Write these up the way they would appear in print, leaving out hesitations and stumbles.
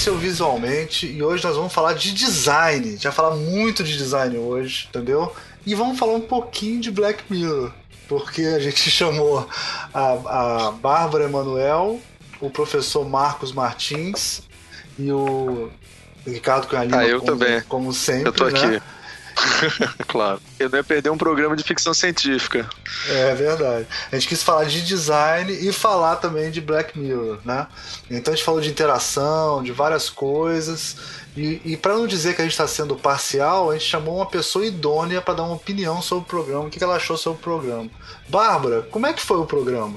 apareceu visualmente e hoje nós vamos falar de design. A gente vai falar muito de design hoje, entendeu? E vamos falar um pouquinho de Black Mirror, porque a gente chamou a Bárbara Emanuel, o professor Marcos Martins e o Ricardo Cunha Lima, eu também. Como sempre. Eu tô aqui. Né? Claro. Eu não ia perder um programa de ficção científica. É verdade. A gente quis falar de design e falar também de Black Mirror, né? Então a gente falou de interação, de várias coisas. E para não dizer que a gente está sendo parcial, a gente chamou uma pessoa idônea para dar uma opinião sobre o programa, o que ela achou sobre o programa. Bárbara, como é que foi o programa?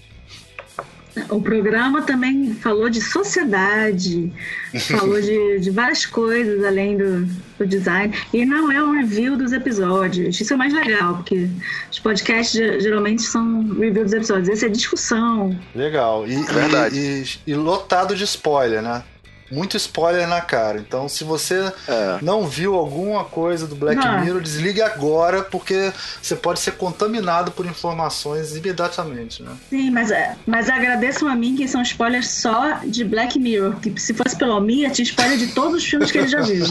O programa também falou de sociedade, falou de várias coisas além do design. E não é um review dos episódios. Isso é o mais legal, porque os podcasts geralmente são review dos episódios. Esse é discussão. Legal. Verdade. E lotado de spoiler, né? Muito spoiler na cara. Então, se você não viu alguma coisa do Black Mirror, desligue agora, porque você pode ser contaminado por informações imediatamente, né? Sim, mas agradeçam a mim que são spoilers só de Black Mirror, que se fosse pelo Almir, tinha spoiler de todos os filmes que ele já viu.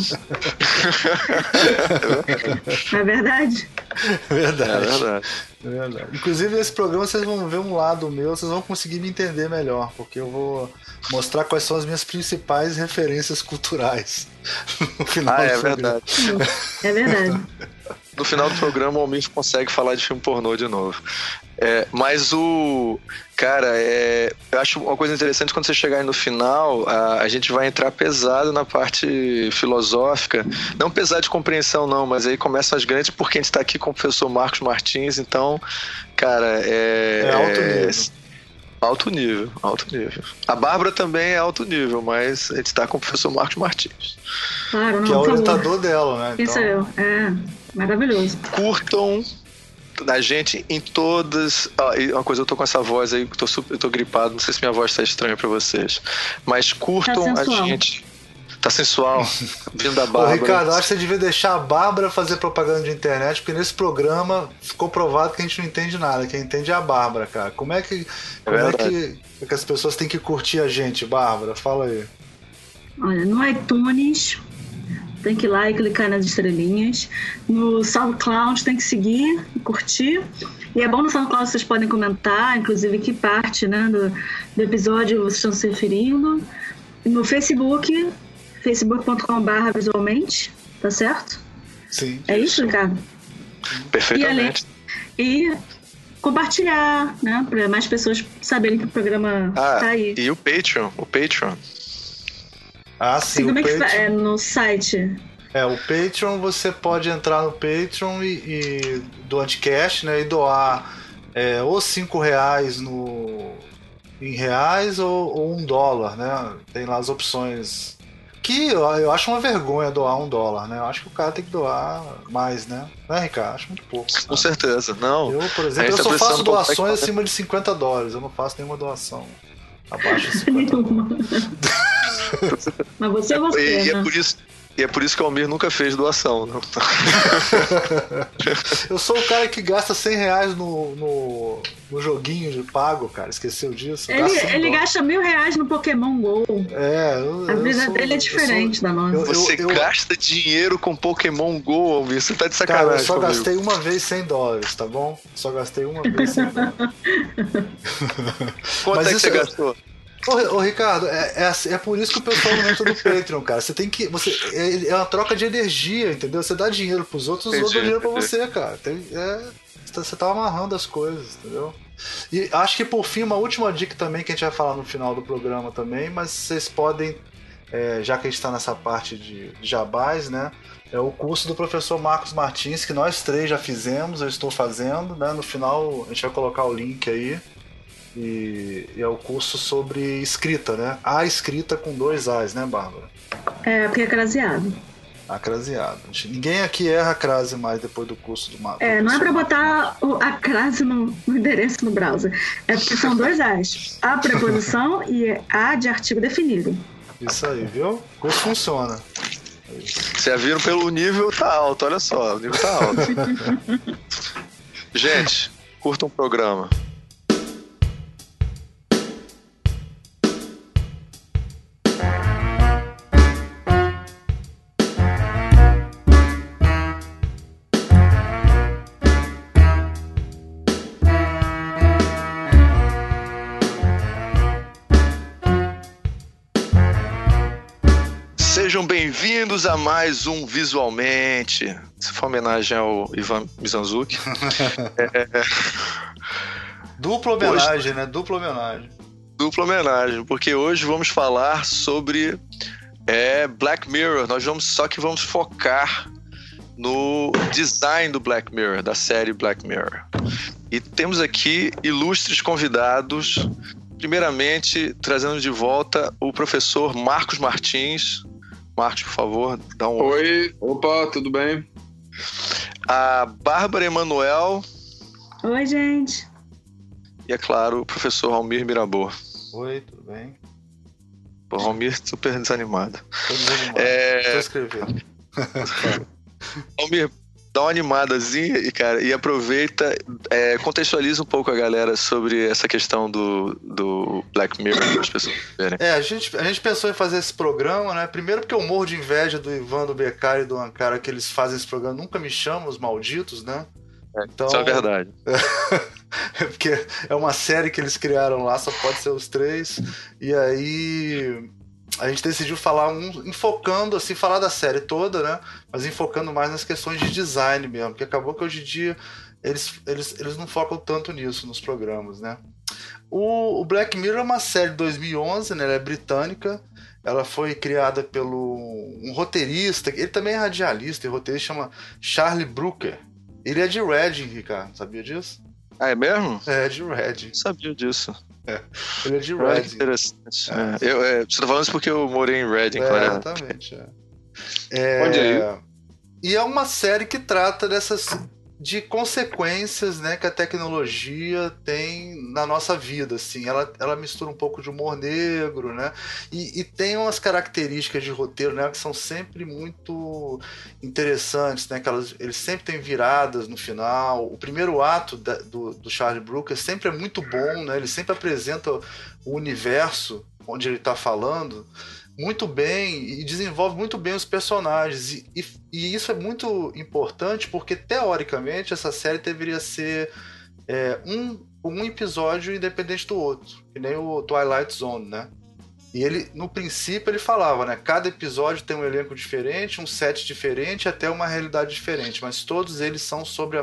Não é verdade? Verdade. Inclusive, nesse programa vocês vão ver um lado meu, vocês vão conseguir me entender melhor, porque eu vou mostrar quais são as minhas principais referências culturais no final do programa. É verdade. No final do programa, o Almir consegue falar de filme pornô de novo. Mas Cara, eu acho uma coisa interessante quando você chegar aí no final, a gente vai entrar pesado na parte filosófica. Não pesado de compreensão, não, mas aí começam as grandes, porque a gente está aqui com o professor Marcos Martins, então, cara, alto nível. Alto nível. A Bárbara também é alto nível, mas a gente está com o professor Marcos Martins. Claro, que é o orientador dela, né? Isso então... maravilhoso. Curtam a gente em todas. E uma coisa, eu tô com essa voz aí, eu tô gripado, não sei se minha voz tá estranha pra vocês. Mas curtam a gente. Tá sensual, vindo da Bárbara. Ô, Ricardo, acho que você devia deixar a Bárbara fazer propaganda de internet, porque nesse programa ficou provado que a gente não entende nada. Quem entende é a Bárbara, cara. Como é que as pessoas têm que curtir a gente, Bárbara? Fala aí. Olha, no iTunes tem que ir lá e clicar nas estrelinhas. No SoundCloud tem que seguir e curtir. E é bom no SoundCloud vocês podem comentar, inclusive que parte, né, do episódio vocês estão se referindo. E no Facebook, facebook.com/visualmente, tá certo? Sim. É isso, Ricardo? Perfeitamente. E compartilhar, né, para mais pessoas saberem que o programa tá aí. E o Patreon. Sim, como é que é no site? O Patreon, você pode entrar no Patreon e do Anticast, né, e doar ou R$5 em reais ou $1, né? Tem lá as opções. Que eu acho uma vergonha doar $1, né? Eu acho que o cara tem que doar mais, né? Né, Ricardo? Acho muito pouco. Com certeza, não. Eu, por exemplo, eu só faço doações acima de $50. Eu não faço nenhuma doação abaixo de $50. Mas você é você, né? E é por isso que o Almir nunca fez doação. Não? Eu sou o cara que gasta R$100 no joguinho de pago, cara. Esqueceu disso? Ele gasta R$1.000 no Pokémon GO. A vida dele é diferente da nossa. Você gasta dinheiro com Pokémon GO, Almir? Você tá de sacanagem. Cara, eu só gastei uma vez $100, tá bom? Só gastei uma vez $100. Quanto é que você gastou? Ô Ricardo, é por isso que o pessoal não entra no Patreon, cara. Você tem que. É uma troca de energia, entendeu? Você dá dinheiro pros outros, os outros dão dinheiro pra você, cara. Você tá amarrando as coisas, entendeu? E acho que por fim, uma última dica também que a gente vai falar no final do programa também, mas vocês podem, já que a gente tá nessa parte de jabás, né? É o curso do professor Marcos Martins, que nós três já fizemos, eu estou fazendo, né? No final a gente vai colocar o link aí. E é o curso sobre escrita, né? A escrita com 2 As, né, Bárbara? Porque é craseado. A craseado. Ninguém aqui erra a crase mais depois do curso do Marcos. Não é pra botar a crase no endereço no browser. É porque são 2 As. A preposição e A de artigo definido. Isso aí, viu? O curso funciona. Vocês já viram pelo nível, tá alto, olha só. O nível tá alto. Gente, curtam o programa. Sejam bem-vindos a mais um Visualmente. Se for homenagem ao Ivan Mizanzuki. Dupla homenagem, né? Dupla homenagem. Dupla homenagem, porque hoje vamos falar sobre Black Mirror. Só que vamos focar no design do Black Mirror, da série Black Mirror. E temos aqui ilustres convidados. Primeiramente, trazendo de volta o professor Marcos Martins. Marcos, por favor, dá um... Oi, opa, tudo bem? A Bárbara Emanuel. Oi, gente. E, é claro, o professor Almir Mirabô. Oi, tudo bem? Pô, Almir super desanimado. Tô desanimado, estou escrevendo. Almir, dá uma animadazinha e aproveita, contextualiza um pouco a galera sobre essa questão do Black Mirror para as pessoas verem. A gente pensou em fazer esse programa, né? Primeiro porque eu morro de inveja do Ivan, do Beccari e do Ankara, que eles fazem esse programa, nunca me chamam, os malditos, né? Então, isso é verdade. Porque é uma série que eles criaram lá, só pode ser os três. E aí a gente decidiu falar enfocando, assim, falar da série toda, né? Mas enfocando mais nas questões de design mesmo, porque acabou que hoje em dia eles não focam tanto nisso nos programas, né? O Black Mirror é uma série de 2011, né? Ela é britânica. Ela foi criada pelo um roteirista, ele também é radialista, e roteirista chama Charlie Brooker. Ele é de Reading, Ricardo, sabia disso? Ah, é mesmo? É de Reading. Não sabia disso. Ele é de Reading. Reading. Interessante. Você tá falando isso porque eu morei em Reading. Exatamente. Onde é? E é uma série que trata de consequências, né, que a tecnologia tem na nossa vida, assim. Ela mistura um pouco de humor negro, né, e tem umas características de roteiro, né, que são sempre muito interessantes, né, eles sempre têm viradas no final. O primeiro ato do Charlie Brooker sempre é muito bom, né, ele sempre apresenta o universo onde ele está falando muito bem e desenvolve muito bem os personagens, e isso é muito importante porque teoricamente essa série deveria ser um episódio independente do outro, que nem o Twilight Zone, né? E ele, no princípio, ele falava, né? Cada episódio tem um elenco diferente, um set diferente, até uma realidade diferente, mas todos eles são sobre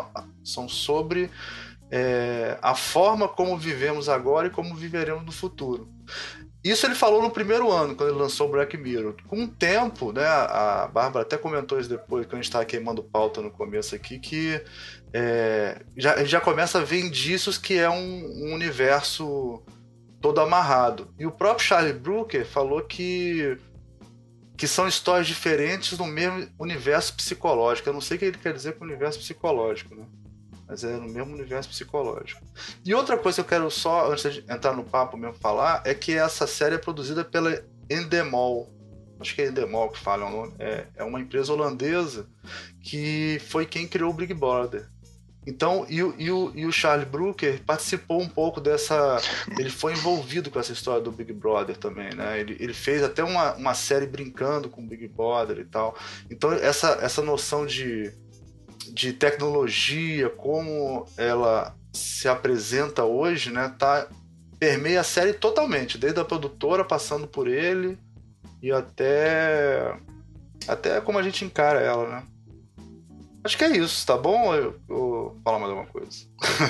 a forma como vivemos agora e como viveremos no futuro. Isso ele falou no primeiro ano, quando ele lançou o Black Mirror. Com o tempo, né, a Bárbara até comentou isso depois, que a gente estava queimando pauta no começo aqui, que já começa a ver indícios que é um universo todo amarrado. E o próprio Charlie Brooker falou que são histórias diferentes no mesmo universo psicológico. Eu não sei o que ele quer dizer com universo psicológico, né? Mas é no mesmo universo psicológico. E outra coisa que eu quero só, antes de entrar no papo mesmo, falar, é que essa série é produzida pela Endemol. Acho que é Endemol que fala o nome. É uma empresa holandesa que foi quem criou o Big Brother. Então, e o Charlie Brooker participou um pouco dessa... Ele foi envolvido com essa história do Big Brother também, né? Ele fez até uma série brincando com o Big Brother e tal. Então, essa noção de tecnologia, como ela se apresenta hoje, né, permeia a série totalmente, desde a produtora, passando por ele, e até como a gente encara ela, né? Acho que é isso, tá bom? Eu falar mais alguma coisa.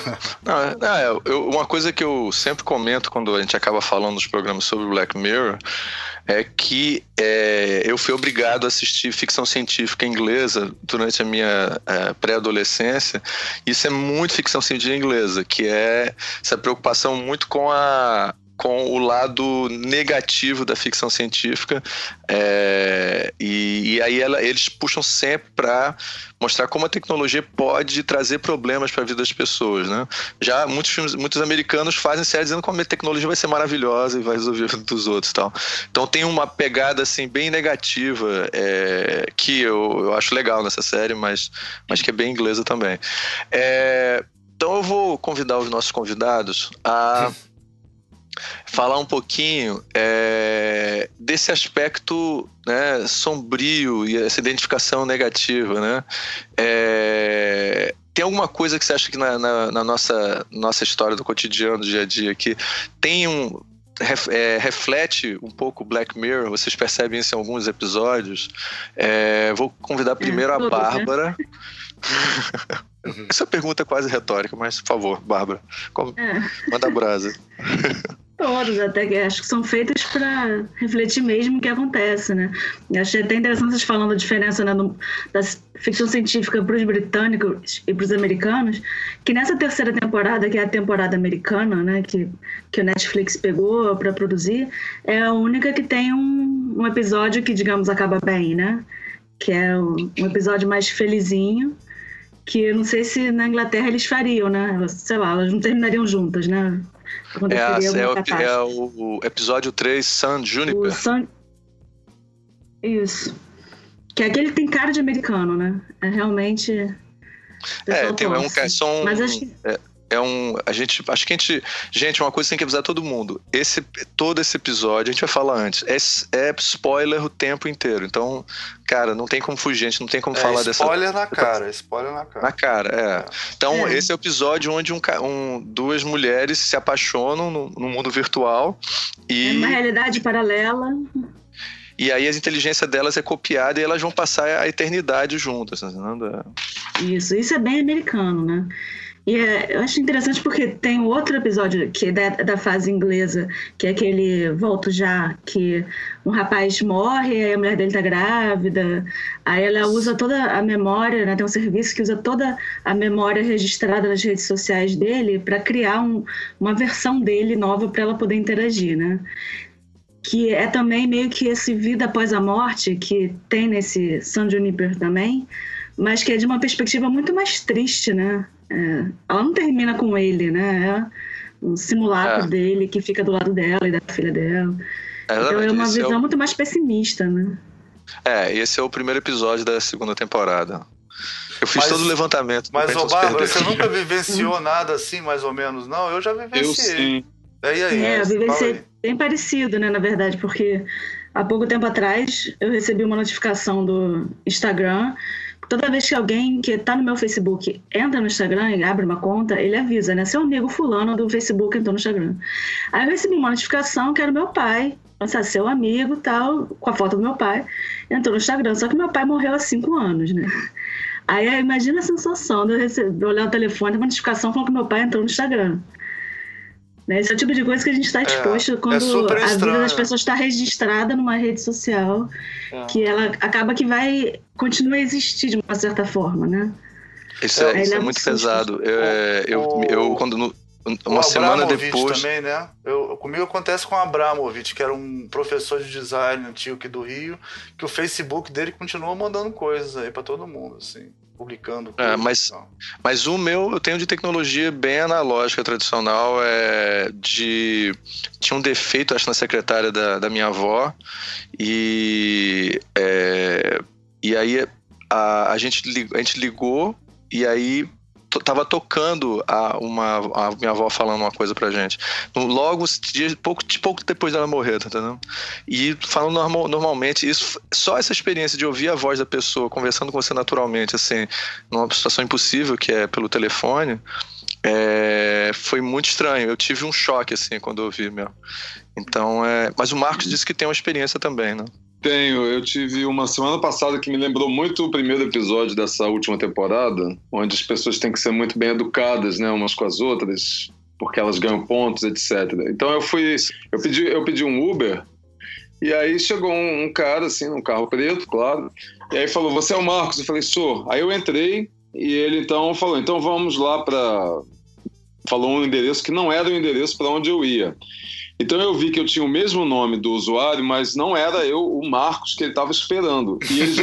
Uma coisa que eu sempre comento quando a gente acaba falando nos programas sobre o Black Mirror é que eu fui obrigado a assistir ficção científica inglesa durante a minha pré-adolescência. Isso é muito ficção científica inglesa, que é essa preocupação muito com o lado negativo da ficção científica, e aí eles puxam sempre para mostrar como a tecnologia pode trazer problemas para a vida das pessoas, né? Já muitos americanos fazem séries dizendo como a tecnologia vai ser maravilhosa e vai resolver a vida dos outros e tal. Então tem uma pegada assim bem negativa, que eu acho legal nessa série, mas que é bem inglesa também. Então eu vou convidar os nossos convidados a falar um pouquinho desse aspecto, né, sombrio e essa identificação negativa, né? Tem alguma coisa que você acha que na nossa história do cotidiano, do dia a dia, que tem reflete um pouco Black Mirror, vocês percebem isso em alguns episódios. Vou convidar primeiro a Bárbara. Essa pergunta é quase retórica, mas por favor, Bárbara, manda brasa. Todos, até que acho que são feitos para refletir mesmo o que acontece, né? Eu achei até interessante vocês falando a diferença, né, da ficção científica para os britânicos e para os americanos, que nessa terceira temporada, que é a temporada americana, né, que o Netflix pegou para produzir, é a única que tem um episódio que, digamos, acaba bem, né? Que é um episódio mais felizinho, que eu não sei se na Inglaterra eles fariam, né? Sei lá, elas não terminariam juntas, né? É o episódio 3, Sun Juniper. Isso. Que aquele tem cara de americano, né? É realmente... Mas acho que... Gente, uma coisa que tem que avisar todo mundo. Todo esse episódio, a gente vai falar antes, é spoiler o tempo inteiro. Então, cara, não tem como fugir, a gente não tem como falar dessa... Spoiler na cara. Na cara. Então, esse é o episódio onde duas mulheres se apaixonam no mundo virtual e... É uma realidade paralela. E aí a inteligência delas é copiada e elas vão passar a eternidade juntas. Isso é bem americano, né? E eu acho interessante porque tem outro episódio que é da fase inglesa, que é aquele Volto Já, que um rapaz morre, aí a mulher dele tá grávida, aí ela usa toda a memória, né, tem um serviço que usa toda a memória registrada nas redes sociais dele para criar uma versão dele nova para ela poder interagir, né? Que é também meio que esse vida após a morte que tem nesse Sun Juniper também, mas que é de uma perspectiva muito mais triste, né? Ela não termina com ele, né? É um simulacro dele que fica do lado dela e da filha dela. Então é uma visão muito mais pessimista, né? Esse é o primeiro episódio da segunda temporada. Eu fiz todo o levantamento. Mas, Bárbara, você nunca vivenciou nada assim, mais ou menos, não? Eu já vivenciei. Eu sim. Eu vivenciei bem parecido, né, na verdade, porque há pouco tempo atrás eu recebi uma notificação do Instagram. Toda vez que alguém que está no meu Facebook entra no Instagram e abre uma conta, ele avisa, né? Seu amigo fulano do Facebook entrou no Instagram. Aí eu recebi uma notificação que era meu pai, seu amigo tal, com a foto do meu pai, entrou no Instagram. Só que meu pai morreu há 5 anos, né? Aí imagina a sensação de eu olhar o telefone, uma notificação falando que meu pai entrou no Instagram. Esse é o tipo de coisa que a gente está exposto quando a vida das pessoas está registrada numa rede social, que ela acaba que continua a existir de uma certa forma, né? Isso é muito pesado. Uma semana depois... também, né? Comigo acontece com o Abramovich, que era um professor de design antigo aqui do Rio, que o Facebook dele continua mandando coisas aí para todo mundo, assim. Publicando. Mas o meu, eu tenho de tecnologia bem analógica, tradicional. Tinha um defeito, acho, na secretária da minha avó. E aí a gente ligou e aí tava tocando a minha avó falando uma coisa pra gente. Logo, pouco depois dela morrer, tá entendendo? E falando normalmente, só essa experiência de ouvir a voz da pessoa conversando com você naturalmente, assim, numa situação impossível, que é pelo telefone, foi muito estranho. Eu tive um choque, assim, quando eu ouvi mesmo. Então, mas o Marcos disse que tem uma experiência também, né? Tenho, eu tive uma semana passada que me lembrou muito o primeiro episódio dessa última temporada, onde as pessoas têm que ser muito bem educadas, né, umas com as outras, porque elas ganham pontos, etc. Então eu pedi um Uber, e aí chegou um cara, assim, num carro preto, claro, e aí falou, você é o Marcos? Eu falei, sou. Aí eu entrei, e ele então falou, então vamos lá falou um endereço que não era o endereço para onde eu ia. Então eu vi que eu tinha o mesmo nome do usuário, mas não era eu, o Marcos, que ele estava esperando. E ele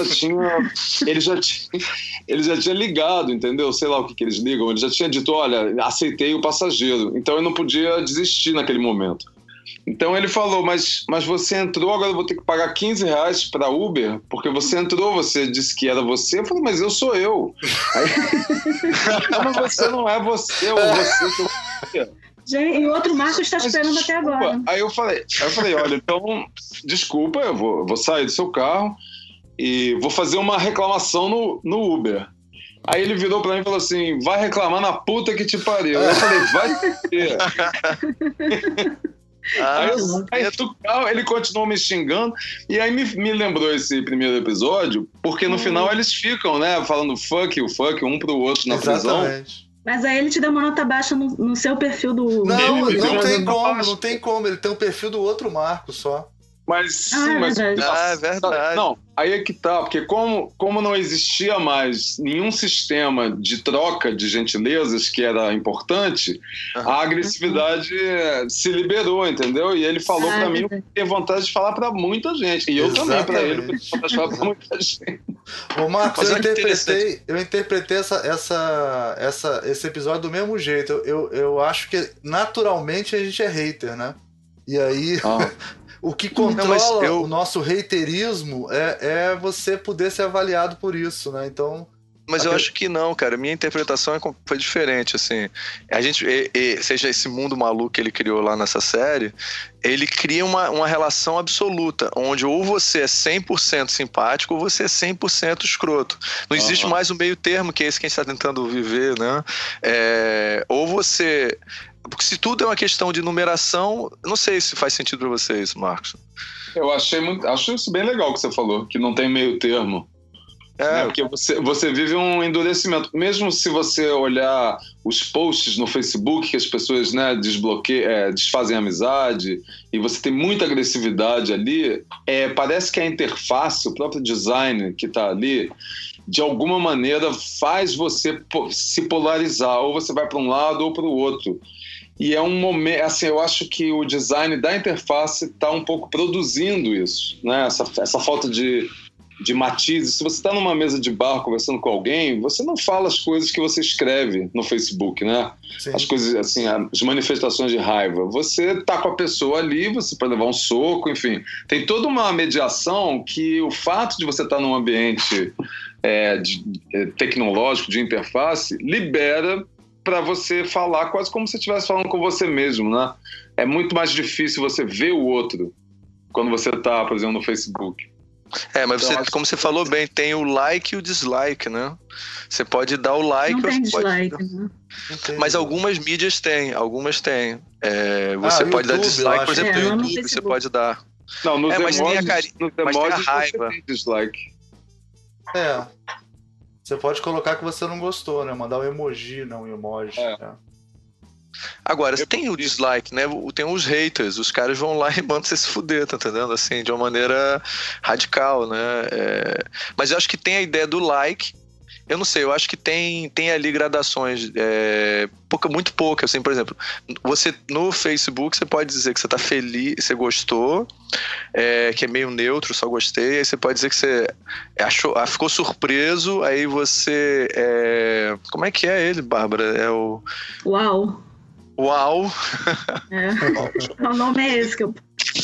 já tinha ligado, entendeu? Sei lá o que eles ligam. Ele já tinha dito, olha, aceitei o passageiro. Então eu não podia desistir naquele momento. Então ele falou, mas você entrou, agora eu vou ter que pagar R$15 para Uber, porque você entrou, você disse que era você. Eu falei, mas eu sou eu. Aí, mas você não é você, ou você... E o outro Marcos está esperando até agora. Aí eu falei, olha, então, desculpa, eu vou sair do seu carro e vou fazer uma reclamação no Uber. Aí ele virou pra mim e falou assim, vai reclamar na puta que te pariu. Eu falei, vai ter. Aí ele continuou me xingando, e aí me lembrou esse primeiro episódio, porque no final eles ficam, né, falando fuck um pro outro na prisão. Mas aí ele te dá uma nota baixa no seu perfil do... Não tem como, ele tem o perfil do outro Marco só. Mas é verdade. Não, aí é que tá, porque como não existia mais nenhum sistema de troca de gentilezas que era importante, a agressividade se liberou, entendeu? E ele falou pra mim que tem vontade de falar pra muita gente. E eu também, pra ele, eu tenho vontade de falar pra muita gente. Ô, Marcos, eu interpretei esse episódio do mesmo jeito. Eu acho que naturalmente a gente é hater, né? E aí... O que controla o nosso haterismo é você poder ser avaliado por isso, né? Então... Mas eu acho que não, cara. Minha interpretação foi diferente, assim. A gente, seja esse mundo maluco que ele criou lá nessa série, ele cria uma relação absoluta, onde ou você é 100% simpático ou você é 100% escroto. Não existe mais um meio termo, que é esse que a gente está tentando viver, né? Ou você... Porque se tudo é uma questão de numeração, não sei se faz sentido para vocês, Marcos. Eu acho isso bem legal que você falou, que não tem meio termo. Né? Porque você vive um endurecimento. Mesmo se você olhar os posts no Facebook, que as pessoas, né, desfazem amizade, e você tem muita agressividade ali, parece que a interface, o próprio design que está ali, de alguma maneira faz você se polarizar, ou você vai para um lado ou para o outro. E é um momento, assim, eu acho que o design da interface está um pouco produzindo isso, né? Essa falta de matizes. Se você está numa mesa de bar conversando com alguém, você não fala as coisas que você escreve no Facebook, né? Sim. As coisas, assim, as manifestações de raiva. Você tá com a pessoa ali, você pode levar um soco, enfim. Tem toda uma mediação que o fato de você estar num ambiente tecnológico, de interface, libera para você falar quase como se você estivesse falando com você mesmo, né? É muito mais difícil você ver o outro quando você está, por exemplo, no Facebook. Mas então, como você falou bem, tem o like e o dislike, né? Você pode dar o like... Não tem dislike, né? Mas algumas mídias têm, você pode dar dislike, por exemplo, no YouTube você pode dar. Não, nos mas tem a raiva. Tem dislike. Você pode colocar que você não gostou, né? Mandar um emoji, não um emoji. Agora, tem o dislike, né? Tem os haters, os caras vão lá e mandam você se fuder, tá entendendo? Assim, de uma maneira radical, né? Mas eu acho que tem a ideia do like. Eu não sei, eu acho que tem ali gradações, muito pouca, assim, por exemplo, você no Facebook você pode dizer que você tá feliz, você gostou, que é meio neutro, só gostei, aí você pode dizer que você ficou surpreso, aí você, como é que é ele, Bárbara? Uau! O nome é esse que eu...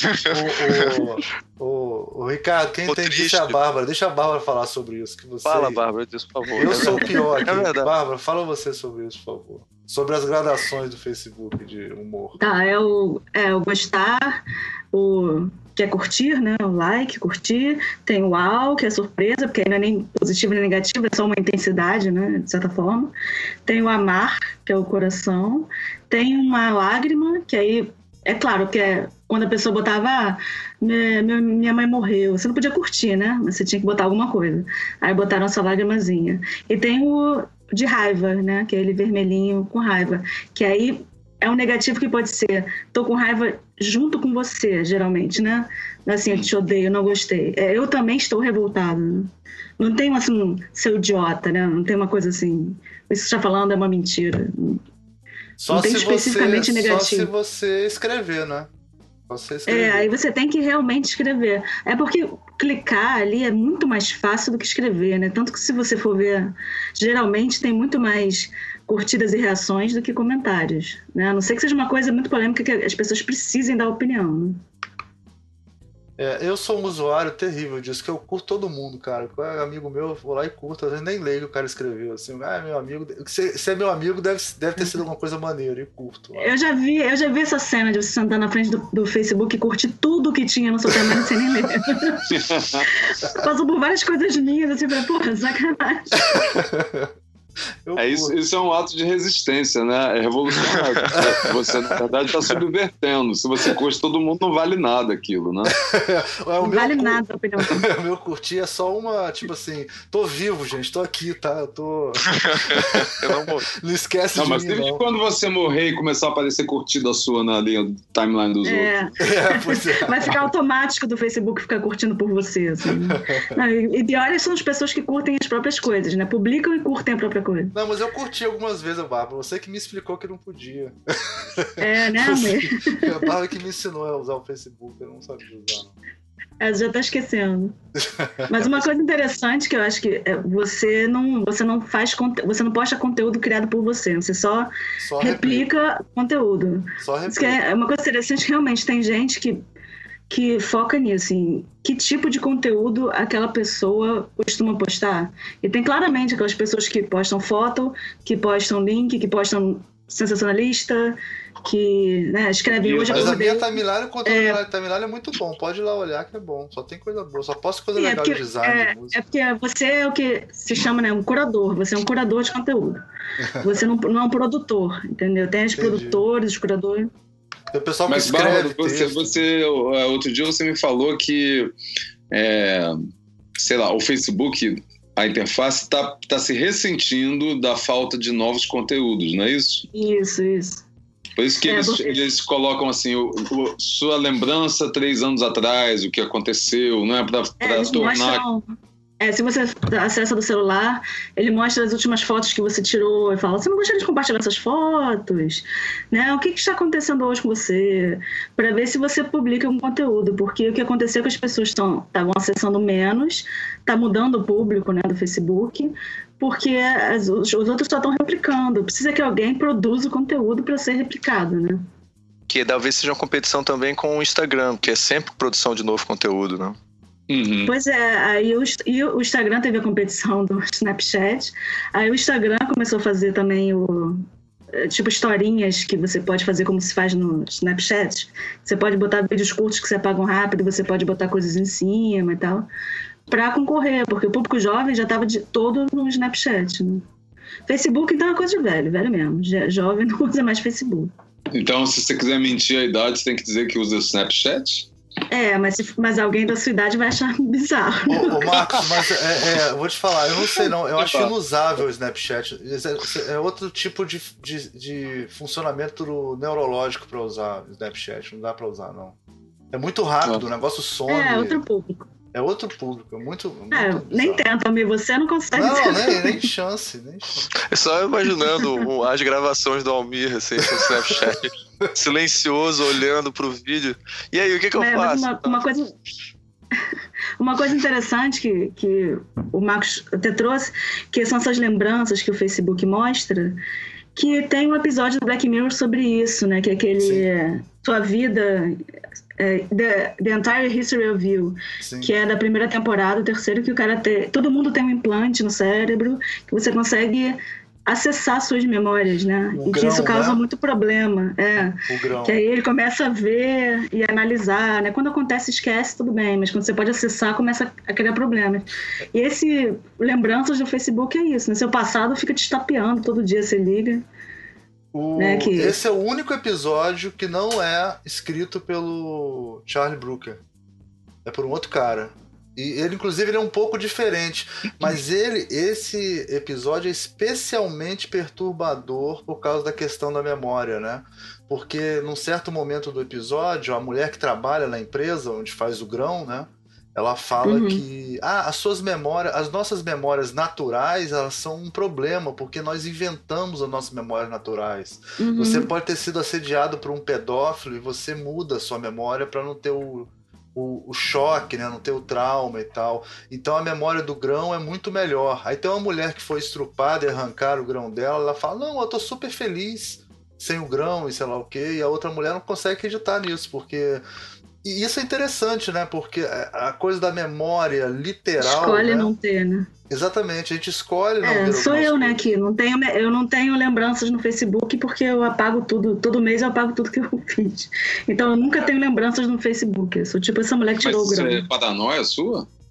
O Ricardo, quem tem disse é a Bárbara. Deixa a Bárbara falar sobre isso. Fala, Bárbara, diz, por favor. Eu sou o pior aqui. Bárbara, fala você sobre isso, por favor. Sobre as gradações do Facebook de humor. Tá, o gostar, o que é curtir, né? O like, curtir. Tem o uau, que é surpresa, porque aí não é nem positivo nem negativo, é só uma intensidade, né? De certa forma. Tem o amar, que é o coração. Tem uma lágrima, que aí... É claro que quando a pessoa botava minha mãe morreu, você não podia curtir, né? Mas você tinha que botar alguma coisa. Aí botaram essa lágrimazinha. E tem o de raiva, né? Que é ele vermelhinho com raiva. Que aí é um negativo que pode ser tô com raiva junto com você, geralmente, né? Assim, eu te odeio, não gostei. Eu também estou revoltado. Né? Não tem assim, seu idiota, né? Não tem uma coisa assim, isso que você está falando é uma mentira. Só não tem especificamente negativo. Só se você escrever, né? Aí você tem que realmente escrever. É porque clicar ali é muito mais fácil do que escrever, né? Tanto que se você for ver, geralmente tem muito mais curtidas e reações do que comentários, né? A não ser que seja uma coisa muito polêmica que as pessoas precisem dar opinião, né? Eu sou um usuário terrível disso, que eu curto todo mundo, cara. Amigo meu, eu vou lá e curto, às vezes nem leio o que o cara escreveu. Assim, meu amigo. Se é meu amigo, deve ter sido alguma coisa maneira, e curto. Eu já vi essa cena de você sentar na frente do Facebook e curtir tudo que tinha no seu tamanho sem nem ler. Passou por várias coisas minhas, assim, porra, sacanagem. Isso é um ato de resistência, né? É revolucionário. Você, na verdade, está subvertendo. Se você curte todo mundo, não vale nada aquilo, né? Não vale nada, opinião. O meu curtir é só uma, tipo assim, tô vivo, gente, tô aqui, tá? Eu tô... Não esquece de mim, mas não. quando você morrer e começar a aparecer curtida sua na linha do timeline dos outros. Pois é. Vai ficar automático do Facebook ficar curtindo por você, assim. Não, e piores são as pessoas que curtem as próprias coisas, né? Publicam e curtem a própria coisa. Não, mas eu curti algumas vezes a Bárbara. Você que me explicou que não podia. Né, amor? A Bárbara que me ensinou a usar o Facebook. Eu não sabia usar, não. Já tá esquecendo. Mas uma coisa interessante que eu acho que você não posta conteúdo criado por você. Você só replica conteúdo. Só replica. Isso que é uma coisa interessante, realmente tem gente que foca nisso, em que tipo de conteúdo aquela pessoa costuma postar. E tem claramente aquelas pessoas que postam foto, que postam link, que postam sensacionalista, que, né, escrevem hoje... Mas a minha timeline, o conteúdo da timeline é muito bom. Pode ir lá olhar que é bom. Só tem coisa boa. Só posto coisa legal de design, de música. É porque você é o que se chama, né, um curador. Você é um curador de conteúdo. Você não é um produtor, entendeu? Tem os produtores, os curadores... O pessoal que Mas, escreve Bárbara, você outro dia você me falou que, sei lá, o Facebook, a interface está se ressentindo da falta de novos conteúdos, não é isso? Isso. Por isso que eles colocam assim, sua lembrança 3 anos atrás, o que aconteceu, não é para tornar... Se você acessa do celular, ele mostra as últimas fotos que você tirou e fala, você não gostaria de compartilhar essas fotos? Né? O que está acontecendo hoje com você? Para ver se você publica algum conteúdo, porque o que aconteceu é que as pessoas estavam acessando menos, está mudando o público, né, do Facebook, porque os outros só estão replicando. Precisa que alguém produza o conteúdo para ser replicado, né? Que talvez seja uma competição também com o Instagram, que é sempre produção de novo conteúdo, né? Uhum. Pois é, aí o Instagram teve a competição do Snapchat, aí o Instagram começou a fazer também tipo historinhas que você pode fazer como se faz no Snapchat. Você pode botar vídeos curtos que se apagam rápido, você pode botar coisas em cima e tal, para concorrer, porque o público jovem já estava todo no Snapchat, né? Facebook então é uma coisa de velho mesmo, jovem não usa mais Facebook. Então, se você quiser mentir a idade, você tem que dizer que usa o Snapchat? Mas alguém da sua idade vai achar bizarro. Ô Marcos, mas eu vou te falar, eu não sei não, eu acho inusável o Snapchat. É outro tipo de funcionamento neurológico para usar o Snapchat, não dá para usar não. É muito rápido, o negócio some. É outro público. É outro público, é muito nem tenta, amigo, você não consegue. Não, nem chance. É só imaginando as gravações do Almir, assim, no Snapchat, silencioso, olhando pro vídeo. E aí, o que eu faço? Uma coisa interessante que o Marcos até trouxe, que são essas lembranças que o Facebook mostra, que tem um episódio do Black Mirror sobre isso, né? Que é aquele Sua Vida... The Entire History of You. Sim. Que é da primeira temporada, o terceiro, que o cara todo mundo tem um implante no cérebro que você consegue acessar suas memórias, né? E que isso causa muito problema. Que aí ele começa a ver e analisar, né? Quando acontece, esquece, tudo bem, mas quando você pode acessar, começa a criar problemas. E esse lembranças do Facebook é isso, né? Seu passado fica te estapeando todo dia, você liga. Esse é o único episódio que não é escrito pelo Charlie Brooker. É por um outro cara. E ele, inclusive, ele é um pouco diferente. Mas esse episódio é especialmente perturbador por causa da questão da memória, né? Porque num certo momento do episódio, a mulher que trabalha na empresa onde faz o grão, né? Ela fala que as nossas memórias naturais, elas são um problema, porque nós inventamos as nossas memórias naturais. Você pode ter sido assediado por um pedófilo e você muda a sua memória para não ter o choque, né? Não ter o trauma e tal. Então a memória do grão é muito melhor. Aí tem uma mulher que foi estrupada e arrancaram o grão dela, ela fala, não, eu tô super feliz sem o grão e sei lá o quê, e a outra mulher não consegue acreditar nisso, porque... E isso é interessante, né? Porque a coisa da memória literal... Escolhe, né? Não ter, né? Exatamente, a gente escolhe não ter. Sou eu, né, que eu não tenho lembranças no Facebook porque eu apago tudo, todo mês eu apago tudo que eu fiz. Então eu nunca tenho lembranças no Facebook. Eu sou tipo essa mulher que tirou o grão. Mas isso é paranoia sua?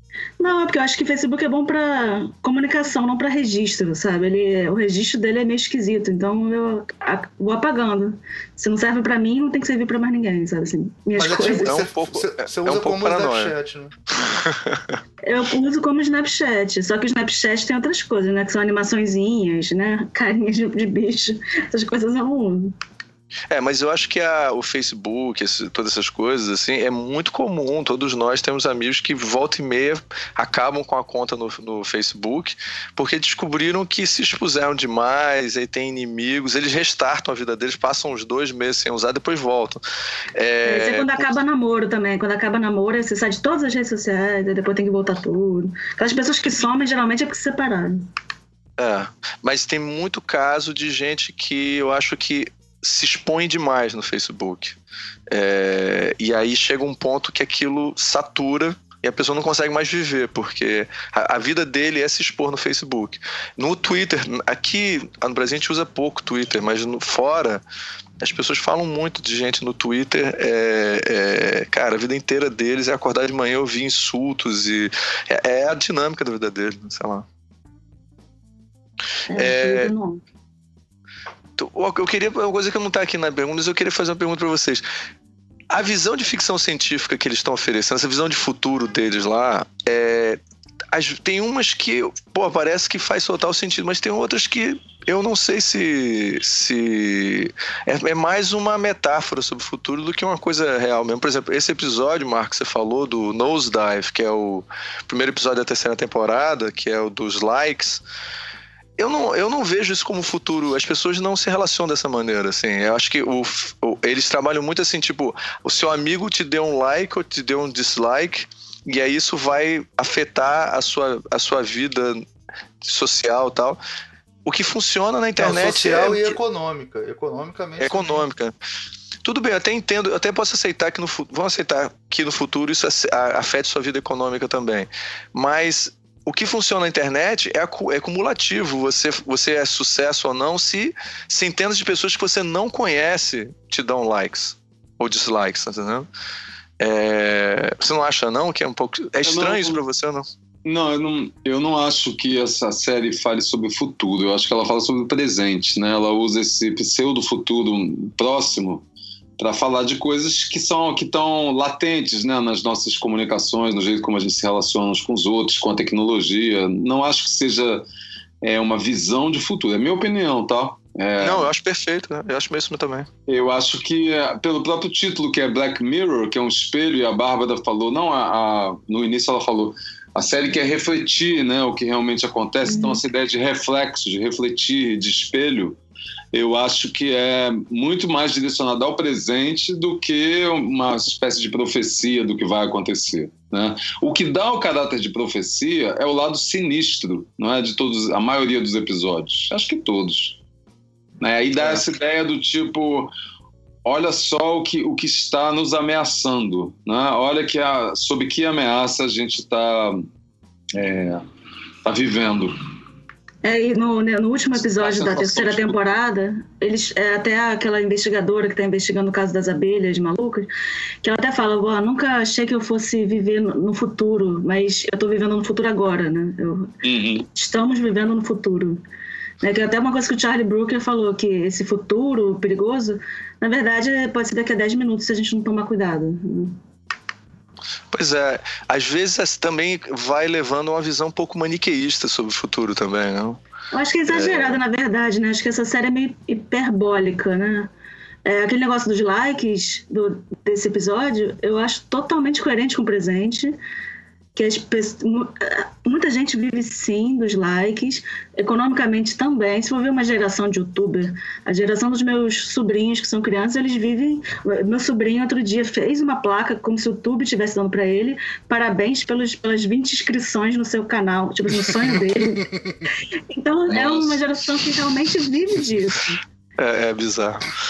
Não, é porque eu acho que o Facebook é bom pra comunicação, não pra registro, sabe? O registro dele é meio esquisito, então eu vou apagando. Se não serve pra mim, não tem que servir pra mais ninguém, sabe? Assim, minhas coisas. Você usa como Snapchat, né? Eu uso como Snapchat, só que o Snapchat tem outras coisas, né? Que são animaçõezinhas, né? Carinhas de bicho, essas coisas eu não uso. Mas eu acho que o Facebook, todas essas coisas, assim, é muito comum. Todos nós temos amigos que volta e meia acabam com a conta no Facebook porque descobriram que se expuseram demais, aí tem inimigos, eles restartam a vida deles, passam uns 2 meses sem usar, depois voltam. Isso é quando acaba namoro também. Quando acaba namoro, aí você sai de todas as redes sociais, aí depois tem que voltar tudo. Aquelas pessoas que somem, geralmente é porque se separaram. Mas tem muito caso de gente que eu acho que se expõe demais no Facebook. E aí chega um ponto que aquilo satura e a pessoa não consegue mais viver, porque a vida dele é se expor no Facebook. No Twitter, aqui no Brasil a gente usa pouco Twitter, mas fora as pessoas falam muito de gente no Twitter. Cara, a vida inteira deles é acordar de manhã e ouvir insultos, e é a dinâmica da vida deles, sei lá. Eu queria, uma coisa que não está aqui na pergunta, mas eu queria fazer uma pergunta para vocês. A visão de ficção científica que eles estão oferecendo, essa visão de futuro deles lá, tem umas que, parece que faz total sentido, mas tem outras que eu não sei se é mais uma metáfora sobre o futuro do que uma coisa real mesmo. Por exemplo, esse episódio, Marco, você falou do Nosedive, que é o primeiro episódio da 3ª temporada, que é o dos likes. Eu não vejo isso como futuro. As pessoas não se relacionam dessa maneira, assim. Eu acho que eles trabalham muito assim, tipo, o seu amigo te deu um like ou te deu um dislike, e aí isso vai afetar a sua vida social e tal. O que funciona na internet social e econômica. Economicamente. Econômica. Tudo bem, eu até entendo, eu até posso aceitar que vamos aceitar que no futuro isso afete sua vida econômica também. Mas o que funciona na internet é cumulativo. Você é sucesso ou não se centenas de pessoas que você não conhece te dão likes ou dislikes, tá entendendo? Você não acha não que é um pouco... É estranho isso pra você ou não? Não, eu não acho que essa série fale sobre o futuro. Eu acho que ela fala sobre o presente, né? Ela usa esse pseudo-futuro próximo para falar de coisas que estão latentes, né, nas nossas comunicações, no jeito como a gente se relaciona uns com os outros, com a tecnologia. Não acho que seja uma visão de futuro. É minha opinião, tá? Não, eu acho perfeito, né? Eu acho mesmo também. Eu acho que, pelo próprio título, que é Black Mirror, que é um espelho, e a Bárbara falou, no início ela falou, a série quer refletir, né, o que realmente acontece. Então essa ideia de reflexo, de refletir, de espelho, eu acho que é muito mais direcionado ao presente do que uma espécie de profecia do que vai acontecer, né? O que dá o caráter de profecia é o lado sinistro, não é, de todos, a maioria dos episódios, acho que todos, né? Aí dá essa ideia do tipo, olha só o que está nos ameaçando, né? Olha sob que ameaça a gente está vivendo. E no último episódio da 3ª temporada, até aquela investigadora que está investigando o caso das abelhas malucas, que ela até fala, nunca achei que eu fosse viver no futuro, mas eu estou vivendo no futuro agora, né? Estamos vivendo no futuro. Que até uma coisa que o Charlie Brooker falou, que esse futuro perigoso, na verdade, pode ser daqui a 10 minutos se a gente não tomar cuidado. Pois é, às vezes também vai levando uma visão um pouco maniqueísta sobre o futuro também, não? Eu acho que é exagerada, na verdade, né? Acho que essa série é meio hiperbólica, né? Aquele negócio dos likes desse episódio, eu acho totalmente coerente com o presente, que muita gente vive sim dos likes, economicamente também. Se for ver uma geração de youtuber, a geração dos meus sobrinhos que são crianças, eles vivem... Meu sobrinho outro dia fez uma placa como se o YouTube estivesse dando para ele parabéns pelas 20 inscrições no seu canal, tipo, no sonho dele. Então é uma geração que realmente vive disso. É bizarro.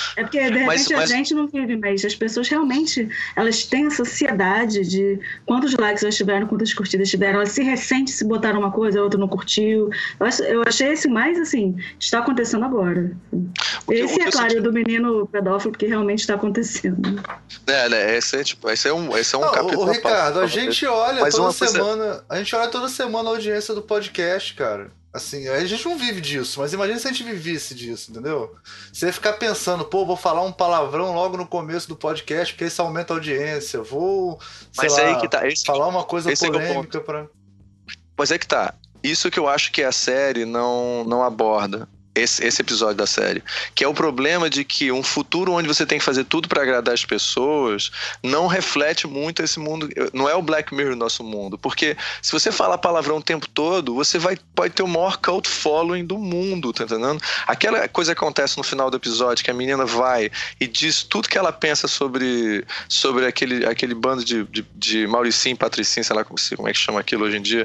É porque, de repente, a gente não vive, mas as pessoas realmente, elas têm essa ansiedade de quantos likes elas tiveram, quantas curtidas tiveram, elas se ressentem se botaram uma coisa, a outra não curtiu. Eu achei esse mais, assim, está acontecendo agora. Esse é claro, do menino pedófilo, que realmente está acontecendo. Esse é um capítulo. Ô, Ricardo, a gente olha toda semana a audiência do podcast, cara. Assim, a gente não vive disso, mas imagina se a gente vivesse disso, entendeu? Você ia ficar pensando, vou falar um palavrão logo no começo do podcast, porque isso aumenta a audiência. Falar uma coisa polêmica pra... Mas é que tá. Isso que eu acho que a série não aborda. Esse episódio da série, que é o problema de que um futuro onde você tem que fazer tudo para agradar as pessoas não reflete muito esse mundo, não é o Black Mirror nosso mundo, porque se você falar palavrão o tempo todo, você pode ter o maior cult following do mundo, tá entendendo? Aquela coisa que acontece no final do episódio, que a menina vai e diz tudo que ela pensa sobre aquele bando de Mauricinho, Patricinho, sei lá como é que chama aquilo hoje em dia,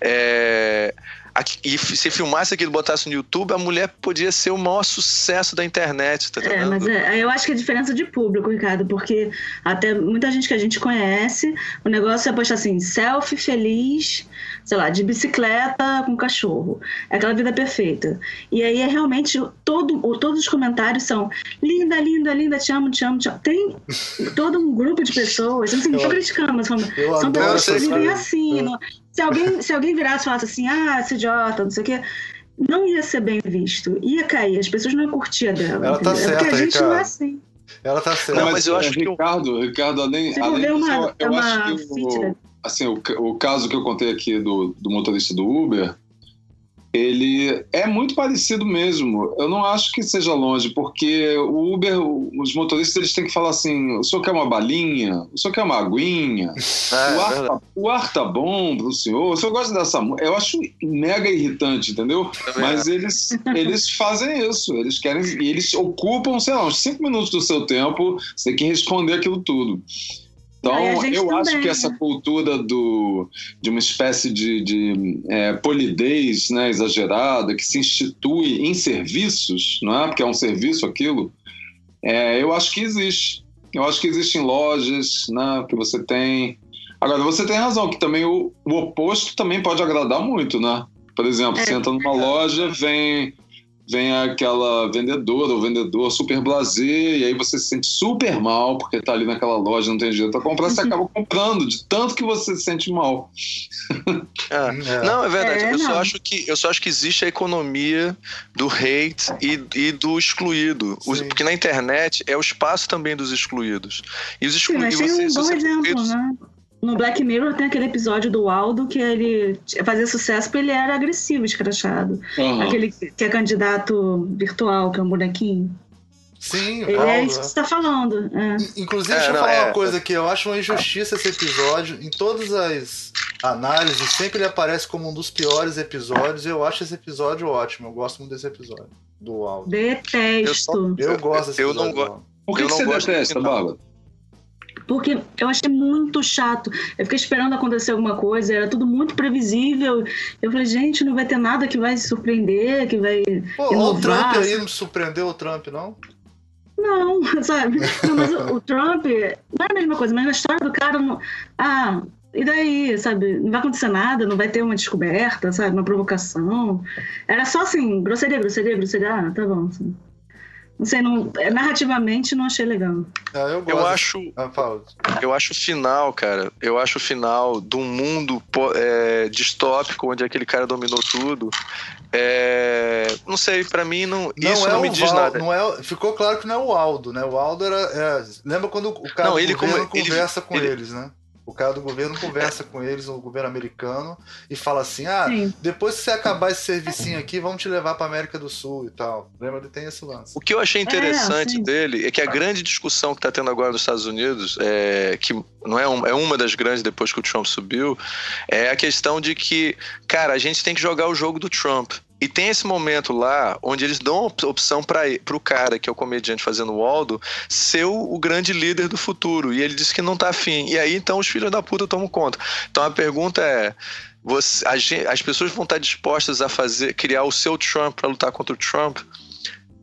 e se filmasse aquilo e botasse no YouTube, a mulher podia ser o maior sucesso da internet, tá entendendo? Mas eu acho que é diferença de público, Ricardo, porque até muita gente que a gente conhece, o negócio é postar assim, selfie feliz, sei lá, de bicicleta com cachorro. É aquela vida perfeita. E aí é realmente, todos os comentários são linda, linda, linda, te amo, te amo, te amo. Tem todo um grupo de pessoas, assim, não estou criticando, mas são pessoas que vivem assim, Se alguém virasse e falasse assim, esse idiota, não sei o quê, não ia ser bem visto. Ia cair, as pessoas não iam curtir dela. Ela tá certa, porque a gente Ricardo. não é assim. Ela tá certa. Não, mas eu acho que Ricardo, além disso, eu acho que o caso que eu contei aqui do motorista do Uber, ele é muito parecido mesmo. Eu não acho que seja longe, porque o Uber, os motoristas, eles têm que falar assim, o senhor quer uma balinha? O senhor quer uma aguinha? O ar tá bom pro senhor? O senhor gosta dessa... Eu acho mega irritante, entendeu? Mas eles fazem isso. Eles querem... E eles ocupam, sei lá, uns 5 minutos do seu tempo. Você tem que responder aquilo tudo. Então, eu acho que essa cultura de uma espécie de polidez, né, exagerada, que se institui em serviços, não é? Porque é um serviço aquilo, eu acho que existe. Eu acho que existe em lojas, né, que você tem... Agora, você tem razão, que também o oposto também pode agradar muito, né? Por exemplo, você entra numa loja, vem aquela vendedora ou vendedor super blasé, e aí você se sente super mal porque tá ali naquela loja, não tem dinheiro pra comprar, você acaba comprando, de tanto que você se sente mal. Não, é verdade. Eu só acho que existe a economia do hate e do excluído. Porque na internet é o espaço também dos excluídos. E os excluídos... Mas tem um bom exemplo, né? No Black Mirror tem aquele episódio do Aldo que ele fazia sucesso porque ele era agressivo, escrachado. Aquele que é candidato virtual, que é um bonequinho. Sim, é isso que você tá falando. Inclusive, deixa eu falar uma coisa aqui. Eu acho uma injustiça esse episódio. Em todas as análises, sempre ele aparece como um dos piores episódios. Eu acho esse episódio ótimo. Eu gosto muito desse episódio do Aldo. Detesto. Eu gosto desse episódio. Por que você detesta, Bárbara? Porque eu achei muito chato. Eu fiquei esperando acontecer alguma coisa, era tudo muito previsível. Eu falei, gente, não vai ter nada que vai surpreender, que vai inovar. O Trump aí não surpreendeu o Trump, não? Não, sabe? Não, mas o Trump não é a mesma coisa, mas na história do cara... Não... e daí, sabe? Não vai acontecer nada, não vai ter uma descoberta, sabe? Uma provocação. Era só assim, grosseria. Tá bom, assim. Não sei, narrativamente não achei legal. Eu acho o final, cara. Eu acho o final de um mundo distópico onde aquele cara dominou tudo. Não sei, pra mim isso não me diz nada. Ficou claro que não é o Aldo, né? O Aldo lembra quando o cara do governo conversa com eles, né? O cara do governo conversa com eles, o governo americano, e fala assim, depois que você acabar esse servicinho aqui, vamos te levar pra América do Sul e tal. Lembra que tem esse lance. O que eu achei interessante dele é que a grande discussão que tá tendo agora nos Estados Unidos, que não é uma das grandes depois que o Trump subiu, é a questão de que, cara, a gente tem que jogar o jogo do Trump. E tem esse momento lá onde eles dão a opção pro cara, que é o comediante fazendo o Waldo, ser o grande líder do futuro. E ele disse que não tá afim. E aí, então, os filhos da puta tomam conta. Então, a pergunta é... as pessoas vão estar dispostas a criar o seu Trump para lutar contra o Trump?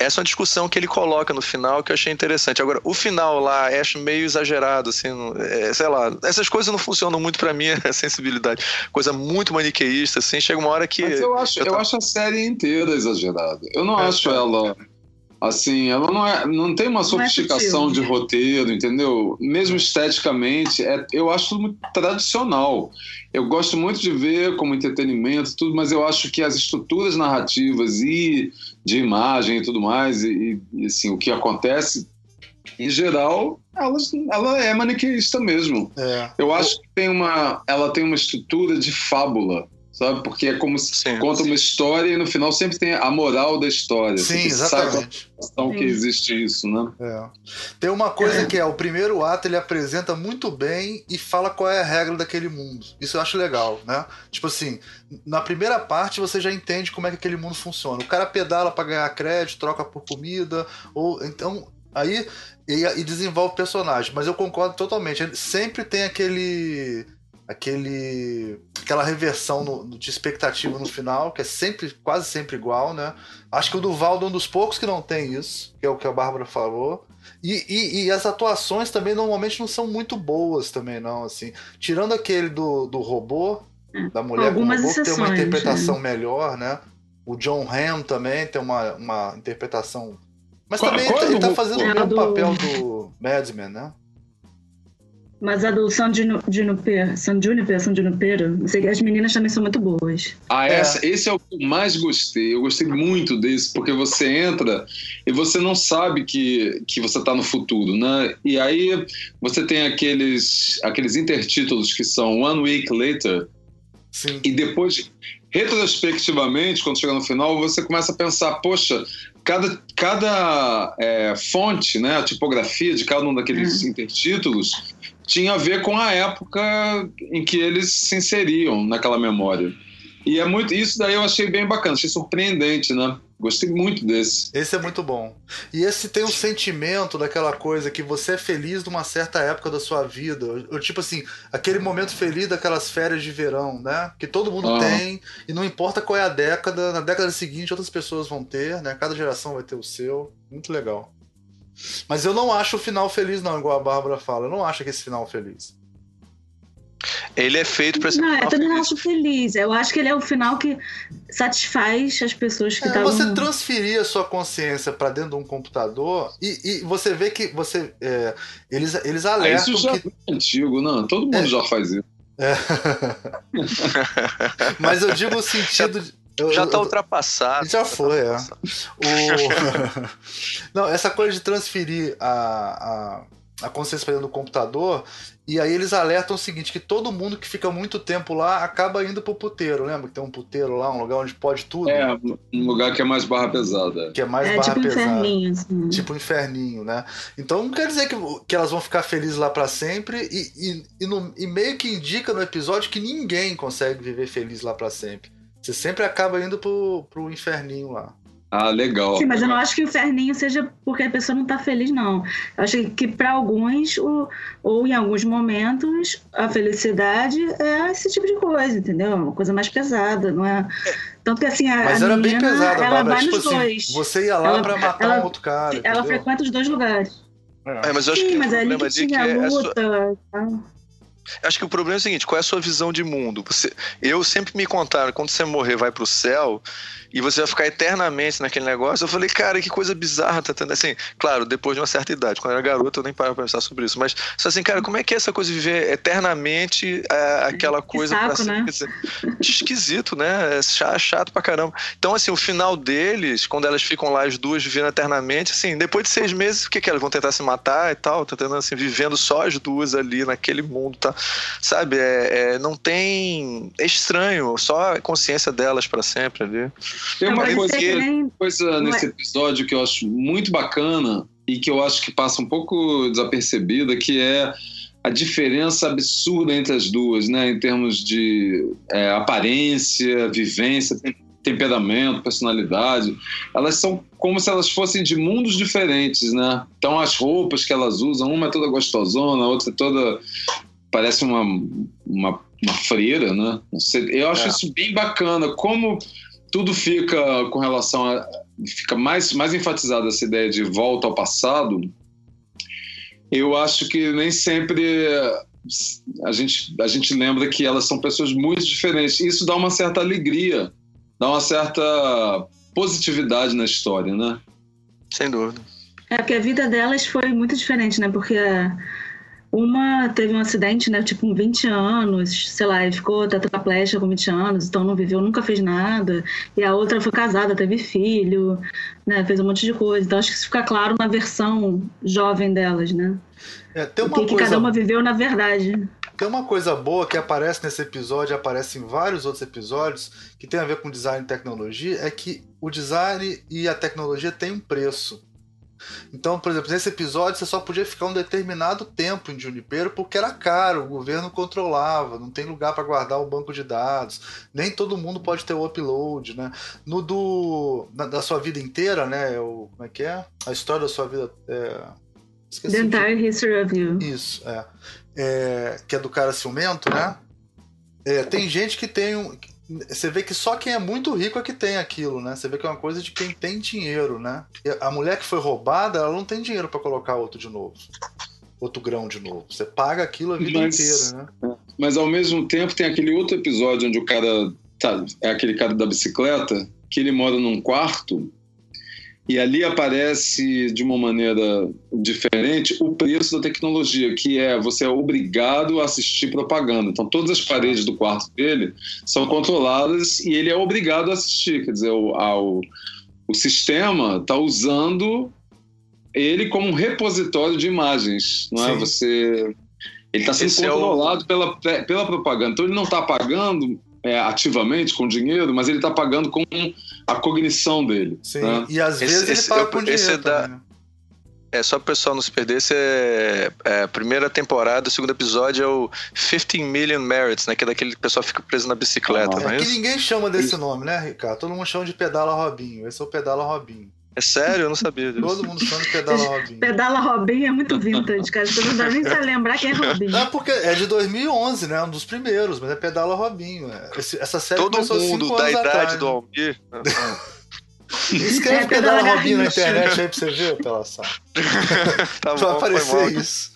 essa é uma discussão que ele coloca no final que eu achei interessante. Agora, o final lá, eu acho meio exagerado, assim, sei lá, essas coisas não funcionam muito pra minha sensibilidade. Coisa muito maniqueísta, assim, chega uma hora que... Mas eu acho a série inteira exagerada. Eu não acho ela... Assim, ela não tem uma sofisticação de roteiro, entendeu? Mesmo esteticamente, eu acho tudo muito tradicional. Eu gosto muito de ver como entretenimento e tudo, mas eu acho que as estruturas narrativas e de imagem e tudo mais, e assim, o que acontece, em geral, ela é maniqueísta mesmo. Eu acho que ela tem uma estrutura de fábula, sabe? Porque é como se conta uma história e no final sempre tem a moral da história. Sim, exatamente. Sabe que existe isso, né? Tem uma coisa que o primeiro ato ele apresenta muito bem e fala qual é a regra daquele mundo. Isso eu acho legal, né? Tipo assim, na primeira parte você já entende como é que aquele mundo funciona. O cara pedala pra ganhar crédito, troca por comida, ou então... Aí, e desenvolve o personagem. Mas eu concordo totalmente. Ele sempre tem aquela reversão de expectativa no final, que é quase sempre igual, né? Acho que o do Valdo é um dos poucos que não tem isso, que é o que a Bárbara falou. E as atuações também normalmente não são muito boas também, não, assim. Tirando aquele do robô, da mulher com o robô, que tem uma interpretação melhor, né? O John Hamm também tem uma interpretação... Mas também ele tá fazendo o mesmo papel do Madman, né? Mas a do San Junipero, as meninas também são muito boas. Esse é o que eu mais gostei. Eu gostei muito desse, porque você entra e você não sabe que você está no futuro, né? E aí você tem aqueles intertítulos que são One Week Later. Sim. E depois, retrospectivamente, quando chega no final, você começa a pensar, poxa, cada fonte, né, a tipografia de cada um daqueles intertítulos tinha a ver com a época em que eles se inseriam naquela memória. E isso daí eu achei bem bacana, achei surpreendente, né? Gostei muito desse. Esse é muito bom. E esse tem um sentimento daquela coisa que você é feliz numa certa época da sua vida. Tipo assim, aquele momento feliz daquelas férias de verão, né? Que todo mundo tem, e não importa qual é a década, na década seguinte outras pessoas vão ter, né? Cada geração vai ter o seu. Muito legal. Mas eu não acho o final feliz, não, igual a Bárbara fala. Eu não acho que esse final feliz. Ele é feito pra ser Não, eu também não acho feliz. Eu acho que ele é o final que satisfaz as pessoas que estavam... Você transferir a sua consciência pra dentro de um computador e você vê que eles alertam isso já que... é antigo, não? Todo mundo já faz isso. Mas eu digo o sentido... Já tá ultrapassado. Já foi, Não, essa coisa de transferir a consciência para dentro do computador, e aí eles alertam o seguinte, que todo mundo que fica muito tempo lá acaba indo pro puteiro, lembra que tem um puteiro lá, um lugar onde pode tudo? Um lugar que é mais barra pesada. Que é mais barra tipo pesada. Inferninho, assim. Tipo um inferninho, né? Então não quer dizer que elas vão ficar felizes lá para sempre, e meio que indica no episódio que ninguém consegue viver feliz lá para sempre. Você sempre acaba indo pro inferninho lá. Legal. Sim, mas eu não acho que o inferninho seja porque a pessoa não tá feliz, não. Eu acho que para alguns, ou em alguns momentos, a felicidade é esse tipo de coisa, entendeu? Uma coisa mais pesada, não é? Tanto que assim, mas era bem pesada, ela Bárbara. vai tipo nos assim, dois. Você ia lá pra matar um outro cara. Ela entendeu? frequenta os dois lugares. Mas eu acho que mas ali que tinha luta. Acho que o problema é o seguinte, qual é a sua visão de mundo? Eu sempre me contaram, quando você morrer vai pro céu e você vai ficar eternamente naquele negócio. Eu falei, cara, que coisa bizarra, tá tendo assim, claro, depois de uma certa idade, quando eu era garoto eu nem parava pra pensar sobre isso, mas só assim, cara, como é que é essa coisa de viver eternamente aquela coisa saco, pra sempre, né? quer dizer, esquisito, né? É chato pra caramba. Então assim, o final deles, quando elas ficam lá as duas vivendo eternamente, assim, depois de 6 meses, o que elas vão tentar se matar e tal, tá tendo assim, vivendo só as duas ali naquele mundo, tá? Sabe, não tem... É estranho, só a consciência delas pra sempre ali. Tem uma coisa nesse episódio que eu acho muito bacana e que eu acho que passa um pouco desapercebida, que é a diferença absurda entre as duas, né? Em termos de aparência, vivência, temperamento, personalidade. Elas são como se elas fossem de mundos diferentes, né? Então as roupas que elas usam, uma é toda gostosona, a outra é toda... Parece uma freira, né? Não sei, eu acho isso bem bacana. Como tudo fica com relação a... Fica mais enfatizada essa ideia de volta ao passado. Eu acho que nem sempre a gente lembra que elas são pessoas muito diferentes. Isso dá uma certa alegria, dá uma certa positividade na história, né? Sem dúvida. Porque a vida delas foi muito diferente, né? Porque uma teve um acidente, né? Tipo, com 20 anos, sei lá, ele ficou tetraplégica com 20 anos, então não viveu, nunca fez nada. E a outra foi casada, teve filho, né? Fez um monte de coisa. Então acho que isso fica claro na versão jovem delas, né? Tem uma o que cada uma viveu na verdade. Tem uma coisa boa que aparece nesse episódio, aparece em vários outros episódios, que tem a ver com design e tecnologia, é que o design e a tecnologia têm um preço. Então, por exemplo, nesse episódio você só podia ficar um determinado tempo em Junipero porque era caro, o governo controlava, não tem lugar para guardar o banco de dados, nem todo mundo pode ter o upload, né? Da sua vida inteira, né? Como é que é? A história da sua vida... The Entire History of You. Isso, que é do cara ciumento, né? Tem gente que tem você vê que só quem é muito rico é que tem aquilo, né? Você vê que é uma coisa de quem tem dinheiro, né? A mulher que foi roubada, ela não tem dinheiro para colocar outro grão de novo. Você paga aquilo a vida inteira, né? Mas ao mesmo tempo tem aquele outro episódio onde o cara é aquele cara da bicicleta, que ele mora num quarto e ali aparece de uma maneira diferente o preço da tecnologia, que você é obrigado a assistir propaganda. Então todas as paredes do quarto dele são controladas e ele é obrigado a assistir. Quer dizer, o sistema está usando ele como um repositório de imagens, não é? Ele está sendo controlado pela propaganda. Então ele não está pagando ativamente com dinheiro, mas ele está pagando com a cognição dele. Sim, né? E às vezes ele paga com dinheiro também, né? Só para o pessoal não se perder, esse a primeira temporada, o segundo episódio é o 15 Million Merits, né? Que é daquele que o pessoal fica preso na bicicleta, não é isso? Que ninguém chama desse nome, né, Ricardo? Todo mundo chama de Pedala Robinho. Esse é o Pedala Robinho. É sério? Eu não sabia disso. Todo mundo chama de Pedala Robinho. Pedala Robinho é muito vintage, cara. Você não dá nem pra lembrar quem é Robinho. Não, porque é de 2011, né? Um dos primeiros, mas é Pedala Robinho. Essa série todo mundo da idade atrás, do Almir. Escreve Pedala Robinho na internet aí pra você ver, pela sala. Tá vai aparecer isso.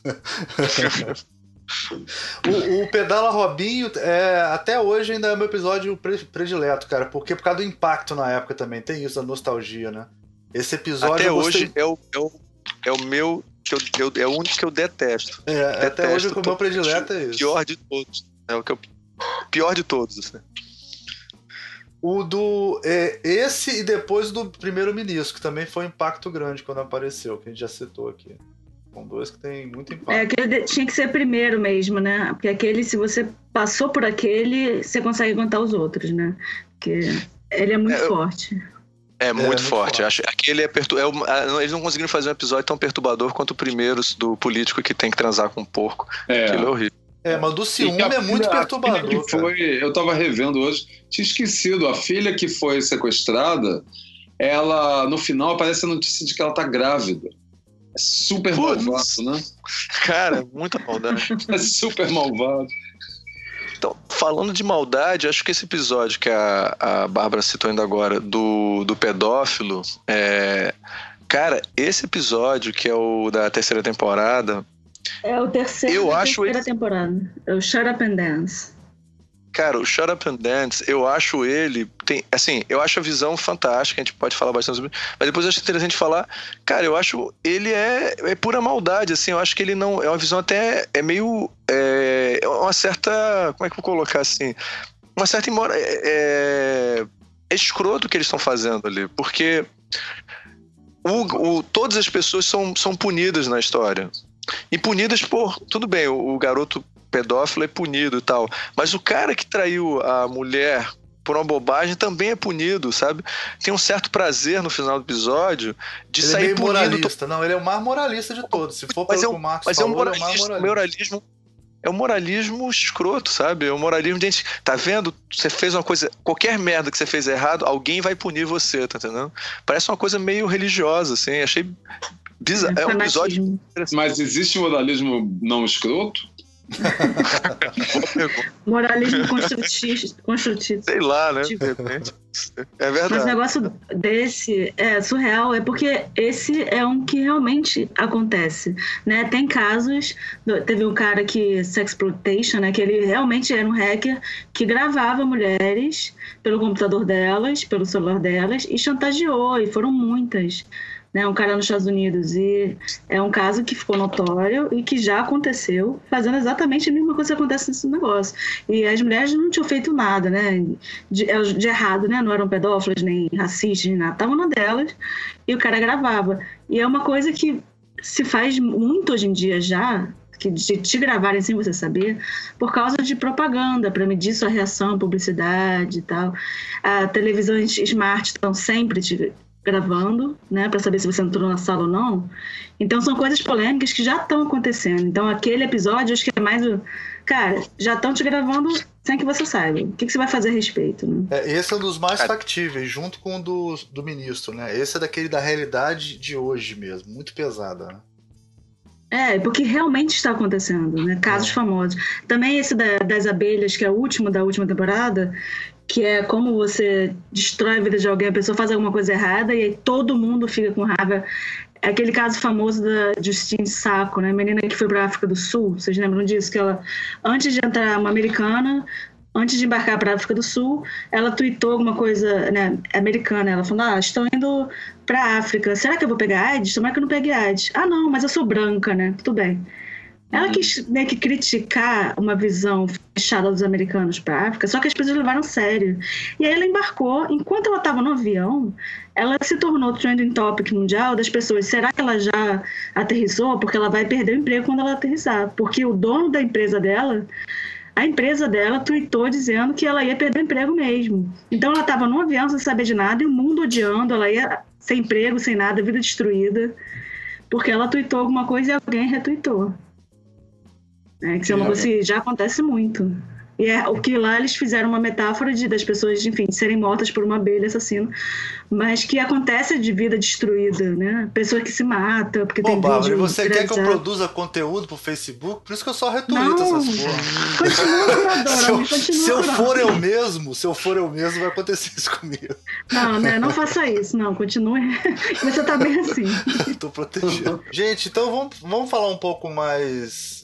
O Pedala Robinho até hoje ainda é o meu episódio predileto, cara. Porque por causa do impacto na época também. Tem isso, da nostalgia, né? Esse episódio até hoje é o meu é o único que eu detesto. Até hoje o meu predileto é esse. Pior de todos. Pior de todos, assim. Esse e depois do Primeiro-Ministro, que também foi um impacto grande quando apareceu, que a gente já citou aqui. São dois que tem muito impacto. Aquele tinha que ser primeiro mesmo, né? Porque aquele, se você passou por aquele, você consegue aguentar os outros, né? Porque ele é muito forte. É muito forte. Acho que aquele eles não conseguiram fazer um episódio tão perturbador quanto o primeiro do político que tem que transar com um porco. Aquilo é horrível. Mas do ciúme é muito perturbador. Eu tava revendo hoje, tinha esquecido, a filha que foi sequestrada, ela, no final, aparece a notícia de que ela tá grávida. É super malvado, né? Cara, muita maldade. É super malvado. Então, falando de maldade, acho que esse episódio que a Bárbara citou ainda agora, do pedófilo, cara, esse episódio, que é o da terceira temporada... É o terceiro da terceira temporada. É o Shut Up and Dance. Cara, o Shut Up and Dance, eu acho eu acho a visão fantástica, a gente pode falar bastante sobre isso, mas depois eu acho interessante falar, cara, eu acho ele é pura maldade, assim, eu acho que ele não, é uma visão até, meio, uma certa, como é que eu vou colocar assim, uma certa é escroto o que eles estão fazendo ali, porque todas as pessoas são punidas na história, e punidas tudo bem, o garoto pedófilo é punido e tal, mas o cara que traiu a mulher por uma bobagem também é punido, sabe? Tem um certo prazer no final do episódio de ele sair punido. Moralista. Não, ele é o mais moralista de todos. Se for pelo que o Marcos falou, ele é o mais moralista. É um moralismo escroto, sabe? É um moralismo de gente... Tá vendo? Você fez uma coisa... Qualquer merda que você fez errado, alguém vai punir você, tá entendendo? Parece uma coisa meio religiosa, assim. Achei bizarro. É um episódio... Mas existe moralismo não escroto? Moralismo construtivo. Sei lá, né? De repente. É verdade. Mas o negócio desse é surreal, é porque esse é um que realmente acontece, né? Tem casos, teve um cara que, Sexploitation, né? Que ele realmente era um hacker que gravava mulheres pelo computador delas, pelo celular delas e chantageou, e foram muitas. Um cara nos Estados Unidos, e é um caso que ficou notório e que já aconteceu, fazendo exatamente a mesma coisa que acontece nesse negócio. E as mulheres não tinham feito nada, né, de errado, né, não eram pedófilas, nem racistas, nem nada, estavam na delas, e o cara gravava. E é uma coisa que se faz muito hoje em dia já, de te gravarem sem você saber, por causa de propaganda, para medir sua reação, publicidade e tal. A televisão smart estão sempre gravando, né, para saber se você entrou na sala ou não. Então são coisas polêmicas que já estão acontecendo. Então aquele episódio, acho que é mais o... Cara, já estão te gravando sem que você saiba. O que você vai fazer a respeito, né? Esse é um dos mais factíveis, junto com o do ministro, né? Esse é daquele da realidade de hoje mesmo, muito pesada, né? Porque realmente está acontecendo, né? Casos famosos. Também esse das abelhas, que é o último da última temporada, que é como você destrói a vida de alguém, a pessoa faz alguma coisa errada e aí todo mundo fica com raiva. É aquele caso famoso da Justine Sacco, né? A menina que foi para a África do Sul, vocês lembram disso? Que ela, antes de entrar, uma americana, antes de embarcar para a África do Sul, ela tweetou alguma coisa, né, americana. Ela falou, estou indo para a África, será que eu vou pegar AIDS? Tomara que eu não pegue AIDS. Não, mas eu sou branca, né? Tudo bem. Ela quis meio que criticar uma visão fechada dos americanos para a África, só que as pessoas levaram a sério. E aí ela embarcou, enquanto ela estava no avião, ela se tornou trending topic mundial das pessoas. Será que ela já aterrissou? Porque ela vai perder o emprego quando ela aterrissar. Porque o dono da empresa dela, a empresa dela tweetou dizendo que ela ia perder o emprego mesmo. Então ela estava no avião sem saber de nada e o mundo odiando, ela ia sem emprego, sem nada, vida destruída, porque ela tweetou alguma coisa e alguém retweetou. Que é uma coisa que já acontece muito. E o que lá eles fizeram uma metáfora das pessoas, enfim, serem mortas por uma abelha assassina, mas que acontece de vida destruída, né? Pessoa que se mata, porque tem Bárbara, vídeo... você quer que eu produza conteúdo pro Facebook? Por isso que eu só retuito essas porra. Continua, curadora, se eu for eu mesmo, vai acontecer isso comigo. Não, né? Não faça isso, não. Continue. Você tá bem assim. Tô protegido. Gente, então vamos falar um pouco mais...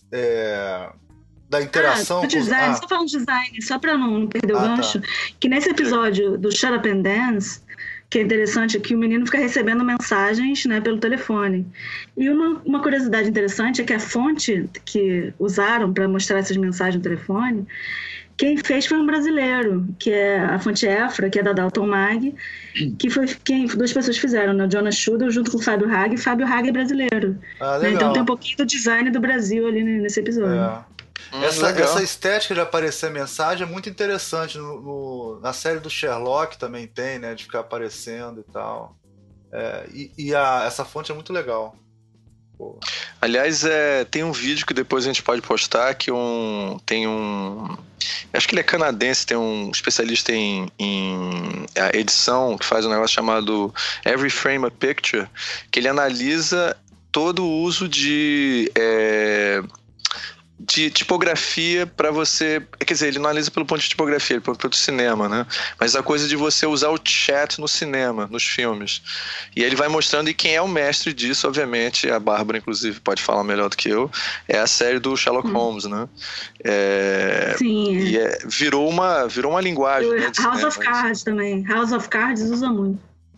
da interação design, só falando de design, só para não perder o gancho, que nesse episódio do Shut Up and Dance, que é interessante, é que o menino fica recebendo mensagens, né, pelo telefone. E uma curiosidade interessante é que a fonte que usaram para mostrar essas mensagens no telefone, quem fez foi um brasileiro, que é a fonte Efra, que é da Dalton Mag, que foi quem duas pessoas fizeram, né? Jonas Schudel junto com o Fábio Hag, e Fábio Hag é brasileiro. Né? Então tem um pouquinho do design do Brasil ali nesse episódio. Essa estética de aparecer mensagem é muito interessante. Na série do Sherlock também tem, né? De ficar aparecendo e tal. Essa fonte é muito legal. Pô. Aliás, tem um vídeo que depois a gente pode postar que acho que ele é canadense, tem um especialista em edição que faz um negócio chamado Every Frame a Picture, que ele analisa todo o uso de tipografia para você... Quer dizer, ele não analisa pelo ponto de tipografia, ele pelo cinema, né? Mas a coisa de você usar o chat no cinema, nos filmes. E ele vai mostrando, e quem é o mestre disso, obviamente, a Bárbara, inclusive, pode falar melhor do que eu, é a série do Sherlock Holmes, né? Sim. E virou uma linguagem, né, House of Cards também. House of Cards usa muito.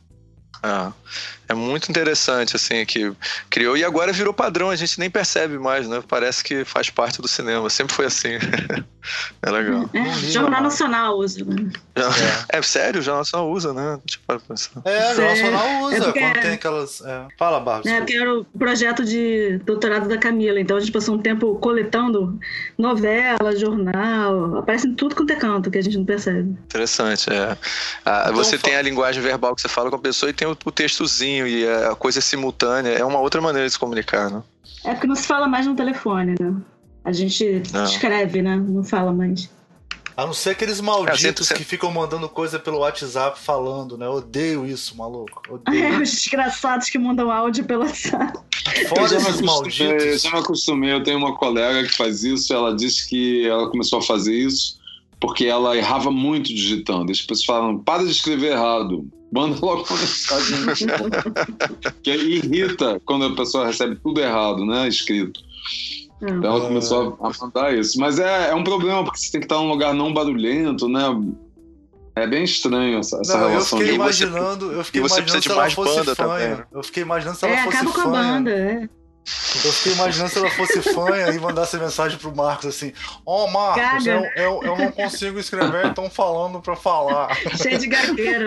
É muito interessante, assim, que criou e agora virou padrão, a gente nem percebe mais, né? Parece que faz parte do cinema, sempre foi assim. É legal. Jornal Nacional usa, né? Sério? O Jornal Nacional usa, né? Tipo, pensar. O Jornal Nacional usa, quando tem aquelas... Fala, Bárbara. Porque era o projeto de doutorado da Camila, então a gente passou um tempo coletando novela, jornal, aparece em tudo quanto é canto, que a gente não percebe. Interessante, então, você tem a linguagem verbal que você fala com a pessoa e tem o textozinho e a coisa simultânea, é uma outra maneira de se comunicar, né? É porque não se fala mais no telefone, né? A gente escreve, né? Não fala mais. A não ser aqueles malditos que ficam mandando coisa pelo WhatsApp falando, né? Eu odeio isso, maluco. Odeio. Os desgraçados que mandam áudio pelo WhatsApp. Fora esses malditos. Eu já me acostumei, eu tenho uma colega que faz isso, ela disse que ela começou a fazer isso porque ela errava muito digitando. As pessoas falavam, para de escrever errado, manda logo uma mensagem. Que irrita quando a pessoa recebe tudo errado, né, escrito. Então ela começou a mandar isso. Mas é um problema, porque você tem que estar num lugar não barulhento, né? É bem estranho essa relação. Eu fiquei imaginando se ela fosse fanha. Eu fiquei imaginando se ela fosse acaba fanha. Com a banda, Eu fiquei imaginando se ela fosse fanha e mandasse mensagem pro Marcos assim: Marcos, eu não consigo escrever, estão falando pra falar. Cheio de gagueira.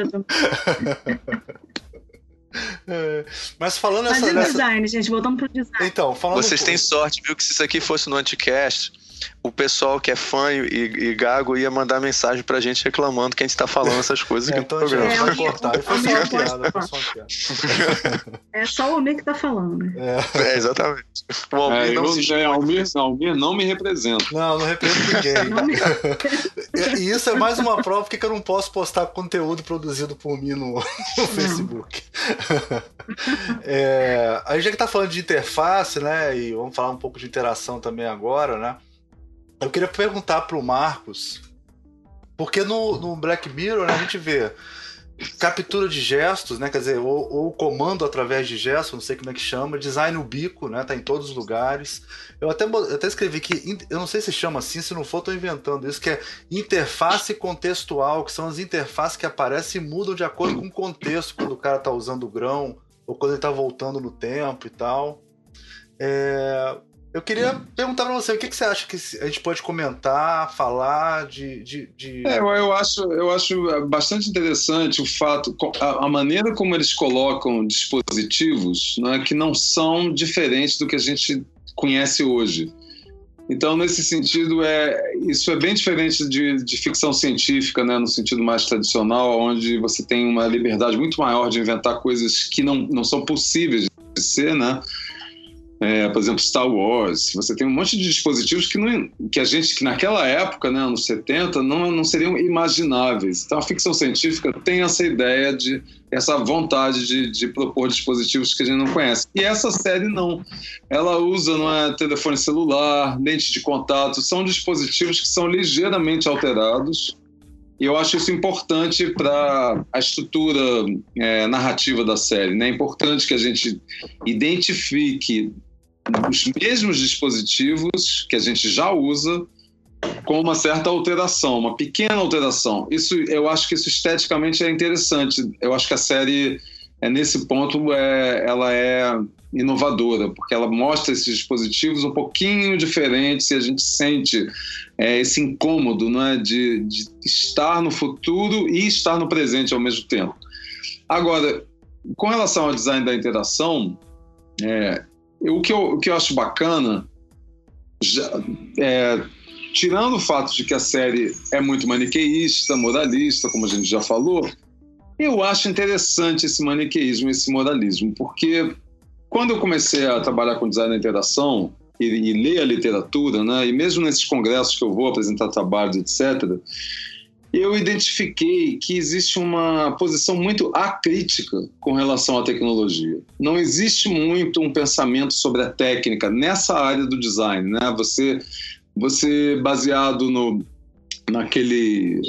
Mas falando Mas e o design, gente? Voltando pro design. Então, Vocês têm sorte, viu? Que se isso aqui fosse no Anticast, o pessoal que é fã e gago ia mandar mensagem pra gente reclamando que a gente tá falando essas coisas aqui no programa. A gente vai cortar. Foi só uma piada. É só o Almir que tá falando. Exatamente. O Almir não me representa. Não representa ninguém. E isso é mais uma prova porque eu não posso postar conteúdo produzido por mim no Facebook. A gente já que tá falando de interface, né? E vamos falar um pouco de interação também agora, né? Eu queria perguntar pro Marcos, porque no Black Mirror, né, a gente vê captura de gestos, né, quer dizer, ou comando através de gestos, não sei como é que chama, design ubico, né, tá em todos os lugares. Eu até escrevi que, eu não sei se chama assim, se não for, tô inventando isso, que é interface contextual, que são as interfaces que aparecem e mudam de acordo com o contexto, quando o cara tá usando o grão, ou quando ele tá voltando no tempo e tal. Eu queria perguntar pra você, o que você acha que a gente pode comentar, falar de... Eu acho bastante interessante o fato, a maneira como eles colocam dispositivos, né, que não são diferentes do que a gente conhece hoje. Então, nesse sentido, isso é bem diferente de ficção científica, né, no sentido mais tradicional, onde você tem uma liberdade muito maior de inventar coisas que não são possíveis de ser, né? Por exemplo, Star Wars, você tem um monte de dispositivos que naquela época, né, anos 70, não seriam imagináveis. Então a ficção científica tem essa ideia essa vontade de propor dispositivos que a gente não conhece. E essa série não. Ela usa telefone celular, lente de contato, são dispositivos que são ligeiramente alterados. E eu acho isso importante para a estrutura narrativa da série, né? É importante que a gente identifique os mesmos dispositivos que a gente já usa com uma certa alteração, uma pequena alteração. Eu acho que isso esteticamente é interessante. Eu acho que a série, nesse ponto, ela é inovadora, porque ela mostra esses dispositivos um pouquinho diferentes e a gente sente esse incômodo, né, de estar no futuro e estar no presente ao mesmo tempo. Agora, com relação ao design da interação, o que eu acho bacana, tirando o fato de que a série é muito maniqueísta, moralista, como a gente já falou, eu acho interessante esse maniqueísmo, esse moralismo, porque quando eu comecei a trabalhar com design da interação e ler a literatura, né, e mesmo nesses congressos que eu vou apresentar trabalhos, etc., eu identifiquei que existe uma posição muito acrítica com relação à tecnologia. Não existe muito um pensamento sobre a técnica nessa área do design, né? Você baseado naquele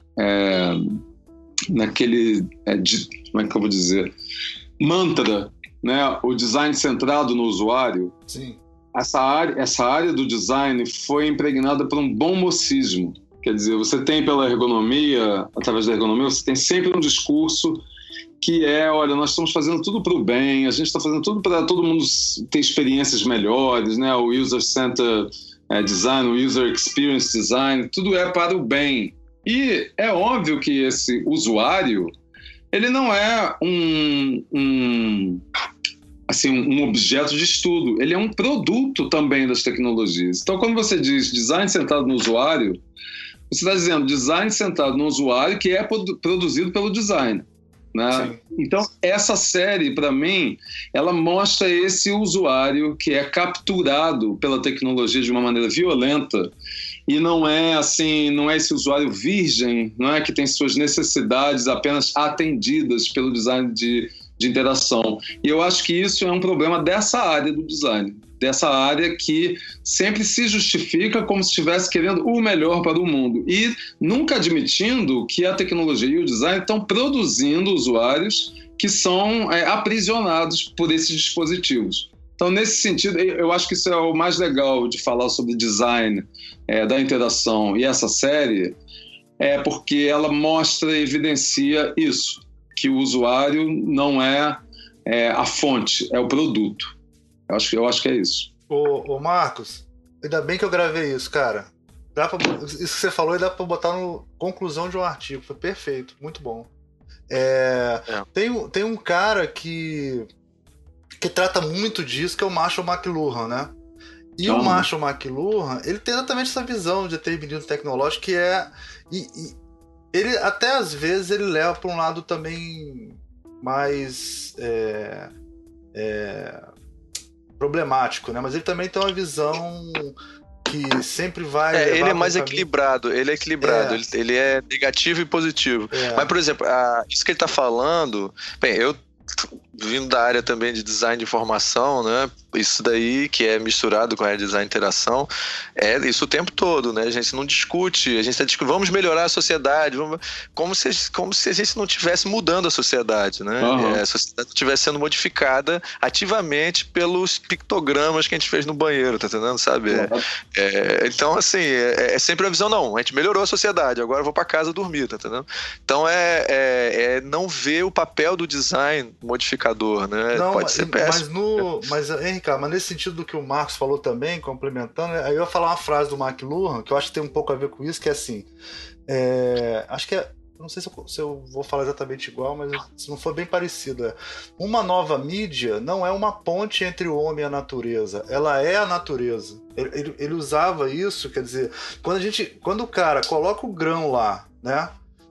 como é que eu vou dizer? Mantra, né? O design centrado no usuário. Sim. Essa área do design foi impregnada por um bom mocismo. Quer dizer, você tem pela ergonomia, através da ergonomia, você tem sempre um discurso que olha, nós estamos fazendo tudo para o bem, a gente está fazendo tudo para todo mundo ter experiências melhores, né? O User-Centered Design, o User Experience Design, tudo é para o bem. E é óbvio que esse usuário, ele não é um objeto de estudo, ele é um produto também das tecnologias. Então, quando você diz design centrado no usuário, você está dizendo design centrado no usuário que é produzido pelo design, né? Então, essa série, para mim, ela mostra esse usuário que é capturado pela tecnologia de uma maneira violenta e não é esse usuário virgem, não é que tem suas necessidades apenas atendidas pelo design de de interação. E eu acho que isso é um problema dessa área do design, dessa área que sempre se justifica como se estivesse querendo o melhor para o mundo e nunca admitindo que a tecnologia e o design estão produzindo usuários que são aprisionados por esses dispositivos. Então, nesse sentido, eu acho que isso é o mais legal de falar sobre design da interação e essa série, porque ela mostra e evidencia isso, que o usuário não é a fonte, é o produto. Eu acho que é isso. Ô Marcos, ainda bem que eu gravei isso, cara. Isso que você falou dá pra botar no conclusão de um artigo. Foi perfeito, muito bom. Tem um cara que trata muito disso, que é o Marshall McLuhan, né? E o Marshall McLuhan, ele tem exatamente essa visão de determinismo tecnológico, que e ele até às vezes ele leva para um lado também mais problemático, né? Mas ele também tem uma visão que sempre vai... ele é mais equilibrado, ele é negativo e positivo. Mas, por exemplo, isso que ele está falando... Bem, eu vindo da área também de design de informação, né? Isso daí que é misturado com a área de design de interação, isso o tempo todo, né? A gente não discute, a gente está discutindo, vamos melhorar a sociedade, como se a gente não estivesse mudando a sociedade, né? A sociedade estivesse sendo modificada ativamente pelos pictogramas que a gente fez no banheiro, tá entendendo? Sabe? Então, assim, é sempre a visão, não, a gente melhorou a sociedade, agora eu vou para casa dormir, tá entendendo? Então, não ver o papel do design modificador, né? Não, pode ser péssimo. Mas nesse sentido do que o Marcos falou também, complementando, aí eu ia falar uma frase do McLuhan, que eu acho que tem um pouco a ver com isso, que é assim, acho que não sei se eu vou falar exatamente igual, mas se não for bem parecido, uma nova mídia não é uma ponte entre o homem e a natureza, ela é a natureza. Ele usava isso, quer dizer, quando o cara coloca o grão lá, né?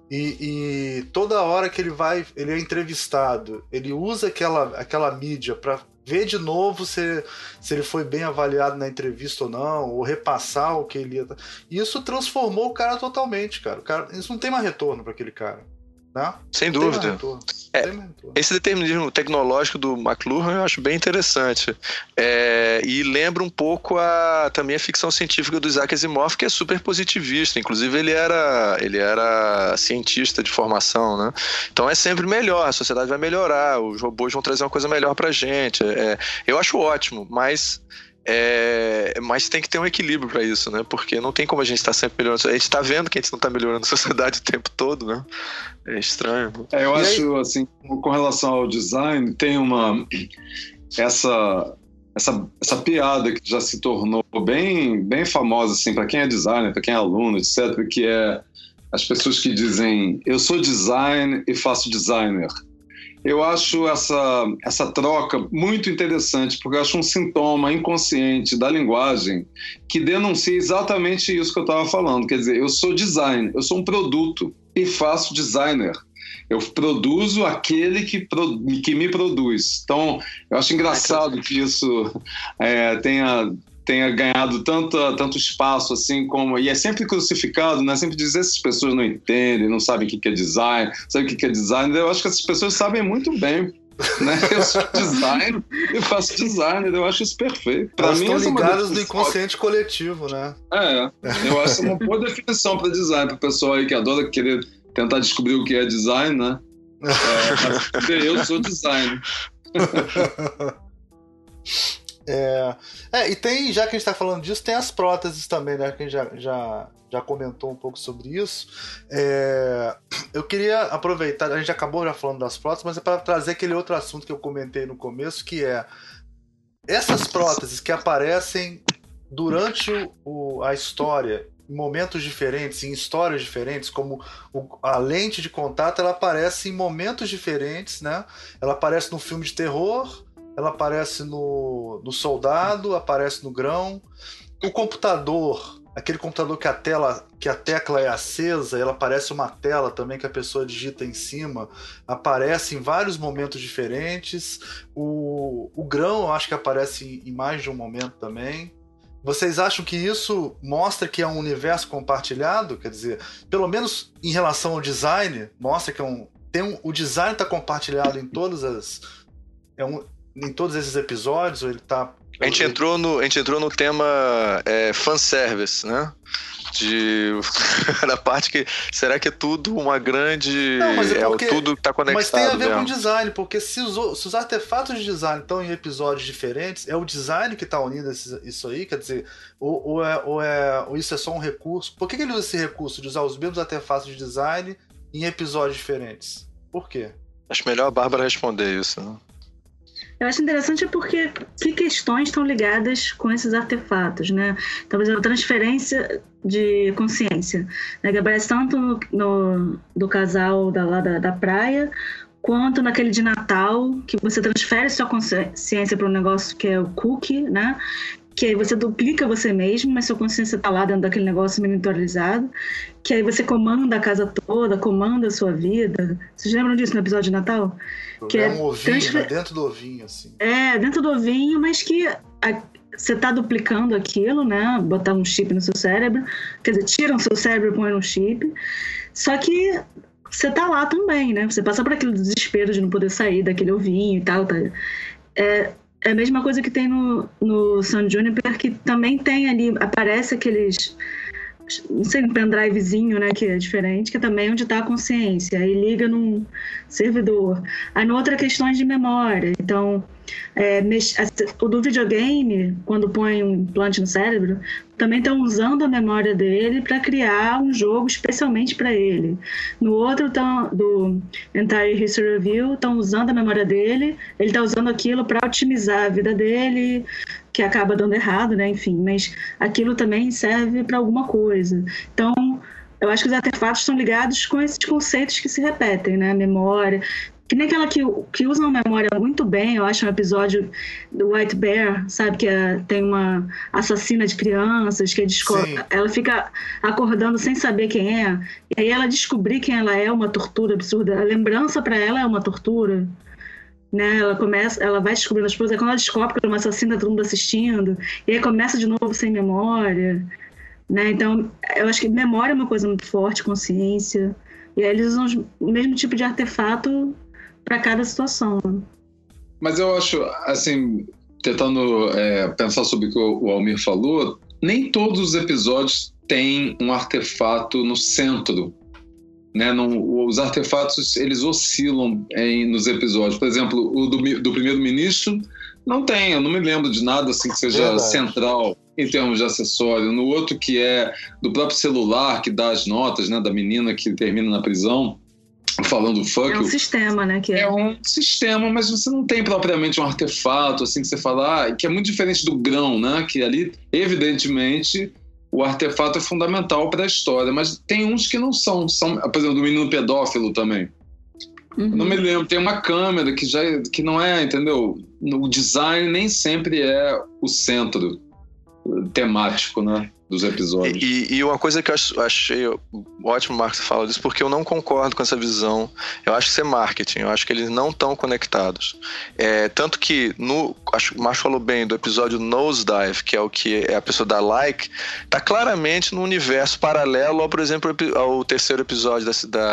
E toda hora que ele é entrevistado, ele usa aquela mídia para ver de novo se ele foi bem avaliado na entrevista ou não, ou repassar o que ele ia... Isso transformou o cara totalmente, cara. Isso não tem mais retorno para aquele cara, né? Sem dúvida. Esse determinismo tecnológico do McLuhan eu acho bem interessante. E lembra um pouco também a ficção científica do Isaac Asimov, que é super positivista. Inclusive ele era cientista de formação, né? Então é sempre melhor, a sociedade vai melhorar, os robôs vão trazer uma coisa melhor pra gente. Eu acho ótimo, mas tem que ter um equilíbrio para isso, né? Porque não tem como a gente estar sempre melhorando. A gente está vendo que a gente não está melhorando a sociedade o tempo todo, né? É estranho. Eu acho, assim, com relação ao design, tem essa piada que já se tornou bem, bem famosa, assim, para quem é designer, para quem é aluno, etc., que é as pessoas que dizem: eu sou design e faço designer. Eu acho essa troca muito interessante, porque eu acho um sintoma inconsciente da linguagem que denuncia exatamente isso que eu estava falando. Quer dizer, eu sou design, eu sou um produto e faço designer. Eu produzo aquele que me produz. Então, eu acho engraçado que isso tenha ganhado tanto espaço, assim, e é sempre crucificado, né? Sempre diz, essas pessoas não entendem, não sabem o que é design, sabem o que é design. Eu acho que essas pessoas sabem muito bem, né? Eu sou designer, eu faço designer, eu acho isso perfeito. Elas estão ligadas no inconsciente coletivo, né? Eu acho uma boa definição para design, para o pessoal aí que adora querer tentar descobrir o que é design, né? Eu sou designer. E tem, já que a gente tá falando disso, tem as próteses também, né? Que a gente já comentou um pouco sobre isso. Eu queria aproveitar, a gente acabou já falando das próteses, mas é para trazer aquele outro assunto que eu comentei no começo, que é essas próteses que aparecem durante a história, em momentos diferentes, em histórias diferentes, como a lente de contato, ela aparece em momentos diferentes, né? Ela aparece no filme de terror, ela aparece no soldado, aparece no grão. O computador, aquele computador que a tecla é acesa, ela aparece uma tela também que a pessoa digita em cima, aparece em vários momentos diferentes. O grão, eu acho que aparece em mais de um momento também. Vocês acham que isso mostra que é um universo compartilhado? Quer dizer, pelo menos em relação ao design, mostra que o design tá compartilhado em todas as... em todos esses episódios, ou ele tá... A gente entrou no tema fanservice, né? Da parte que... Será que é tudo uma grande... Não, mas tudo que tá conectado. Mas tem a ver com design, porque se os artefatos de design estão em episódios diferentes, é o design que tá unindo isso aí, quer dizer, ou isso é só um recurso? Por que ele usa esse recurso de usar os mesmos artefatos de design em episódios diferentes? Por quê? Acho melhor a Bárbara responder isso, né? Eu acho interessante porque que questões estão ligadas com esses artefatos, né? Então, por exemplo, a transferência de consciência, né? Que aparece tanto do casal lá da praia, quanto naquele de Natal, que você transfere sua consciência para um negócio que é o cookie, né? Que aí você duplica você mesmo, mas sua consciência está lá dentro daquele negócio monitorizado, que aí você comanda a casa toda, comanda a sua vida. Vocês lembram disso no episódio de Natal? Que é um ovinho, né? Dentro do ovinho, assim. Dentro do ovinho, mas que você está duplicando aquilo, né? Botar um chip no seu cérebro, quer dizer, tiram o seu cérebro e põem um chip. Só que você está lá também, né? Você passa por aquele desespero de não poder sair daquele ovinho e tal. Tá? É a mesma coisa que tem no San Juniper, que também tem ali, aparece aqueles, não sei, um pendrivezinho, né, que é diferente, que é também onde está a consciência, aí liga num servidor. Aí na outra, questões de memória. Então, o do videogame, quando põe um implante no cérebro, também estão usando a memória dele para criar um jogo especialmente para ele. No outro, do Entire History Review, estão usando a memória dele, ele está usando aquilo para otimizar a vida dele, que acaba dando errado, né? Enfim, mas aquilo também serve para alguma coisa. Então, eu acho que os artefatos estão ligados com esses conceitos que se repetem, né? Memória. Que nem aquela que usa uma memória muito bem, eu acho um episódio do White Bear, sabe? Que tem uma assassina de crianças, que ela fica acordando sem saber quem é. E aí ela descobrir quem ela é uma tortura absurda. A lembrança para ela é uma tortura. Né? Ela vai descobrindo as coisas, quando ela descobre que é uma assassina, todo mundo assistindo, e aí começa de novo sem memória, né? Então eu acho que memória é uma coisa muito forte, consciência, e aí eles usam o mesmo tipo de artefato para cada situação. Mas eu acho, assim, tentando pensar sobre o que o Almir falou, nem todos os episódios têm um artefato no centro. Né, os artefatos, eles oscilam nos episódios. Por exemplo, o do primeiro-ministro não tem, eu não me lembro de nada assim que seja central em termos de acessório. No outro, que é do próprio celular, que dá as notas, né, da menina que termina na prisão, falando fuck you. É um sistema, né? É um sistema, mas você não tem propriamente um artefato assim que você fala, que é muito diferente do grão, né? Que ali, evidentemente, o artefato é fundamental para a história, mas tem uns que não são, por exemplo, do menino pedófilo também. Uhum. Não me lembro, tem uma câmera que não é, entendeu? O design nem sempre é o centro temático, né, dos episódios. E uma coisa que eu achei ótimo, Marcos, você fala disso, porque eu não concordo com essa visão. Eu acho que isso é marketing, eu acho que eles não estão conectados. Tanto que, acho que o Marcos falou bem do episódio Nosedive, que é o que é a pessoa da like, tá claramente no universo paralelo ao, por exemplo, ao terceiro episódio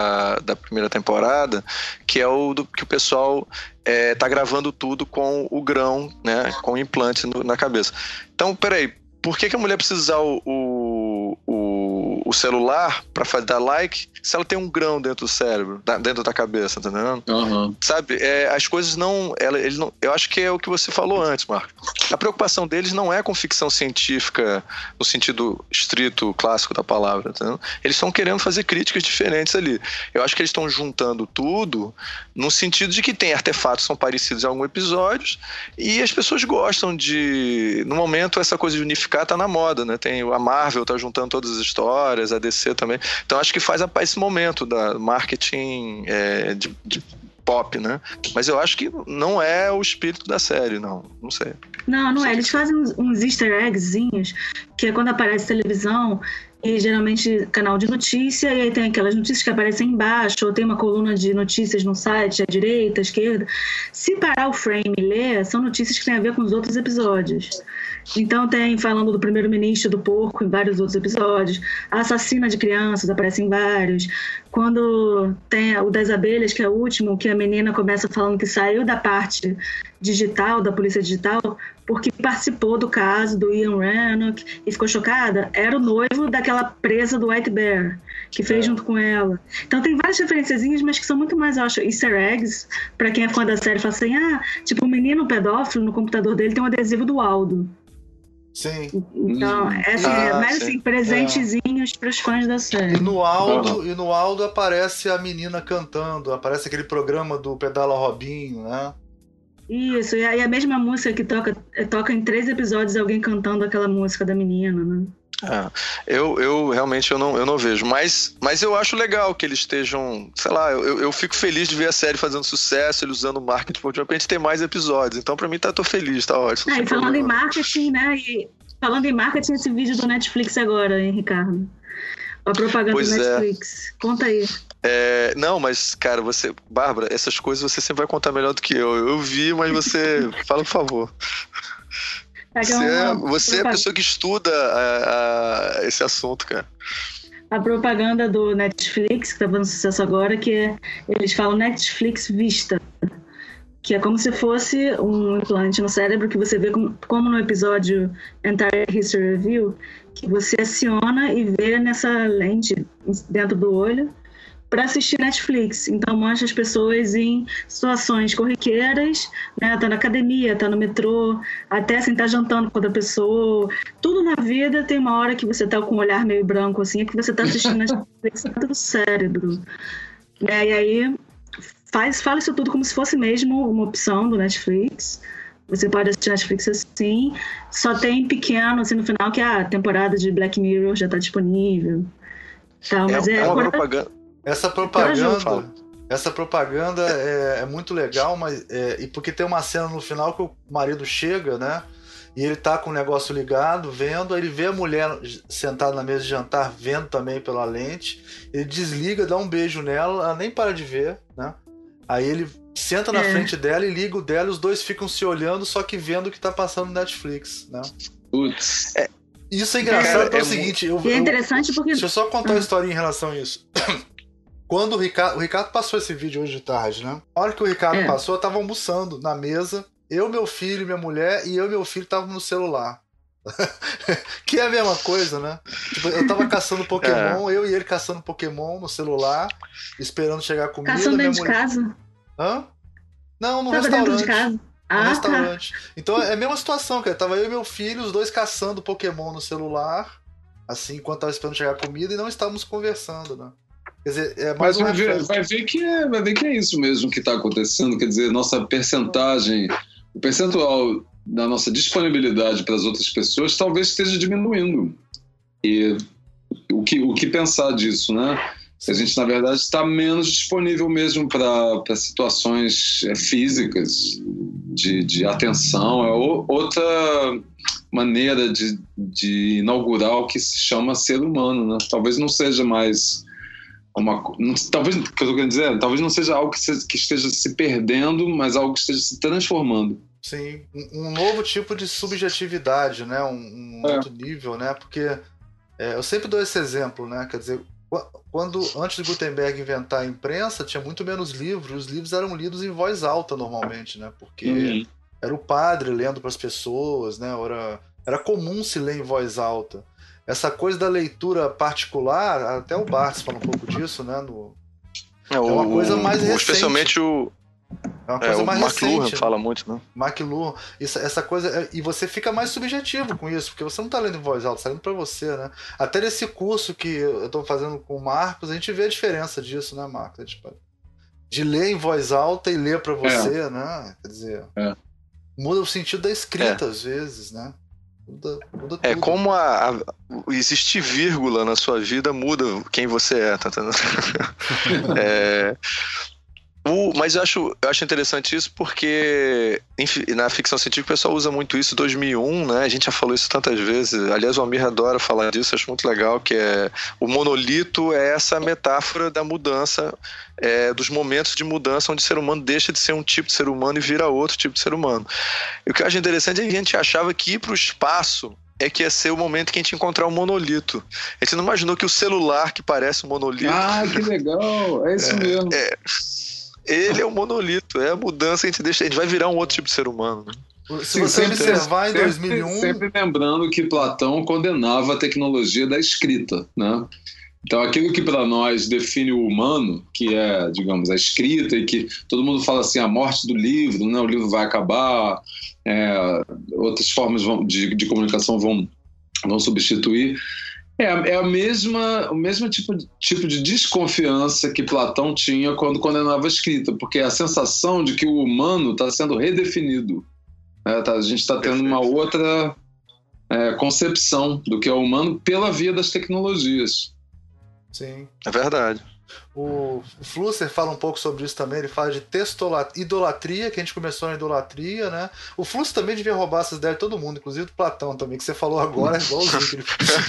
da primeira temporada, que é que o pessoal tá gravando tudo com o grão, né, com o implante na cabeça. Então, peraí, por que a mulher precisa usar o celular pra dar like se ela tem um grão dentro do cérebro, dentro da cabeça, tá entendendo? Uhum. Sabe, as coisas eles não... Eu acho que é o que você falou antes, Marco. A preocupação deles não é com ficção científica no sentido estrito, clássico da palavra, tá entendendo? Eles estão querendo fazer críticas diferentes ali. Eu acho que eles estão juntando tudo no sentido de que tem artefatos que são parecidos em alguns episódios e as pessoas gostam de... No momento, essa coisa de unificar tá na moda, né? A Marvel tá juntando todas as histórias, a DC também. Então acho que faz esse momento da marketing de pop, né? Mas eu acho que não é o espírito da série, não sei. Não é. Eles fazem uns easter eggzinhos, que é quando aparece televisão e geralmente canal de notícia, e aí tem aquelas notícias que aparecem embaixo, ou tem uma coluna de notícias no site, à direita, à esquerda. Se parar o frame e ler, são notícias que têm a ver com os outros episódios. Então tem falando do primeiro-ministro do porco em vários outros episódios. A assassina de crianças aparece em vários. Quando tem o das abelhas, que é o último, que a menina começa falando que saiu da parte digital, da polícia digital, porque participou do caso do Ian Rannoch e ficou chocada. Era o noivo daquela presa do White Bear, que fez junto com ela. Então tem várias referenciazinhas, mas que são muito mais, eu acho, easter eggs. Pra quem é fã da série, fala assim, tipo, o menino pedófilo, no computador dele tem um adesivo do Aldo. Sim. Então, mais assim, presentezinhos para os fãs da série. E no Aldo aparece a menina cantando, aparece aquele programa do Pedala Robinho, né? Isso, e a mesma música que toca em 3 episódios alguém cantando aquela música da menina, né? Eu realmente eu não vejo, mas eu acho legal que eles estejam, sei lá, eu fico feliz de ver a série fazendo sucesso, eles usando marketing pra gente ter mais episódios, então pra mim tô feliz, tá ótimo. E falando em marketing, né, falando em marketing, esse vídeo do Netflix agora, hein, Ricardo? A propaganda do Netflix, conta aí. Não, mas cara, Bárbara, essas coisas você sempre vai contar melhor do que eu vi, mas você fala, por favor. Você é a pessoa que estuda esse assunto, cara. A propaganda do Netflix, que tá fazendo sucesso agora, que eles falam Netflix Vista, que é como se fosse um implante no cérebro, que você vê como no episódio Entire History Review, que você aciona e vê nessa lente dentro do olho para assistir Netflix. Então mostra as pessoas em situações corriqueiras, né? Tá na academia, tá no metrô, até assim, tá jantando com outra pessoa. Tudo na vida tem uma hora que você tá com um olhar meio branco, assim, é que você tá assistindo Netflix dentro do cérebro. E aí fala isso tudo como se fosse mesmo uma opção do Netflix. Você pode assistir Netflix assim. Só tem pequeno, assim, no final, que a temporada de Black Mirror já tá disponível. Tá, mas uma propaganda. Essa propaganda é muito legal, mas e porque tem uma cena no final que o marido chega, né? E ele tá com o negócio ligado, vendo, aí ele vê a mulher sentada na mesa de jantar, vendo também pela lente, ele desliga, dá um beijo nela, ela nem para de ver, né? Aí ele senta na frente dela e liga o dela, e os dois ficam se olhando, só que vendo o que tá passando no Netflix, né? Putz. Isso é engraçado, é o seguinte... é interessante porque... Deixa eu só contar uma historinha em relação a isso. Quando o Ricardo passou esse vídeo hoje de tarde, né? A hora que o Ricardo passou, eu tava almoçando na mesa, eu, meu filho, minha mulher, e eu e meu filho estavam no celular. Que é a mesma coisa, né? Tipo, eu tava caçando Pokémon, eu e ele caçando Pokémon no celular, esperando chegar a comida. Caçando dentro de casa? Hã? Não, no tava restaurante. Dentro de casa? No restaurante. Tá. Então é a mesma situação, cara. Tava eu e meu filho, os dois caçando Pokémon no celular, assim, enquanto tava esperando chegar a comida, e não estávamos conversando, né? Quer dizer, é mais vai ver que é isso mesmo que está acontecendo. Quer dizer, nossa percentagem, o percentual da nossa disponibilidade para as outras pessoas talvez esteja diminuindo. E o que pensar disso, né? A gente, na verdade, está menos disponível mesmo para situações físicas de atenção. É outra maneira de inaugurar o que se chama ser humano, né? Talvez não seja mais... talvez, o que eu tô querendo dizer, talvez não seja algo que esteja se perdendo, mas algo que esteja se transformando. Sim, um novo tipo de subjetividade, né? Um outro nível, né? Porque eu sempre dou esse exemplo, né? Quer dizer, antes de Gutenberg inventar a imprensa, tinha muito menos livros, e os livros eram lidos em voz alta normalmente, né? Porque era o padre lendo para as pessoas, né? Era comum se ler em voz alta. Essa coisa da leitura particular, até o Barthes fala um pouco disso, né? É uma coisa mais recente. Especialmente o McLuhan fala muito, né? McLuhan. Essa coisa... E você fica mais subjetivo com isso, porque você não está lendo em voz alta, você está lendo para você, né? Até nesse curso que eu estou fazendo com o Marcos, a gente vê a diferença disso, né, Marcos? De ler em voz alta e ler para você, né? Quer dizer... Muda o sentido da escrita, às vezes, né? Muda tudo. Como existe vírgula na sua vida, muda quem você é, tá entendendo? Mas eu acho interessante isso porque na ficção científica o pessoal usa muito isso, 2001, né? A gente já falou isso tantas vezes. Aliás, o Almir adora falar disso, acho muito legal, que o monolito é essa metáfora da mudança, dos momentos de mudança onde o ser humano deixa de ser um tipo de ser humano e vira outro tipo de ser humano. E o que eu acho interessante é que a gente achava que ir para o espaço que ia ser o momento que a gente encontrar um monolito. A gente não imaginou que o celular que parece um monolito... Ah, que legal! É isso mesmo. Ele é um monolito, é a mudança que a gente deixa. A gente vai virar um outro tipo de ser humano, né? Se você observar em 2001... Sempre lembrando que Platão condenava a tecnologia da escrita, né? Então, aquilo que para nós define o humano, que é, digamos, a escrita, e que todo mundo fala assim, a morte do livro, né? O livro vai acabar, outras formas de comunicação vão substituir. O mesmo tipo de desconfiança que Platão tinha quando condenava a escrita, porque é a sensação de que o humano está sendo redefinido. A gente está tendo uma outra concepção do que é o humano pela via das tecnologias. Sim. É verdade. O Flusser fala um pouco sobre isso também. Ele fala de idolatria, que a gente começou na idolatria, né? O Flusser também devia roubar essas ideias de todo mundo, inclusive do Platão também, que você falou agora, é igualzinho.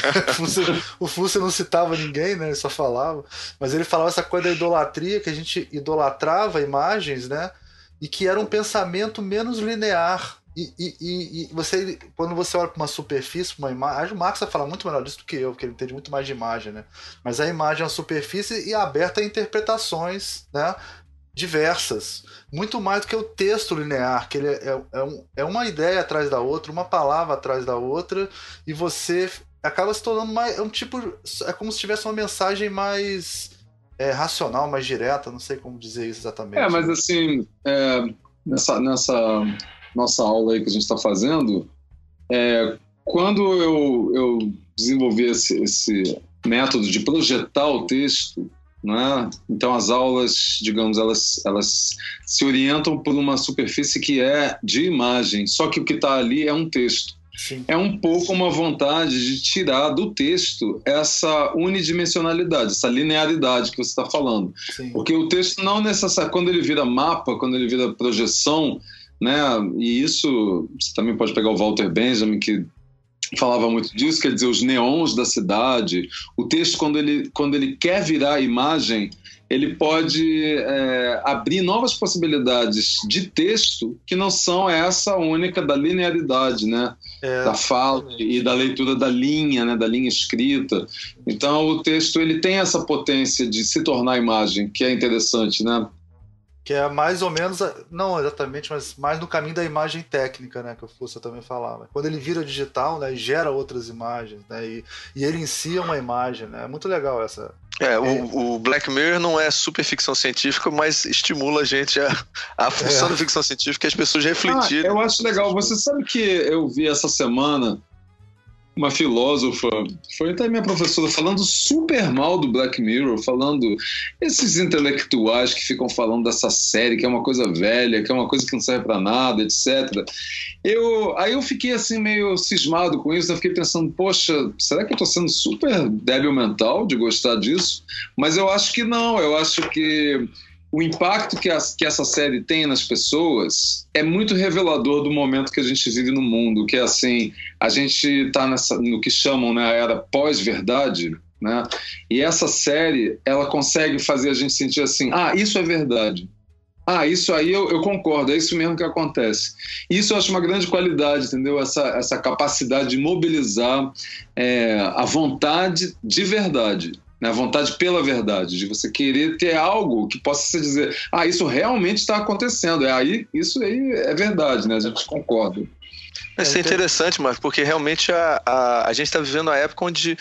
O Flusser não citava ninguém, né? Ele só falava. Mas ele falava essa coisa da idolatria, que a gente idolatrava imagens, né? E que era um pensamento menos linear. E você, quando você olha para uma superfície, uma imagem, o Marx vai falar muito melhor disso do que eu, porque ele entende muito mais de imagem, né? Mas a imagem é uma superfície e aberta a interpretações, né, diversas, muito mais do que o texto linear, que ele é uma ideia atrás da outra, uma palavra atrás da outra, e você acaba se tornando mais, é como se tivesse uma mensagem mais racional, mais direta, não sei como dizer isso exatamente. Mas assim, nessa nossa aula aí que a gente está fazendo, quando eu desenvolvi esse método de projetar o texto, né? Então as aulas, digamos, elas se orientam por uma superfície que é de imagem, só que o que está ali é um texto. Sim. É um pouco uma vontade de tirar do texto essa unidimensionalidade, essa linearidade que você está falando. Sim. Porque o texto não necessariamente, quando ele vira mapa, quando ele vira projeção, né? E isso, você também pode pegar o Walter Benjamin, que falava muito disso, quer dizer, os neons da cidade. O texto, quando ele quer virar imagem, ele pode abrir novas possibilidades de texto que não são essa única da linearidade, né? Da fala e da leitura da linha, né? Da linha escrita. Então, o texto ele tem essa potência de se tornar imagem, que é interessante, né? Que é mais ou menos, não exatamente, mas mais no caminho da imagem técnica, né, que o Flusser também falava. Quando ele vira digital, né, e gera outras imagens, né, e ele em si é uma imagem, né, é muito legal essa... O Black Mirror não é super ficção científica, mas estimula a gente a função da ficção científica e as pessoas refletirem. Eu acho legal. Você sabe que eu vi essa semana uma filósofa, foi até minha professora, falando super mal do Black Mirror, falando esses intelectuais que ficam falando dessa série, que é uma coisa velha, que é uma coisa que não serve pra nada, etc. Aí eu fiquei assim meio cismado com isso, eu fiquei pensando, poxa, será que eu tô sendo super débil mental de gostar disso? Mas eu acho que não, eu acho que o impacto que essa série tem nas pessoas é muito revelador do momento que a gente vive no mundo, que é assim, a gente está no que chamam, né, a era pós-verdade, né? E essa série, ela consegue fazer a gente sentir assim, isso é verdade. Isso aí eu concordo, é isso mesmo que acontece. Isso eu acho uma grande qualidade, entendeu? Essa capacidade de mobilizar a vontade de verdade. A vontade pela verdade, de você querer ter algo que possa se dizer, isso realmente está acontecendo, isso aí é verdade, né? A gente concorda. Isso é interessante, Marcos, porque realmente a gente está vivendo a época onde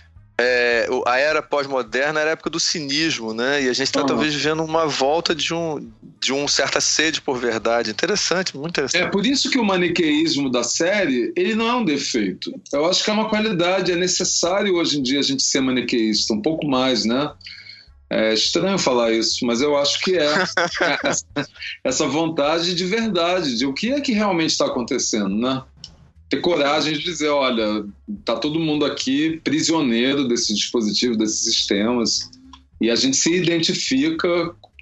a era pós-moderna era a época do cinismo, né? E a gente está talvez vivendo uma volta de um certa sede por verdade. Interessante, muito interessante. É por isso que o maniqueísmo da série, ele não é um defeito. Eu acho que é uma qualidade, é necessário hoje em dia a gente ser maniqueísta, um pouco mais, né? É estranho falar isso, mas eu acho que essa vontade de verdade, de o que é que realmente está acontecendo, né? Ter coragem de dizer, olha, tá todo mundo aqui prisioneiro desse dispositivo, desses sistemas, e a gente se identifica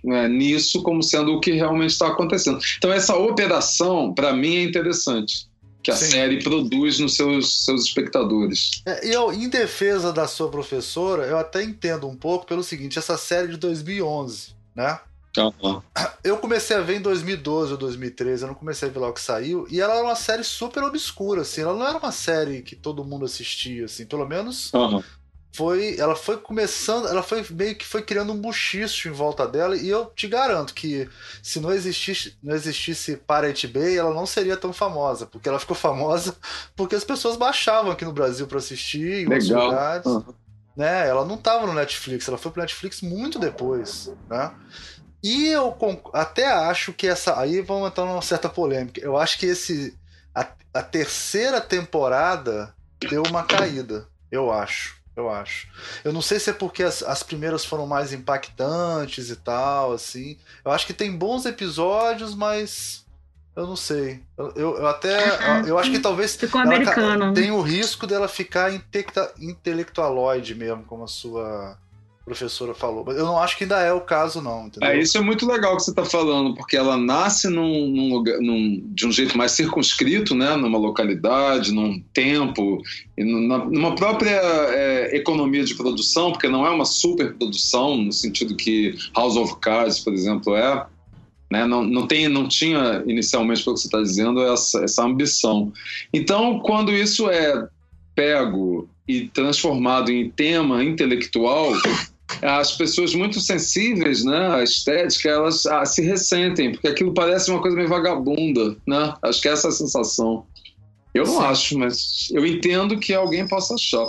nisso como sendo o que realmente está acontecendo. Então essa operação, para mim, é interessante, que a série produz nos seus espectadores. E eu, em defesa da sua professora, eu até entendo um pouco pelo seguinte, essa série de 2011, né? Eu comecei a ver em 2012 ou 2013, eu não comecei a ver logo que saiu, e ela era uma série super obscura, assim, ela não era uma série que todo mundo assistia, assim, pelo menos ela foi começando, ela foi meio que foi criando um buchicho em volta dela, e eu te garanto que se não existisse Pirate Bay, ela não seria tão famosa, porque ela ficou famosa porque as pessoas baixavam aqui no Brasil para assistir, em outros lugares, né? Ela não estava no Netflix, ela foi pro Netflix muito depois, né? E eu até acho que essa... Aí vamos entrar numa certa polêmica. Eu acho que a terceira temporada deu uma caída. Eu acho. Eu não sei se é porque as primeiras foram mais impactantes e tal, assim. Eu acho que tem bons episódios, mas... Eu não sei. Eu acho que talvez... Ficou americana. Tem o risco dela ficar intelectualoide mesmo, como a sua... professora falou, mas eu não acho que ainda é o caso não, entendeu? Isso é muito legal que você está falando, porque ela nasce num lugar, de um jeito mais circunscrito, né? Numa localidade, num tempo, e numa própria economia de produção, porque não é uma super produção, no sentido que House of Cards, por exemplo, né? Não tinha inicialmente, pelo que você está dizendo, essa ambição. Então, quando isso é pego e transformado em tema intelectual, as pessoas muito sensíveis, né, à estética, elas se ressentem, porque aquilo parece uma coisa meio vagabunda, né? Acho que essa é a sensação. Eu não acho, mas eu entendo que alguém possa achar.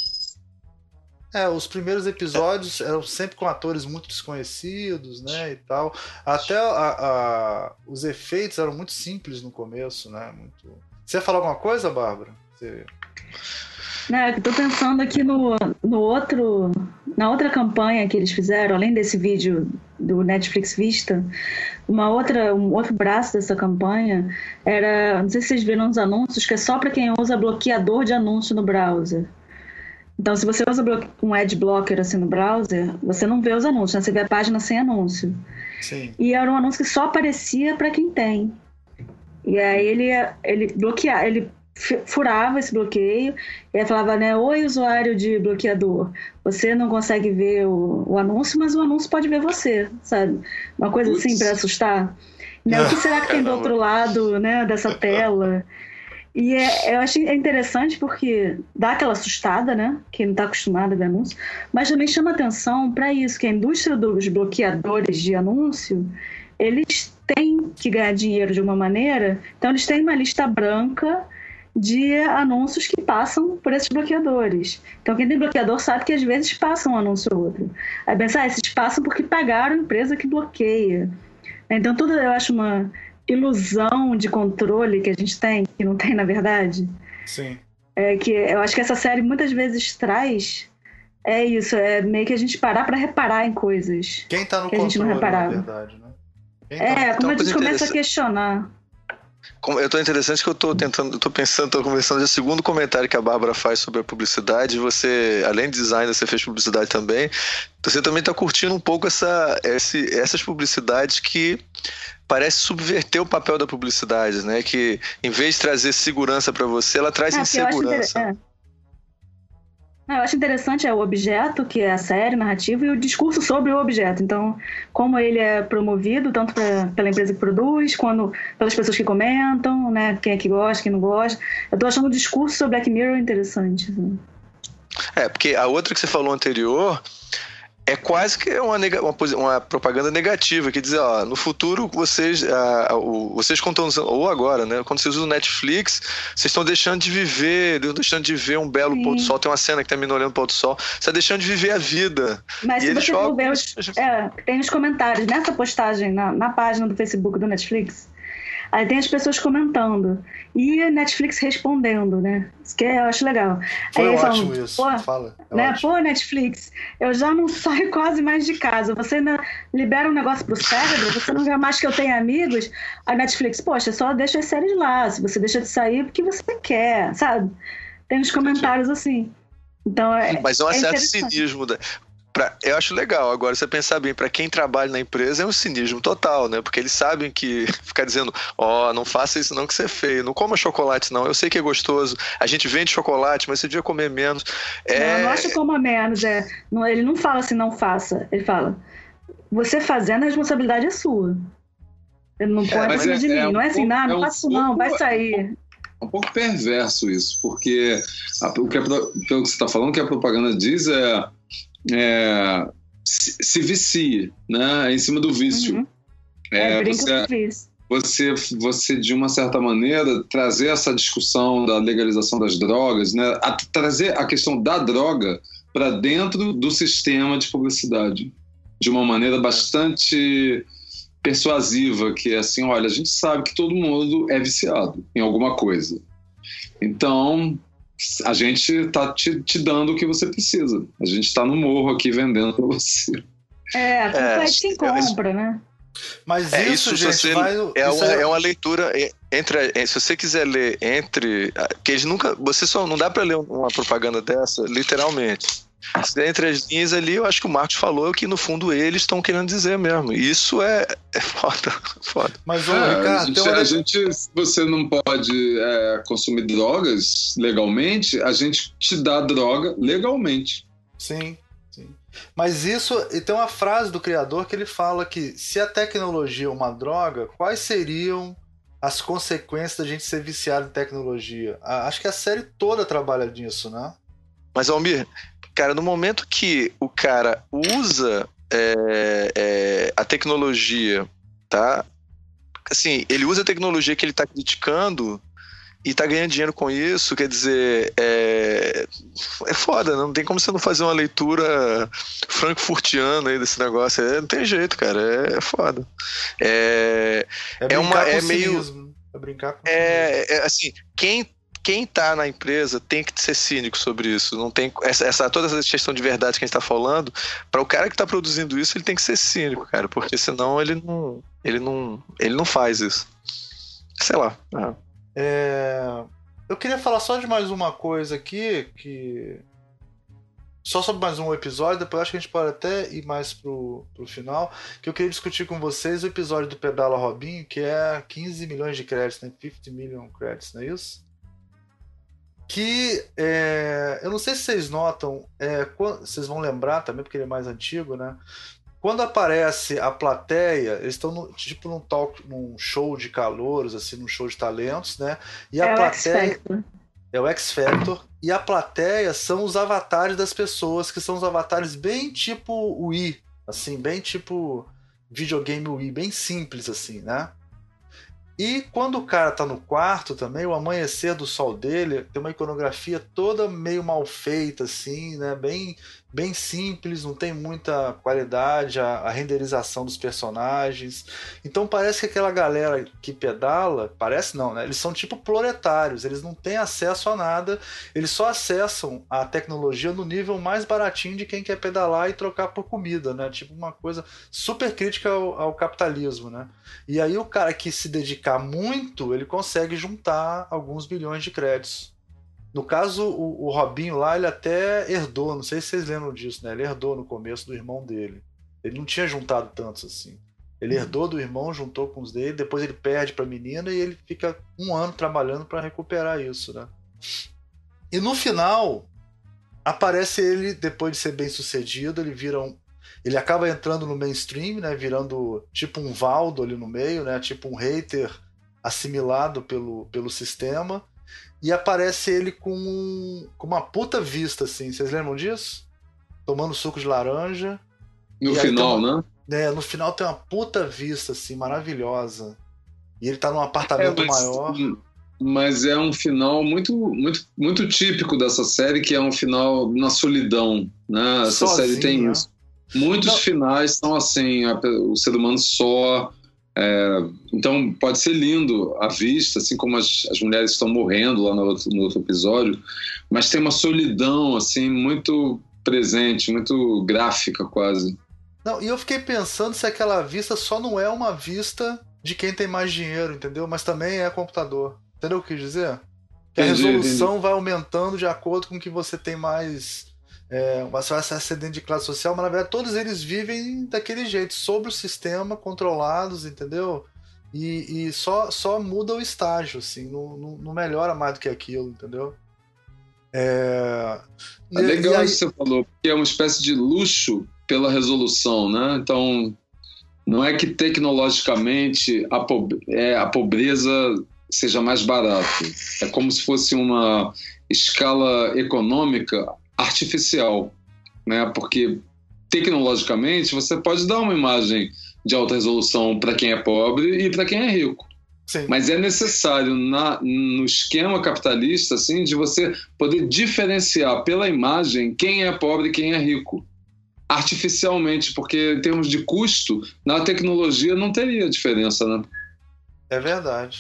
Os primeiros episódios eram sempre com atores muito desconhecidos, né, e tal. Até os efeitos eram muito simples no começo, né? Você ia falar alguma coisa, Bárbara? Eu tô pensando aqui na outra campanha que eles fizeram, além desse vídeo do Netflix Vista, um outro braço dessa campanha era, não sei se vocês viram os anúncios, que é só para quem usa bloqueador de anúncio no browser. Então, se você usa um ad blocker assim no browser, você não vê os anúncios, né? Você vê a página sem anúncio. Sim. E era um anúncio que só aparecia para quem tem. E aí ele bloqueava, ele furava esse bloqueio e aí falava, né, oi, usuário de bloqueador, você não consegue ver o anúncio, mas o anúncio pode ver você, sabe? Uma coisa assim para assustar. Né? O que será que tem do outro lado, né, dessa tela? E eu achei interessante porque dá aquela assustada, né, quem não está acostumado a ver anúncio, mas também chama atenção para isso, que a indústria dos bloqueadores de anúncio, eles têm que ganhar dinheiro de alguma maneira, então eles têm uma lista branca de anúncios que passam por esses bloqueadores. Então quem tem bloqueador sabe que às vezes passa um anúncio ou outro. Aí pensa, esses passam porque pagaram a empresa que bloqueia. Então tudo eu acho uma ilusão de controle que a gente tem, que não tem na verdade. Sim. Que eu acho que essa série muitas vezes traz isso, meio que a gente parar para reparar em coisas. Quem tá no que a gente não reparava. Na verdade, né? Como a gente começa a questionar. Eu tô interessante que tô conversando de segundo comentário que a Bárbara faz sobre a publicidade. Você, além de design, você fez publicidade também. Você também tá curtindo um pouco essas publicidades que parece subverter o papel da publicidade, né? Que em vez de trazer segurança para você, ela traz insegurança. Eu acho interessante o objeto, que é a série, narrativa, e o discurso sobre o objeto. Então, como ele é promovido, tanto pela empresa que produz, quanto pelas pessoas que comentam, né? Quem é que gosta, quem não gosta. Eu tô achando o discurso sobre Black Mirror interessante. Assim. Porque a outra que você falou anterior é quase que uma propaganda negativa, que diz, no futuro vocês quando estão usando, ou agora, né, quando vocês usam Netflix, vocês estão deixando de ver um belo pôr do sol. Tem uma cena que termina olhando o pôr do sol, você está deixando de viver a vida. Mas se você for ver, tem os comentários nessa postagem na página do Facebook do Netflix, aí tem as pessoas comentando e a Netflix respondendo, né? Isso que eu acho legal. Foi aí ótimo isso. Fala. Pô, Netflix, eu já não saio quase mais de casa. Você ainda libera um negócio pro cérebro, você não vê mais que eu tenho amigos. A Netflix, poxa, só deixa as séries lá. Se você deixa de sair, porque você quer, sabe? Tem uns comentários assim. Então, mas é um certo cinismo. eu acho legal. Agora, você pensar bem, para quem trabalha na empresa é um cinismo total, né? Porque eles sabem que ficar dizendo, não faça isso não que você é feio, não coma chocolate não, eu sei que é gostoso, a gente vende chocolate, mas você devia comer menos. Não acho que coma menos, ele não fala assim, não faça, ele fala, você fazendo, a responsabilidade é sua. Ele não pode sair de mim, não é assim, não faça isso não, vai sair. É um pouco perverso isso, porque pelo que você está falando, que a propaganda diz se vicie, né? Em cima do vício. Você, de uma certa maneira, trazer essa discussão da legalização das drogas, né? Trazer a questão da droga para dentro do sistema de publicidade, de uma maneira bastante persuasiva, que é assim, olha, a gente sabe que todo mundo é viciado em alguma coisa. Então, a gente está te dando o que você precisa. A gente está no morro aqui vendendo para você. Quem compra, né? Mas isso, gente, é uma leitura se você quiser ler que eles nunca, você só não dá para ler uma propaganda dessa literalmente. Entre as linhas ali, eu acho que o Marcos falou que no fundo eles estão querendo dizer mesmo. Isso é foda. Mas Ricardo, se você não pode consumir drogas legalmente, a gente te dá droga legalmente. Sim. Mas isso, e tem uma frase do criador que ele fala que se a tecnologia é uma droga, quais seriam as consequências da gente ser viciado em tecnologia? Acho que a série toda trabalha nisso, né? Mas, Almir, cara, no momento que o cara usa a tecnologia, tá? Assim, ele usa a tecnologia que ele tá criticando e tá ganhando dinheiro com isso, quer dizer, é foda, não tem como você não fazer uma leitura frankfurtiana aí desse negócio, não tem jeito, cara, é foda. É brincar com assim, quem tá na empresa tem que ser cínico sobre isso, não tem toda essa questão de verdade que a gente tá falando, para o cara que tá produzindo isso, ele tem que ser cínico, cara, porque senão ele não faz isso. Sei lá. Eu queria falar só de mais uma coisa aqui, só sobre mais um episódio, depois acho que a gente pode até ir mais pro final, que eu queria discutir com vocês o episódio do Pedala Robinho, que é 15 milhões de créditos, né? 50 million credits, não é isso? Que eu não sei se vocês notam, vocês vão lembrar também, porque ele é mais antigo, né? Quando aparece a plateia, eles estão num show de calouros, assim, num show de talentos, né? E a plateia é o X Factor, e a plateia são os avatares das pessoas, que são os avatares bem tipo Wii, assim, bem tipo videogame Wii, bem simples, assim, né? E quando o cara tá no quarto também, o amanhecer do sol dele tem uma iconografia toda meio mal feita, assim, né? Bem simples, não tem muita qualidade, a renderização dos personagens. Então parece que aquela galera que pedala, parece não, né? Eles são tipo proletários, eles não têm acesso a nada, eles só acessam a tecnologia no nível mais baratinho de quem quer pedalar e trocar por comida, né? Tipo uma coisa super crítica ao capitalismo, né? E aí o cara que se dedicar muito, ele consegue juntar alguns bilhões de créditos. No caso, o Robinho lá, ele até herdou, não sei se vocês lembram disso, né? Ele herdou no começo do irmão dele. Ele não tinha juntado tantos assim. Ele herdou do irmão, juntou com os dele, depois ele perde pra menina e ele fica 1 ano trabalhando para recuperar isso, né? E no final, aparece ele, depois de ser bem sucedido, ele acaba entrando no mainstream, né? Virando tipo um Valdo ali no meio, né? Tipo um hater assimilado pelo sistema. E aparece ele com uma puta vista, assim. Vocês lembram disso? Tomando suco de laranja. No final, né? No final tem uma puta vista, assim, maravilhosa. E ele tá num apartamento maior. Mas é um final muito, muito, muito típico dessa série, que é um final na solidão, né? Essa série tem isso. Muitos finais são assim, o ser humano só... então pode ser lindo à vista, assim como as mulheres estão morrendo lá no outro episódio, mas tem uma solidão assim muito presente, muito gráfica quase. Não, e eu fiquei pensando se aquela vista só não é uma vista de quem tem mais dinheiro, entendeu? Mas também é computador. Entendeu o que eu quis dizer? Que a resolução vai aumentando de acordo com que você tem mais uma ascendente de classe social, mas na verdade todos eles vivem daquele jeito, sob o sistema, controlados, entendeu? E só muda o estágio, assim, não melhora mais do que aquilo, entendeu? É legal isso que você falou, porque é uma espécie de luxo pela resolução, né? Então, não é que tecnologicamente a pobreza seja mais barata. É como se fosse uma escala econômica artificial, né? Porque tecnologicamente você pode dar uma imagem de alta resolução para quem é pobre e para quem é rico. Sim. Mas é necessário no esquema capitalista assim, de você poder diferenciar pela imagem quem é pobre e quem é rico, artificialmente, porque em termos de custo, na tecnologia não teria diferença, né? É verdade.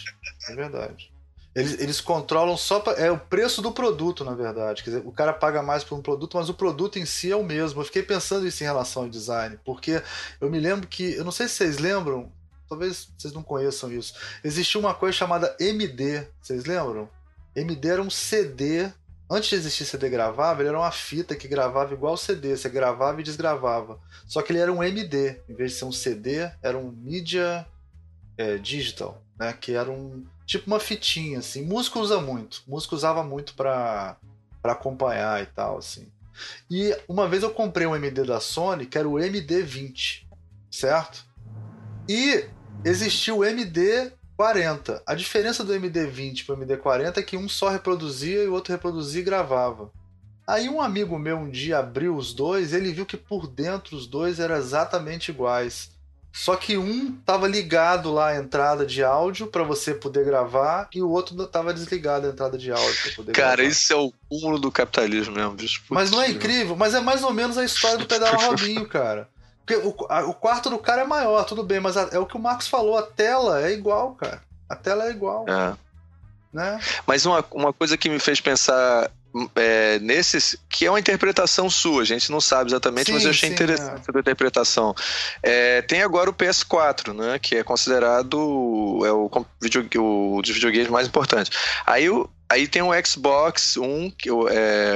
Eles controlam é o preço do produto, na verdade. Quer dizer, o cara paga mais por um produto, mas o produto em si é o mesmo. Eu fiquei pensando isso em relação ao design, porque eu me lembro que, eu não sei se vocês lembram, talvez vocês não conheçam isso, existia uma coisa chamada MD, vocês lembram? MD era um CD, antes de existir CD gravável, ele era uma fita que gravava igual CD, você gravava e desgravava. Só que ele era um MD, em vez de ser um CD, era um Media Digital, né? Que era tipo uma fitinha, assim. Músico usava muito para acompanhar e tal, assim. E uma vez eu comprei um MD da Sony, que era o MD-20, certo? E existia o MD-40. A diferença do MD-20 para o MD-40 é que um só reproduzia e o outro reproduzia e gravava. Aí um amigo meu um dia abriu os dois e ele viu que por dentro os dois eram exatamente iguais. Só que um estava ligado lá a entrada de áudio para você poder gravar e o outro estava desligado a entrada de áudio para poder gravar. Cara, isso é o cúmulo do capitalismo mesmo, bicho. Mas não é incrível? Mas é mais ou menos a história do Pedala Robinho, cara. Porque o quarto do cara é maior, tudo bem, mas é o que o Marcos falou, a tela é igual, cara. A tela é igual. Né? Mas uma coisa que me fez pensar nesses, que é uma interpretação sua, a gente não sabe exatamente, mas eu achei interessante a interpretação. Tem agora o PS4, né, que é considerado o dos videogames mais importante. Aí tem o Xbox One, que o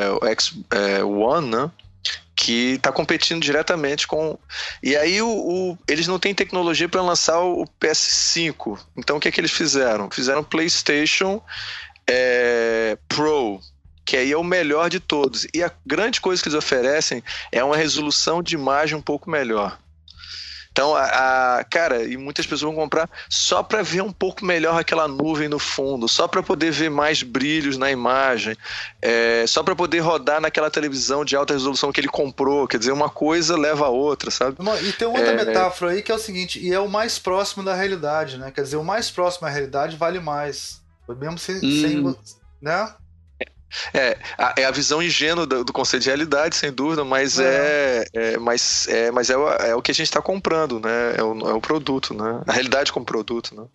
One, né, que está competindo diretamente com... E aí eles não têm tecnologia para lançar o PS5. Então o que é que eles fizeram? Fizeram o PlayStation Pro, que aí é o melhor de todos. E a grande coisa que eles oferecem é uma resolução de imagem um pouco melhor. Então, cara, e muitas pessoas vão comprar só para ver um pouco melhor aquela nuvem no fundo, só para poder ver mais brilhos na imagem, só para poder rodar naquela televisão de alta resolução que ele comprou. Quer dizer, uma coisa leva a outra, sabe? E tem outra metáfora aí que é o seguinte, e é o mais próximo da realidade, né? Quer dizer, o mais próximo à realidade vale mais. Mesmo sem né? É a visão ingênua do conceito de realidade, sem dúvida, mas mas é o que a gente está comprando, né? É o produto, né? A realidade como produto, né?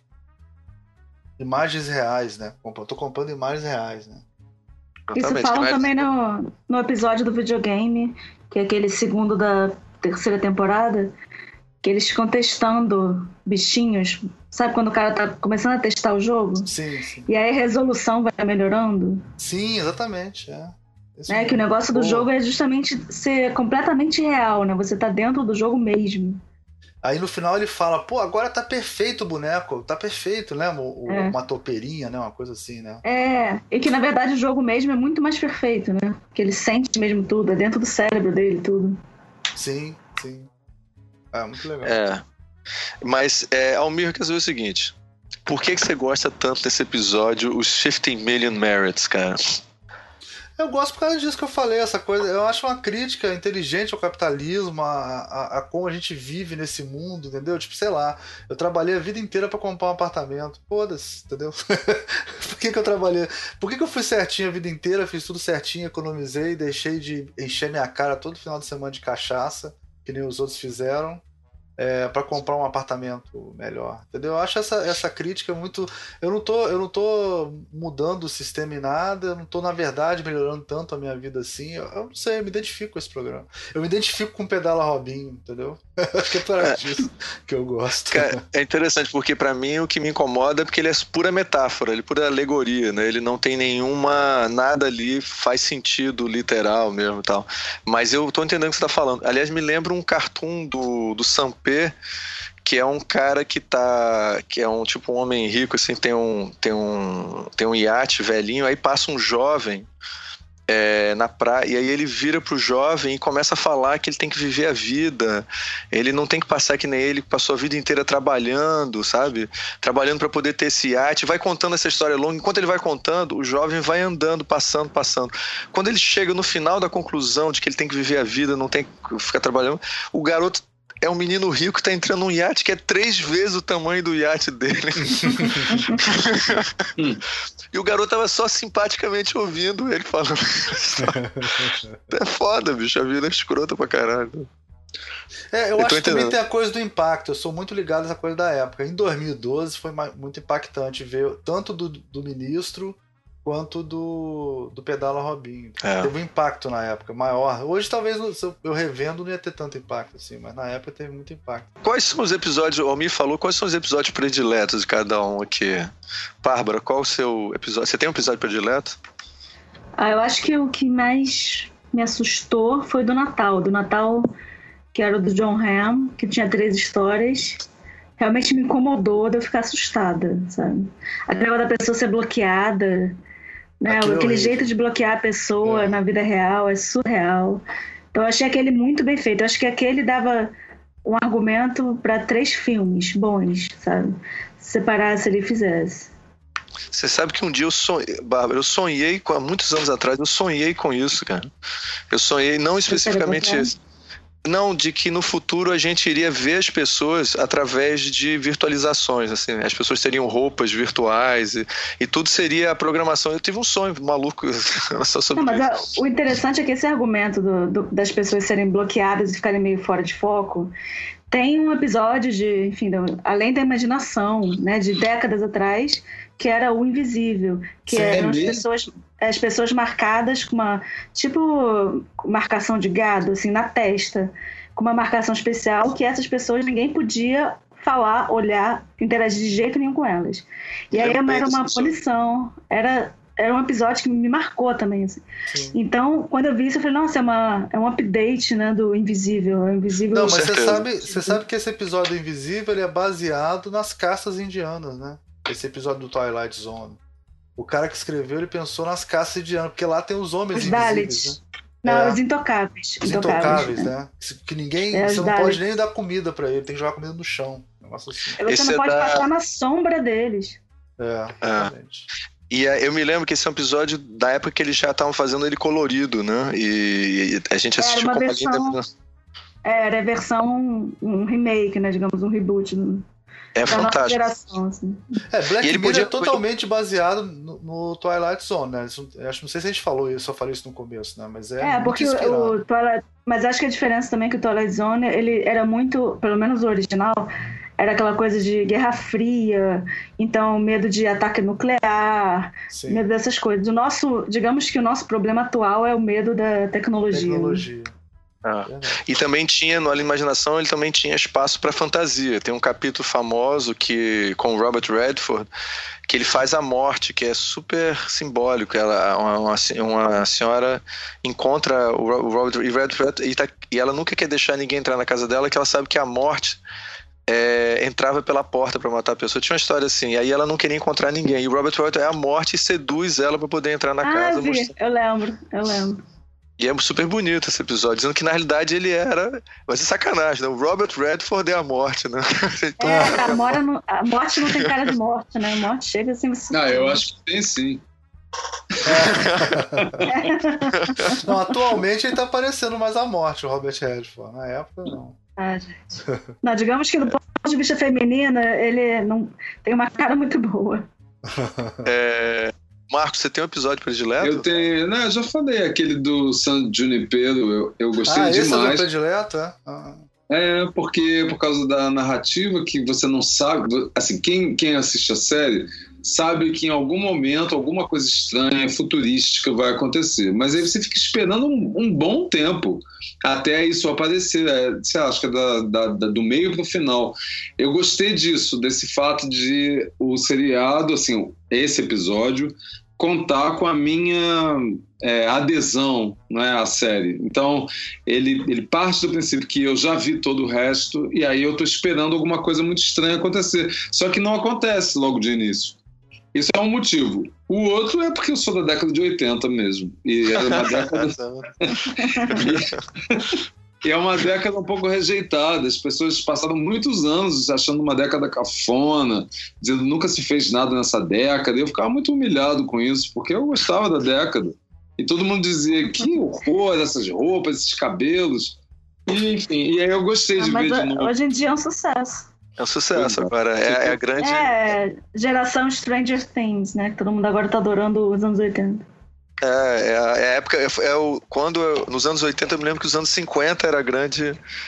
Imagens reais, né? Tô comprando imagens reais, né? Isso falam também no episódio do videogame, que é aquele segundo da terceira temporada, que eles ficam testando bichinhos. Sabe quando o cara tá começando a testar o jogo? Sim. E aí a resolução vai melhorando? Sim, exatamente. Que o negócio do jogo é justamente ser completamente real, né? Você tá dentro do jogo mesmo. Aí no final ele fala, agora tá perfeito o boneco, tá perfeito, né? Uma topeirinha, né? Uma coisa assim, né? E que na verdade o jogo mesmo é muito mais perfeito, né? Que ele sente mesmo tudo, é dentro do cérebro dele tudo. Sim. Muito legal. Mas, Almir, quer dizer o seguinte: por que você gosta tanto desse episódio, os 15 Million Merits, cara? Eu gosto por causa disso que eu falei, essa coisa. Eu acho uma crítica inteligente ao capitalismo, a como a gente vive nesse mundo, entendeu? Tipo, sei lá, eu trabalhei a vida inteira pra comprar um apartamento. Foda-se, entendeu? Por que eu trabalhei? Por que eu fui certinho a vida inteira, fiz tudo certinho, economizei, deixei de encher minha cara todo final de semana de cachaça, que nem os outros fizeram, para comprar um apartamento melhor, entendeu? Eu acho essa crítica muito... Eu não tô mudando o sistema em nada, eu não tô, na verdade, melhorando tanto a minha vida assim. Eu não sei, eu me identifico com esse programa. Eu me identifico com o Pedala Robinho, entendeu? Acho que é por isso que eu gosto. Cara, é interessante, porque pra mim o que me incomoda é porque ele é pura metáfora, ele é pura alegoria, né? Ele não tem nada ali faz sentido literal mesmo e tal. Mas eu tô entendendo o que você tá falando. Aliás, me lembra um cartoon do Sampé, que é um cara que é um tipo um homem rico, assim, tem um iate velhinho, aí passa um jovem na praia, e aí ele vira pro jovem e começa a falar que ele tem que viver a vida, ele não tem que passar que nem ele, que passou a vida inteira trabalhando, sabe? Trabalhando para poder ter esse iate, vai contando essa história longa, enquanto ele vai contando, o jovem vai andando, passando. Quando ele chega no final da conclusão de que ele tem que viver a vida, não tem que ficar trabalhando, o garoto é um menino rico que tá entrando num iate que é 3 vezes o tamanho do iate dele. E o garoto tava só simpaticamente ouvindo ele falando. É foda, bicho. A vida é escrota pra caralho. Eu acho que também tem a coisa do impacto. Eu sou muito ligado a essa coisa da época. Em 2012 foi muito impactante ver tanto do ministro quanto do Pedala Robinho. Teve um impacto na época maior. Hoje talvez eu revendo não ia ter tanto impacto assim, mas na época teve muito impacto. Quais são os episódios, o Almir falou, quais são os episódios prediletos de cada um aqui? Bárbara, qual o seu episódio? Você tem um episódio predileto? Eu acho que o que mais me assustou foi do Natal, que era o do John Hamm, que tinha 3 histórias. Realmente me incomodou de eu ficar assustada, sabe? Aquela da pessoa ser bloqueada, né? Aquele jeito de bloquear a pessoa na vida real é surreal. Então eu achei aquele muito bem feito. Eu acho que aquele dava um argumento para 3 filmes bons, sabe? Se separasse ele e fizesse. Você sabe que um dia Bárbara, eu sonhei, há muitos anos atrás, eu sonhei com isso, cara. Eu sonhei, não especificamente isso. Não, de que no futuro a gente iria ver as pessoas através de virtualizações, assim, as pessoas teriam roupas virtuais e tudo seria a programação. Eu tive um sonho maluco só sobre isso. O interessante é que esse argumento das pessoas serem bloqueadas e ficarem meio fora de foco tem um episódio além da imaginação, né, de décadas atrás, que era o Invisível, que eram as pessoas marcadas com uma marcação de gado assim na testa, com uma marcação especial, que essas pessoas ninguém podia falar, olhar, interagir de jeito nenhum com elas. E aí era uma punição, era um episódio que me marcou também, assim. Então, quando eu vi isso, eu falei, nossa, é um update, né, do Invisível. Não, mas você sabe que esse episódio do Invisível ele é baseado nas castas indianas, né? Esse episódio do Twilight Zone. O cara que escreveu, ele pensou nas castas indianas, porque lá tem os homens invisíveis, né? Não, os intocáveis. Os intocáveis, né? Que ninguém... você não pode nem dar comida pra ele, tem que jogar comida no chão. Um negócio assim. Você não pode passar na sombra deles. Exatamente. E eu me lembro que esse é um episódio da época que eles já estavam fazendo ele colorido, né? E a gente assistiu com alguém... Era a versão, um remake, né? Digamos, um reboot. É fantástico. Assim. Black Mirror é totalmente baseado no Twilight Zone, né? Não sei se a gente falou isso, só falei isso no começo, né? Mas porque o Twilight... Mas acho que a diferença também é que o Twilight Zone, ele era muito, pelo menos o original, era aquela coisa de Guerra Fria, então medo de ataque nuclear, medo dessas coisas. Digamos que o nosso problema atual é o medo da tecnologia. E também tinha, no Além da Imaginação, ele também tinha espaço para fantasia. Tem um capítulo famoso com o Robert Redford, que ele faz a morte, que é super simbólico. Uma senhora encontra o Robert Redford e ela nunca quer deixar ninguém entrar na casa dela, que ela sabe que a morte entrava pela porta para matar a pessoa. Tinha uma história assim, e aí ela não queria encontrar ninguém. E o Robert Redford é a morte e seduz ela para poder entrar na casa. Eu lembro. E é super bonito esse episódio, dizendo que na realidade ele era... Mas é sacanagem, né? O Robert Redford é a morte, né? A morte não tem cara de morte, né? A morte chega assim... Eu acho que tem sim. Não, atualmente ele tá parecendo mais a morte, o Robert Redford. Na época, não. Gente. Não, digamos que do ponto de vista feminino, ele não tem uma cara muito boa. Marcos, você tem um episódio predileto? Eu tenho... eu já falei, aquele do San Junipero, eu gostei demais. Esse é o predileto, porque por causa da narrativa que você não sabe... Assim, quem assiste a série sabe que em algum momento alguma coisa estranha, futurística vai acontecer. Mas aí você fica esperando um bom tempo até isso aparecer. Sei lá, acho que é do meio para o final. Eu gostei disso, desse fato de o seriado, assim, esse episódio, contar com a minha adesão, né, à série. Então, ele parte do princípio que eu já vi todo o resto e aí eu estou esperando alguma coisa muito estranha acontecer. Só que não acontece logo de início. Isso é um motivo. O outro é porque eu sou da década de 80 mesmo. E era uma década... E é uma década um pouco rejeitada. As pessoas passaram muitos anos achando uma década cafona, dizendo que nunca se fez nada nessa década. E eu ficava muito humilhado com isso, porque eu gostava da década. E todo mundo dizia, que horror, essas roupas, esses cabelos. E, enfim, e aí eu gostei de ver de novo. Hoje em dia é um sucesso. É um sucesso agora, é a grande... Geração Stranger Things, né? Que todo mundo agora tá adorando os anos 80. A época, nos anos 80 eu me lembro que os anos 50 era a grande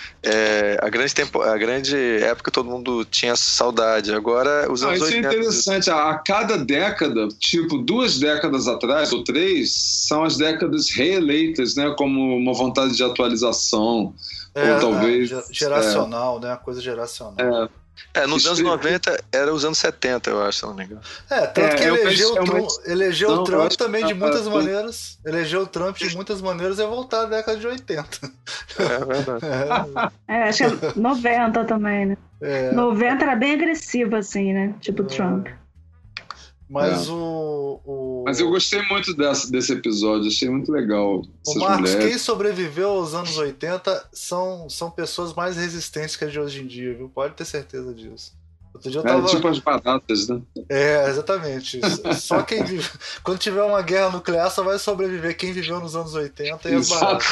época que todo mundo tinha saudade. Agora os anos 80... Isso é interessante, a cada década, tipo 2 décadas atrás, ou 3, são as décadas reeleitas, né? Como uma vontade de atualização. Ou talvez geracional, né? Uma coisa geracional. Nos anos 90 era os anos 70, eu acho, se não me engano. Tanto que elegeu o Trump também de muitas maneiras. Elegeu o Trump de muitas maneiras e voltar à década de 80. É verdade. Acho que 90 também, né? 90 era bem agressivo, assim, né? Tipo Trump. Mas Mas eu gostei muito desse episódio, achei muito legal. O Marcos, quem sobreviveu aos anos 80 são pessoas mais resistentes que as de hoje em dia, viu? Pode ter certeza disso. Outro dia eu tava... tipo as baratas, né? Exatamente. Só quem vive... Quando tiver uma guerra nuclear, só vai sobreviver quem viveu nos anos 80 e as baratas.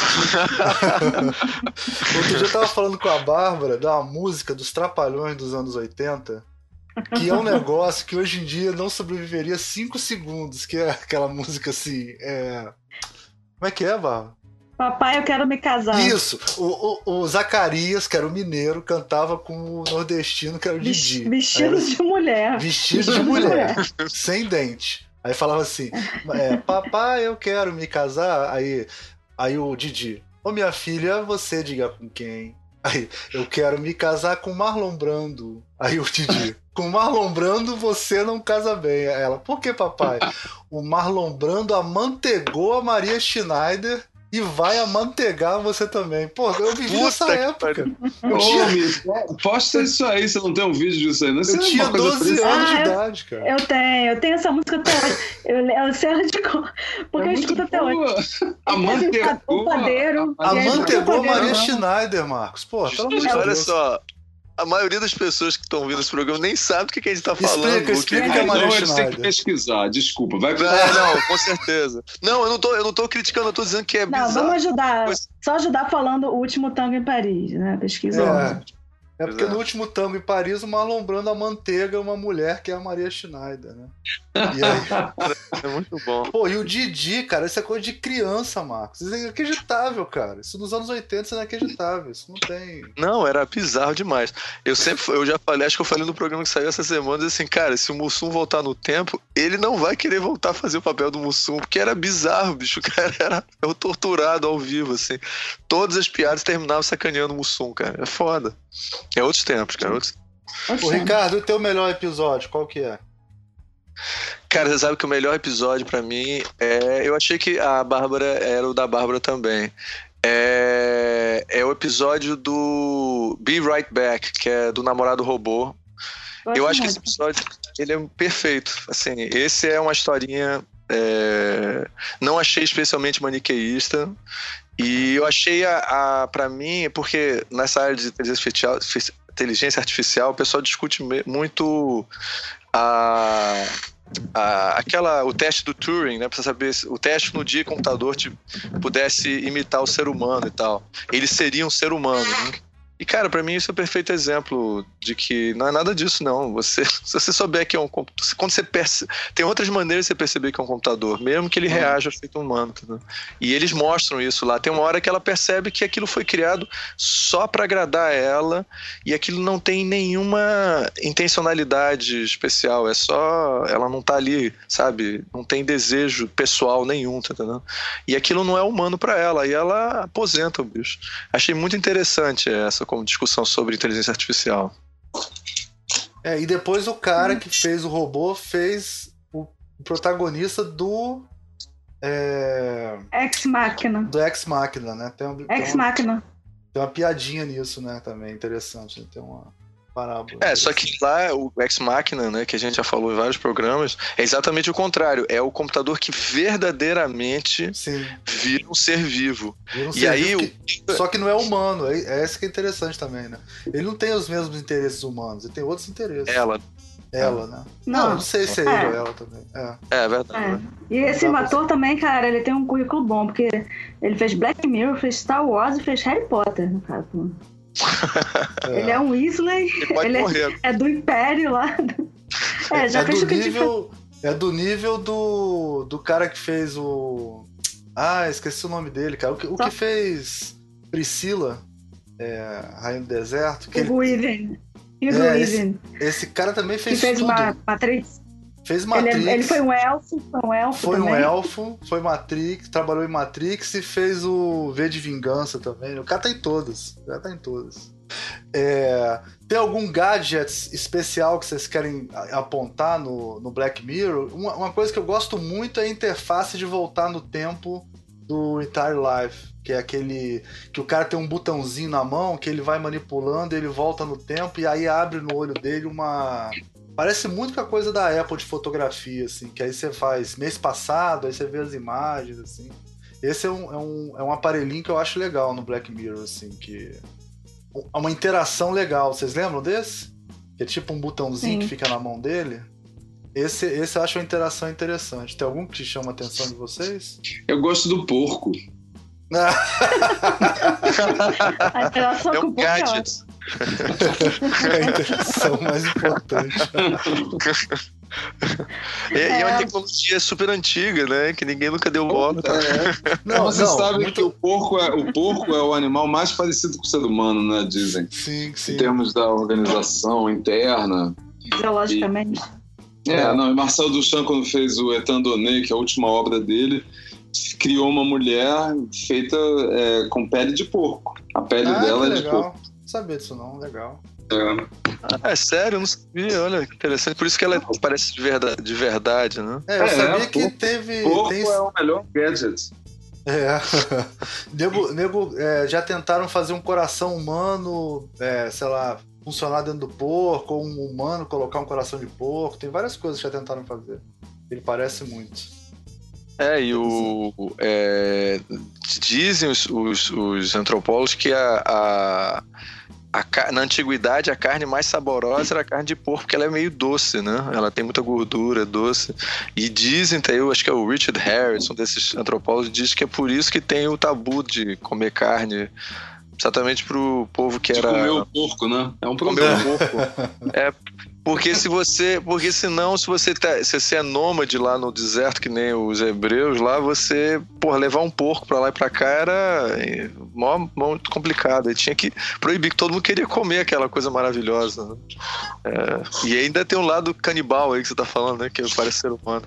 Outro dia eu tava falando com a Bárbara da música dos Trapalhões dos anos 80, que é um negócio que hoje em dia não sobreviveria 5 segundos, que é aquela música assim, Como é que é, Bárbara? Papai, eu quero me casar. Isso, o Zacarias, que era o mineiro, cantava com o nordestino, que era o Didi. Vestidos de mulher. Vestidos de mulher, sem dente. Aí falava assim, papai, eu quero me casar. Aí o Didi, minha filha, você diga com quem? Aí, eu quero me casar com Marlon Brando. Aí o Didi, com Marlon Brando você não casa bem. Aí ela, por que, papai? O Marlon Brando amantegou a Maria Schneider e vai amantegar você também. Pô, eu vivi nessa época. Posta isso aí, você não tem um vídeo disso aí, não? Eu tinha 12 anos de idade, cara. Eu tenho essa música até hoje. Eu sei de cor, porque eu escuto até hoje. Amantegou. Amantegou a Maria Schneider, Marcos. Pô, pelo amor de Deus. Olha só. A maioria das pessoas que estão ouvindo esse programa nem sabe o que a gente está falando. Explica que é Maria Schneider. Eles têm que pesquisar, desculpa. Vai não, com certeza. Não, eu não tô criticando, eu tô dizendo que é bizarro. Não, vamos ajudar. Só ajudar falando o último tango em Paris, né? Pesquisa. É porque no último tango em Paris, o Marlon Brando amantega uma mulher que é a Maria Schneider, né? E aí... É muito bom. Pô, e o Didi, cara, isso é coisa de criança, Marcos. Isso é inacreditável, cara. Isso nos anos 80 isso é inacreditável. Isso não tem... Não, era bizarro demais. Eu já falei, acho que eu falei no programa que saiu essa semana, assim, cara, se o Mussum voltar no tempo, ele não vai querer voltar a fazer o papel do Mussum, porque era bizarro, bicho. O cara era torturado ao vivo, assim. Todas as piadas terminavam sacaneando o Mussum, cara. É foda. É outros tempos, cara. Ô, Ricardo, o teu melhor episódio, qual que é? Cara, você sabe que o melhor episódio pra mim eu achei que a Bárbara era o da Bárbara também. É o episódio do Be Right Back, que é do Namorado Robô. Eu acho que esse episódio ele é perfeito. Assim, esse é uma historinha. Não achei especialmente maniqueísta. E eu achei pra mim, porque nessa área de inteligência artificial, o pessoal discute muito o teste do Turing, né, para saber o teste no dia que o computador pudesse imitar o ser humano e tal. Ele seria um ser humano, né? E, cara, pra mim isso é um perfeito exemplo de que não é nada disso, não. Se você souber que é um computador... Quando você tem outras maneiras de você perceber que é um computador, mesmo que ele reaja feito humano, entendeu? E eles mostram isso lá. Tem uma hora que ela percebe que aquilo foi criado só pra agradar ela e aquilo não tem nenhuma intencionalidade especial. É só... Ela não tá ali, sabe? Não tem desejo pessoal nenhum, tá entendendo? E aquilo não é humano pra ela. E ela aposenta o bicho. Achei muito interessante essa como discussão sobre inteligência artificial. E depois o cara que fez o robô fez o protagonista do Ex Machina. Do Ex Machina, né? Ex Machina. Tem uma piadinha nisso, né? Também interessante, né? Tem uma parábola. Só que lá o Ex Machina, né, que a gente já falou em vários programas, é exatamente o contrário. É o computador que verdadeiramente vira um ser vivo. Só que não é humano. É isso que é interessante também, né? Ele não tem os mesmos interesses humanos, ele tem outros interesses. Ela, né? Não sei se é ele ou ela também. É verdade. E esse ator também, cara, ele tem um currículo bom, porque ele fez Black Mirror, fez Star Wars e fez Harry Potter, no caso. Ele é um Weasley, ele é do Império lá. Já fez do nível do cara que fez o... esqueci o nome dele, cara. O que fez Priscila, Rainha do Deserto. Hugo Weaving. Esse cara também fez tudo. Que fez Matrix. Fez Matrix. Ele foi um elfo. Foi Matrix, trabalhou em Matrix e fez o V de Vingança também. O cara tá em todas. Tem algum gadget especial que vocês querem apontar no Black Mirror? Uma coisa que eu gosto muito é a interface de voltar no tempo do Entire Life, que é aquele que o cara tem um botãozinho na mão que ele vai manipulando, ele volta no tempo e aí abre no olho dele uma... Parece muito com a coisa da Apple de fotografia, assim, que aí você faz mês passado, aí você vê as imagens, assim. Esse é um aparelhinho que eu acho legal no Black Mirror, assim, que... É uma interação legal. Vocês lembram desse? Que é tipo um botãozinho que fica na mão dele. Esse eu acho uma interação interessante. Tem algum que te chama a atenção de vocês? Eu gosto do porco. A interação com o porco gadget. É a interação mais importante. É uma tecnologia super antiga, né? Que ninguém nunca deu bola. Você sabe que o porco é o animal mais parecido com o ser humano, né? Dizem. Sim. Em termos da organização interna. Biologicamente. E Marcel Duchamp, quando fez o Étant Donné, que é a última obra dele, criou uma mulher feita com pele de porco. A pele dela é de porco. Não sabia disso não, legal. É sério, eu não sabia, olha, que interessante. Por isso que ela parece de verdade, né? Eu sabia que teve... Porco é o melhor gadget. Nego, já tentaram fazer um coração humano, sei lá, funcionar dentro do porco, ou um humano colocar um coração de porco. Tem várias coisas que já tentaram fazer. Ele parece muito. Dizem os antropólogos que na antiguidade a carne mais saborosa era a carne de porco, porque ela é meio doce, né? Ela tem muita gordura, doce. E dizem, eu acho que é o Richard Harris, um desses antropólogos, diz que é por isso que tem o tabu de comer carne, exatamente pro povo que era... comer o porco, né? É um problema. Comer o porco. Porque senão, se você é nômade lá no deserto, que nem os hebreus lá, você, levar um porco pra lá e pra cá era muito complicado. E tinha que proibir, que todo mundo queria comer aquela coisa maravilhosa, né? E ainda tem um lado canibal aí que você tá falando, né? Que parece ser humano.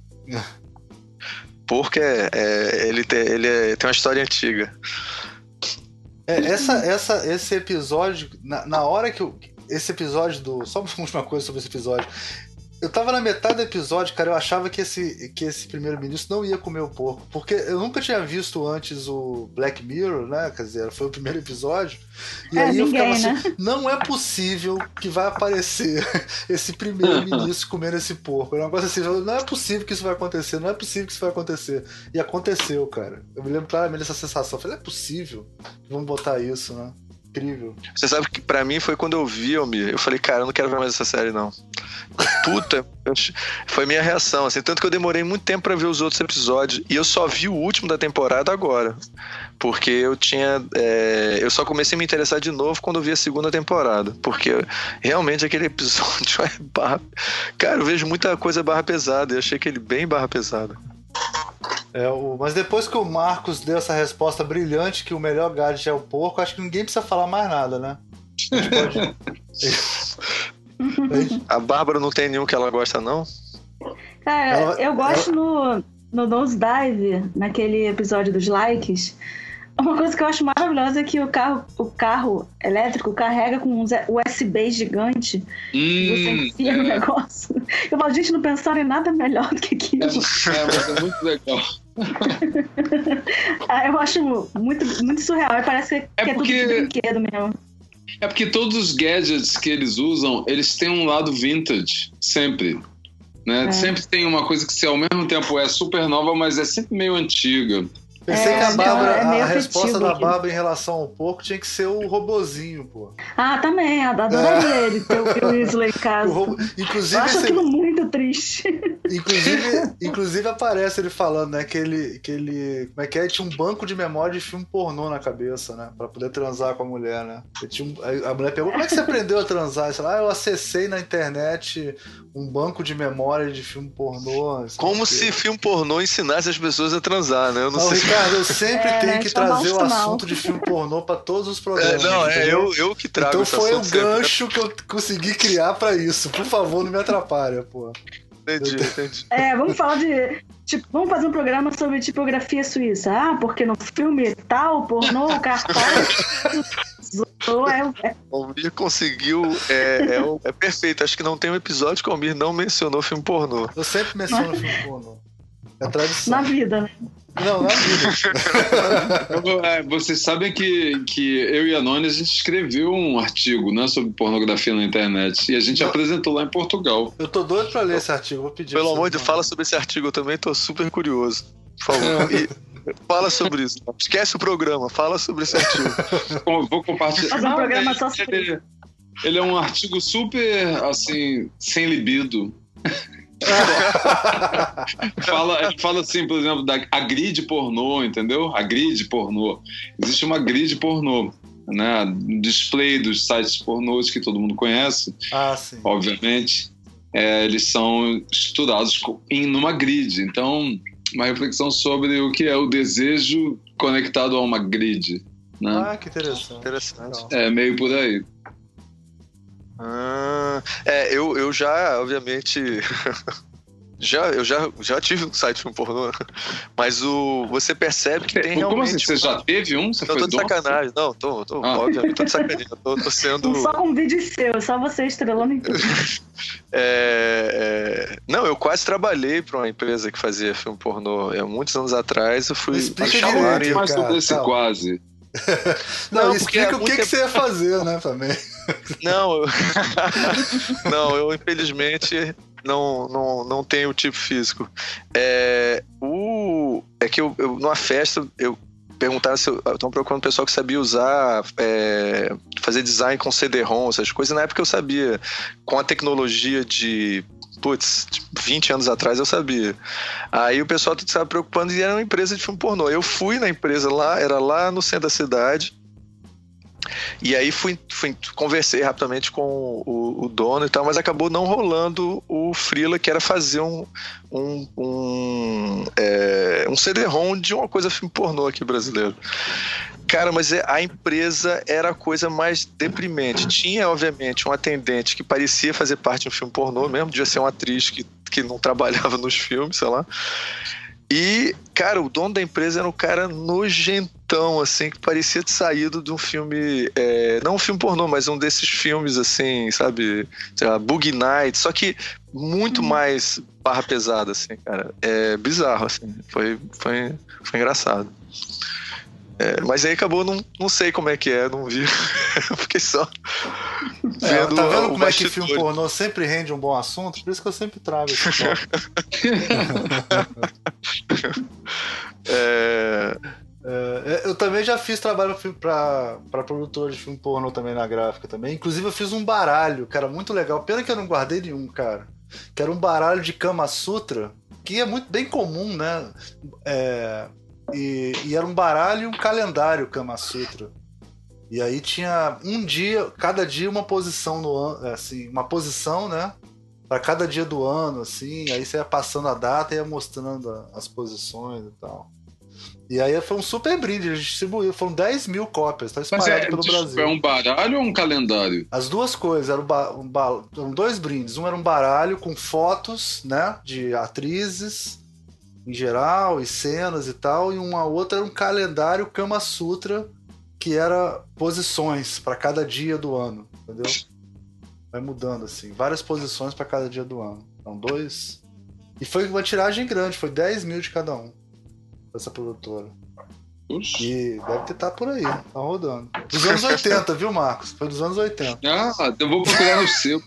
Porco ele tem uma história antiga. Esse episódio, na hora que esse episódio só uma última coisa sobre esse episódio. Eu tava na metade do episódio, cara, eu achava que esse primeiro-ministro não ia comer o porco, porque eu nunca tinha visto antes o Black Mirror, né? Quer dizer, foi o primeiro episódio. E aí eu ficava assim, né? Não é possível que vai aparecer esse primeiro-ministro comendo esse porco. É um negócio assim, não é possível que isso vai acontecer, não é possível que isso vai acontecer. E aconteceu, cara. Eu me lembro claramente dessa sensação. Eu falei, é possível que vamos botar isso, né? Incrível. Você sabe que pra mim foi quando eu vi, Almir, eu falei, cara, eu não quero ver mais essa série, não. Puta, foi minha reação, assim, tanto que eu demorei muito tempo pra ver os outros episódios, e eu só vi o último da temporada agora, porque eu só comecei a me interessar de novo quando eu vi a segunda temporada, porque realmente aquele episódio é cara, eu vejo muita coisa barra pesada, eu achei aquele bem barra pesada. Mas depois que o Marcos deu essa resposta brilhante que o melhor gadget é o porco, acho que ninguém precisa falar mais nada, né? A gente pode... A Bárbara não tem nenhum que ela gosta, não? Cara, eu gosto no Nose Dive, naquele episódio dos likes. Uma coisa que eu acho maravilhosa é que o carro elétrico carrega com um USB gigante. Você enfia no negócio. Eu falo, gente, não pensaram em nada melhor do que aquilo. Mas é muito legal. Eu acho muito, muito surreal. Parece que é tudo de brinquedo mesmo. É porque todos os gadgets que eles usam, eles têm um lado vintage, sempre. Né? Sempre tem uma coisa que ao mesmo tempo é super nova, mas é sempre meio antiga. Pensei que a Bárbara, a resposta da Bárbara em relação ao porco tinha que ser o robozinho, pô. Também, adoraria ele ter o Weasley em casa. Inclusive, eu acho aquilo muito triste. Inclusive aparece ele falando, né, que ele como é que é? Tinha um banco de memória de filme pornô na cabeça, né, pra poder transar com a mulher, né. A mulher perguntou, como é que você aprendeu a transar? Ele falou, eu acessei na internet um banco de memória de filme pornô. Como se filme pornô ensinasse as pessoas a transar, né? Eu não sei. Ricardo, eu sempre tenho que trazer o assunto de filme pornô pra todos os programas. Eu que trago. Então foi o gancho que eu consegui criar pra isso. Por favor, não me atrapalha, pô. Entendi. Vamos falar vamos fazer um programa sobre tipografia suíça. Porque no filme tal, pornô, cartaz... O Almir conseguiu. É perfeito. Acho que não tem um episódio que o Almir não mencionou filme pornô. Eu sempre menciono filme pornô. É tradição. Na vida, né? Não, na vida. Vocês sabem que eu e a Noni, a gente escreveu um artigo, né, sobre pornografia na internet e a gente apresentou lá em Portugal. Eu tô doido pra ler esse artigo, vou pedir. Pelo amor de Deus, fala sobre esse artigo, eu também tô super curioso. Por favor. Fala sobre isso. Esquece o programa, fala sobre esse artigo. Vou compartilhar. Fazer um programa só sobre ele é um artigo super, assim, sem libido. Ele fala assim, por exemplo, a grid pornô, entendeu? A grid pornô. Existe uma grid pornô, né? Display dos sites pornôs que todo mundo conhece. Sim. Obviamente. Eles são estudados numa grid. Então, uma reflexão sobre o que é o desejo conectado a uma grid, né? Que interessante. É meio por aí. Eu já, obviamente, eu já tive um site de filme pornô, mas você percebe que tem realmente... Como assim? Você já teve um? Você não, tô de sacanagem. Não, obviamente, tô de sacanagem. Tô sendo... Só um vídeo seu, só você estrelando em tudo. Não, eu quase trabalhei pra uma empresa que fazia filme pornô. Muitos anos atrás eu fui... Explica mais sobre esse quase. Não, explica o que você ia fazer, né, também. Não, eu infelizmente não tenho o tipo físico. É que eu numa festa, eu perguntaram se estão procurando um pessoal que sabia usar, fazer design com CD-ROM, essas coisas. Na época eu sabia, com a tecnologia de... 20 anos atrás eu sabia. Aí o pessoal estava preocupando e era uma empresa de filme pornô. Eu fui na empresa lá, era lá no centro da cidade. E aí conversei rapidamente com o dono e tal, mas acabou não rolando o freela, que era fazer um CD-ROM de uma coisa filme pornô aqui brasileiro. Cara, mas a empresa era a coisa mais deprimente. Tinha, obviamente, um atendente que parecia fazer parte de um filme pornô mesmo, devia ser uma atriz que não trabalhava nos filmes, sei lá. E, cara, o dono da empresa era um cara nojentão, assim, que parecia ter saído de um filme... não um filme pornô, mas um desses filmes, assim, sabe? Sei lá, Boogie Nights, só que muito mais barra pesada, assim, cara. É bizarro, assim. Foi engraçado. Mas aí acabou, não sei como é que não vi. Fiquei só vendo. Tá vendo como é que filme pornô sempre rende um bom assunto? Por isso que eu sempre trago esse tópico. Eu também já fiz trabalho pra produtor de filme pornô também na gráfica também. Inclusive eu fiz um baralho, cara, muito legal. Pena que eu não guardei nenhum, cara. Que era um baralho de Kama Sutra, que é muito bem comum, né? E era um baralho e um calendário Kama Sutra. E aí tinha um dia, cada dia uma posição no ano, assim, uma posição, né? Para cada dia do ano, assim. Aí você ia passando a data e ia mostrando as posições e tal. E aí foi um super brinde, a gente distribuiu, foram 10 mil cópias, tá espalhado pelo Brasil. É um baralho ou um calendário? As duas coisas, eram dois brindes. Um era um baralho com fotos, né, de atrizes em geral, e cenas e tal, e uma outra era um calendário Kama Sutra, que era posições para cada dia do ano, entendeu? Vai mudando assim, várias posições para cada dia do ano. Então, 2. E foi uma tiragem grande, foi 10 mil de cada um. Essa produtora. Puxa. E deve estar por aí, tá rodando. Dos anos 80, viu, Marcos? Foi dos anos 80. Eu vou procurar no seu.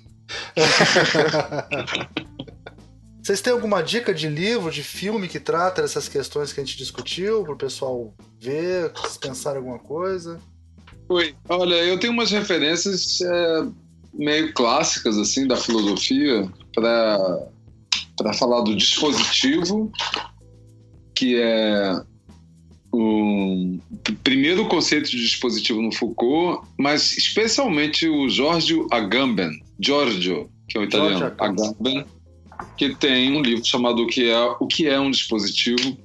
Vocês têm alguma dica de livro, de filme que trata dessas questões que a gente discutiu, pro pessoal ver, vocês pensarem alguma coisa? Oi, olha, eu tenho umas referências meio clássicas, assim, da filosofia para falar do dispositivo, que é o primeiro conceito de dispositivo no Foucault, mas especialmente o Giorgio Agamben, que é o italiano, Agamben, que tem um livro chamado O que é um dispositivo,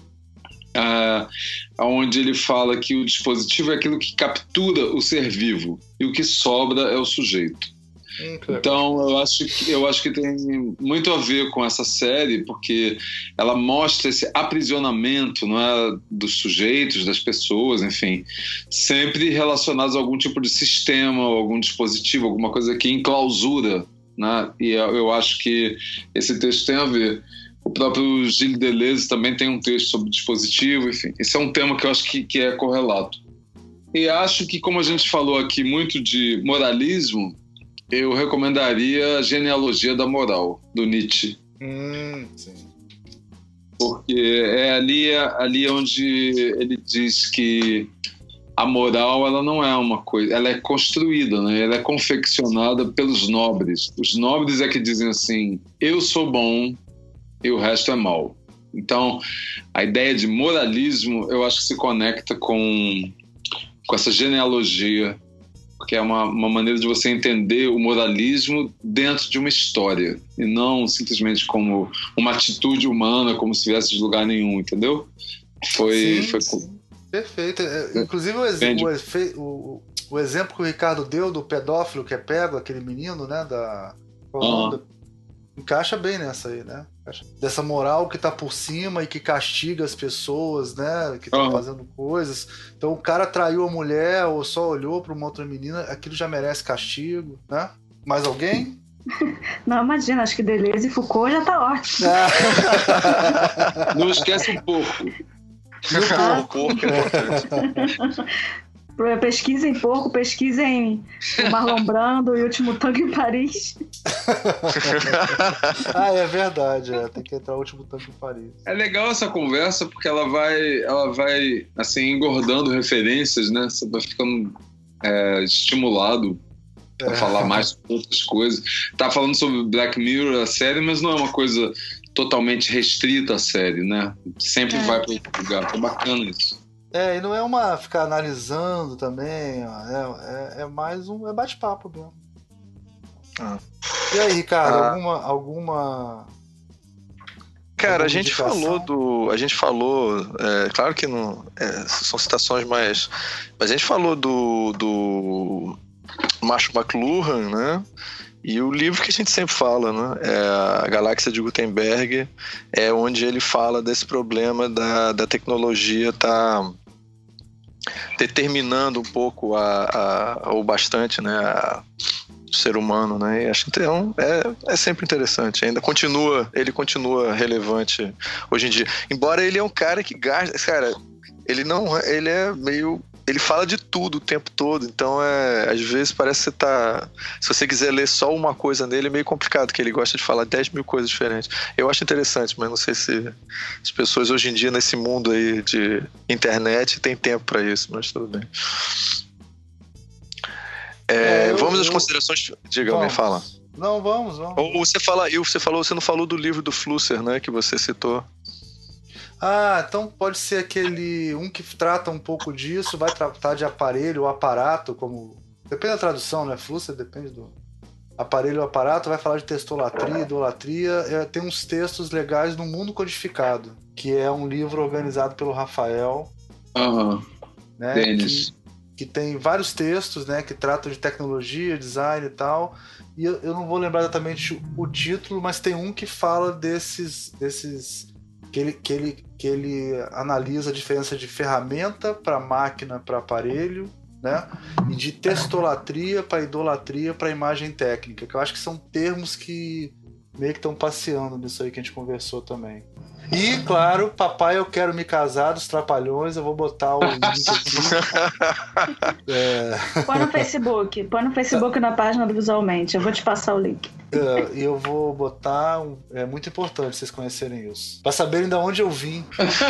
onde ele fala que o dispositivo é aquilo que captura o ser vivo e o que sobra é o sujeito. Então eu acho que tem muito a ver com essa série, porque ela mostra esse aprisionamento, não é, dos sujeitos, das pessoas, enfim, sempre relacionados a algum tipo de sistema, algum dispositivo, alguma coisa que enclausura, né? E eu acho que esse texto tem a ver. O próprio Gilles Deleuze também tem um texto sobre dispositivo, enfim. Esse é um tema que eu acho que é correlato. E acho que, como a gente falou aqui muito de moralismo, eu recomendaria a Genealogia da Moral, do Nietzsche. Sim. Porque é ali onde ele diz que a moral, ela não é uma coisa, ela é construída, né? Ela é confeccionada pelos nobres. Os nobres é que dizem assim, eu sou bom e o resto é mal. Então, a ideia de moralismo, eu acho que se conecta com essa genealogia, porque é uma maneira de você entender o moralismo dentro de uma história, e não simplesmente como uma atitude humana, como se viesse de lugar nenhum, entendeu? Sim. Perfeito. Inclusive o exemplo que o Ricardo deu do pedófilo que é pego, aquele menino, né, encaixa bem nessa aí, né? Dessa moral que tá por cima e que castiga as pessoas, né? Que estão fazendo coisas. Então o cara traiu a mulher ou só olhou para uma outra menina, aquilo já merece castigo, né? Mais alguém? Não, imagina, acho que Deleuze e Foucault já tá ótimo. Não esquece o porco. O porco é importante. Pesquisem porco, pesquisem o Marlon Brando e o Último Tango em Paris. É verdade, tem que entrar o Último Tango em Paris. É legal essa conversa porque ela vai assim, engordando referências, né? Você vai ficando estimulado a falar mais sobre outras coisas. Tá falando sobre Black Mirror, a série, mas não é uma coisa totalmente restrita à série, né? Sempre vai para outro lugar. É bacana isso. E não é ficar analisando também, é mais um bate-papo mesmo. E aí, Ricardo, alguma Cara, a gente falou, claro que não são citações mas a gente falou do Marshall McLuhan, né? E o livro que a gente sempre fala, né? É A Galáxia de Gutenberg, é onde ele fala desse problema da tecnologia tá determinando um pouco ou bastante, né, o ser humano, né? E acho que é sempre interessante. Ele continua relevante hoje em dia. Embora ele é um cara que gasta, cara, ele é meio ele fala de tudo o tempo todo, então às vezes parece que você tá... Se você quiser ler só uma coisa nele, é meio complicado, porque ele gosta de falar 10 mil coisas diferentes. Eu acho interessante, mas não sei se as pessoas hoje em dia, nesse mundo aí de internet, tem tempo pra isso, mas tudo bem. Vamos às considerações... Diga, me fala. Não, vamos. Ou você não falou do livro do Flusser, né, que você citou. Então pode ser aquele que trata um pouco disso, vai tratar de aparelho ou aparato, como... Depende da tradução, né? Flusser depende do aparelho ou aparato, vai falar de testolatria, idolatria. Tem uns textos legais no Mundo Codificado, que é um livro organizado pelo Rafael. Né? Que tem vários textos, né? Que tratam de tecnologia, design e tal. E eu não vou lembrar exatamente o título, mas tem um que fala desses que ele analisa a diferença de ferramenta para máquina, para aparelho, né? E de testolatria para idolatria para imagem técnica, que eu acho que são termos que meio que estão passeando nisso aí que a gente conversou também. E, claro, Papai Eu Quero Me Casar, dos Trapalhões, eu vou botar o link aqui. Põe no Facebook na página do Visualmente, eu vou te passar o link. E eu vou botar, é muito importante vocês conhecerem isso, para saberem de onde eu vim.